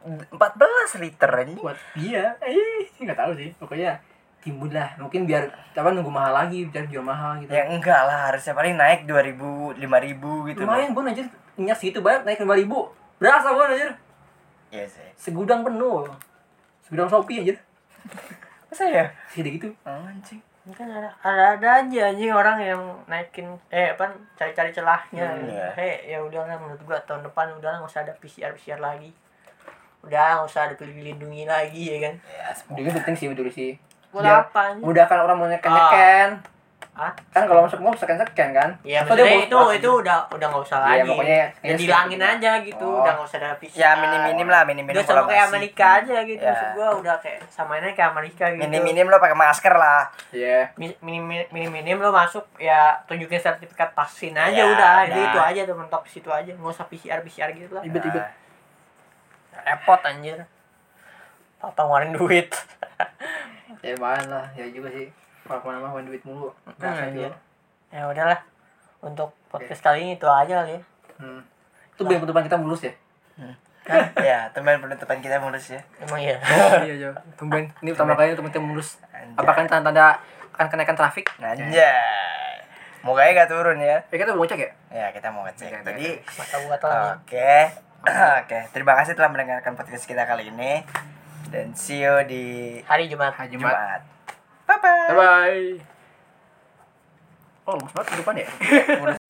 Speaker 2: 14 liter anjing.
Speaker 3: Buat dia. Enggak tahu sih. Pokoknya timbun lah. Mungkin biar apa nunggu mahal lagi, biar jual mahal gitu.
Speaker 2: Ya enggak lah, harusnya paling naik 2.000, 5.000 gitu.
Speaker 3: Lumayan Bon anjir. Minyak segitu banyak naik 5.000. Berasa Bon anjir.
Speaker 2: Iya sih.
Speaker 3: Segudang penuh. Segudang Shopee anjir.
Speaker 2: Masa ya?
Speaker 3: Segitu gitu.
Speaker 2: Anjing.
Speaker 1: Kan ada aja anjing orang yang naikin cari-cari celahnya.
Speaker 2: Iya.
Speaker 1: Ya udahlah menurut gua tahun depan udahlah nggak usah ada PCR lagi. Udah nggak usah ada peduli lindungi lagi ya kan.
Speaker 2: Ya,
Speaker 3: Dulu penting sih dulu sih.
Speaker 1: Buat
Speaker 3: Biar
Speaker 1: apa anjing?
Speaker 3: mudahkan orang mau nyeken.
Speaker 1: Ah?
Speaker 3: Kan kalau masuk mall scan kan?
Speaker 1: Ya
Speaker 3: So, dia
Speaker 1: maksudnya
Speaker 3: mau-
Speaker 1: itu udah nggak usah
Speaker 3: Iya,
Speaker 1: lagi.
Speaker 3: pokoknya
Speaker 1: Ya
Speaker 3: ya,
Speaker 1: dihilangin aja gitu,
Speaker 3: Oh.
Speaker 1: udah nggak usah ada PCR.
Speaker 2: ya minim-minim lah, minim-minim
Speaker 1: Udah sama
Speaker 2: kalau
Speaker 1: kayak
Speaker 2: masih.
Speaker 1: Amerika aja gitu,
Speaker 2: Ya.
Speaker 1: maksud gua udah kayak samainnya kayak Amerika gitu.
Speaker 2: Minim-minim lo pakai masker lah.
Speaker 3: Iya.
Speaker 1: Minim lo masuk ya tunjukin sertifikat vaksin aja
Speaker 2: Ya,
Speaker 1: udah.
Speaker 2: udah.
Speaker 1: Jadi itu aja tuh mentok di situ aja, nggak usah PCR gitu lah.
Speaker 3: Ribet-ribet.
Speaker 1: Repot anjir. Papa ngeluarin duit.
Speaker 3: Ya lumayan lah, ya juga sih. Kalau kemana-mana main duit mulu. Berasa
Speaker 1: Anjir.
Speaker 3: juga.
Speaker 1: Ya udahlah. Untuk podcast kali ini itu aja kali ya.
Speaker 3: Itu biar penutupan kita mulus ya.
Speaker 2: Ya, teman penutupan kita mulus ya.
Speaker 1: Emang iya.
Speaker 3: Iya, Jo. Tumben. Ini pertama kali teman kita mulus.
Speaker 2: Anjay.
Speaker 3: Apakah ini tanda-tanda akan kenaikan trafik?
Speaker 2: Anjay. Moga gak turun ya.
Speaker 3: Ya kita mau cek ya?
Speaker 2: Ya, kita mau ngecek.
Speaker 3: Oke,
Speaker 2: Jadi,
Speaker 1: Mata gua telah.
Speaker 2: oke. Oke, terima kasih telah mendengarkan podcast kita kali ini. Dan see you di
Speaker 1: Hari Jumat.
Speaker 3: Hari Jumat.
Speaker 2: Jumat. Bye-bye.
Speaker 3: Bye-bye. Oh, lemes banget ke depan ya?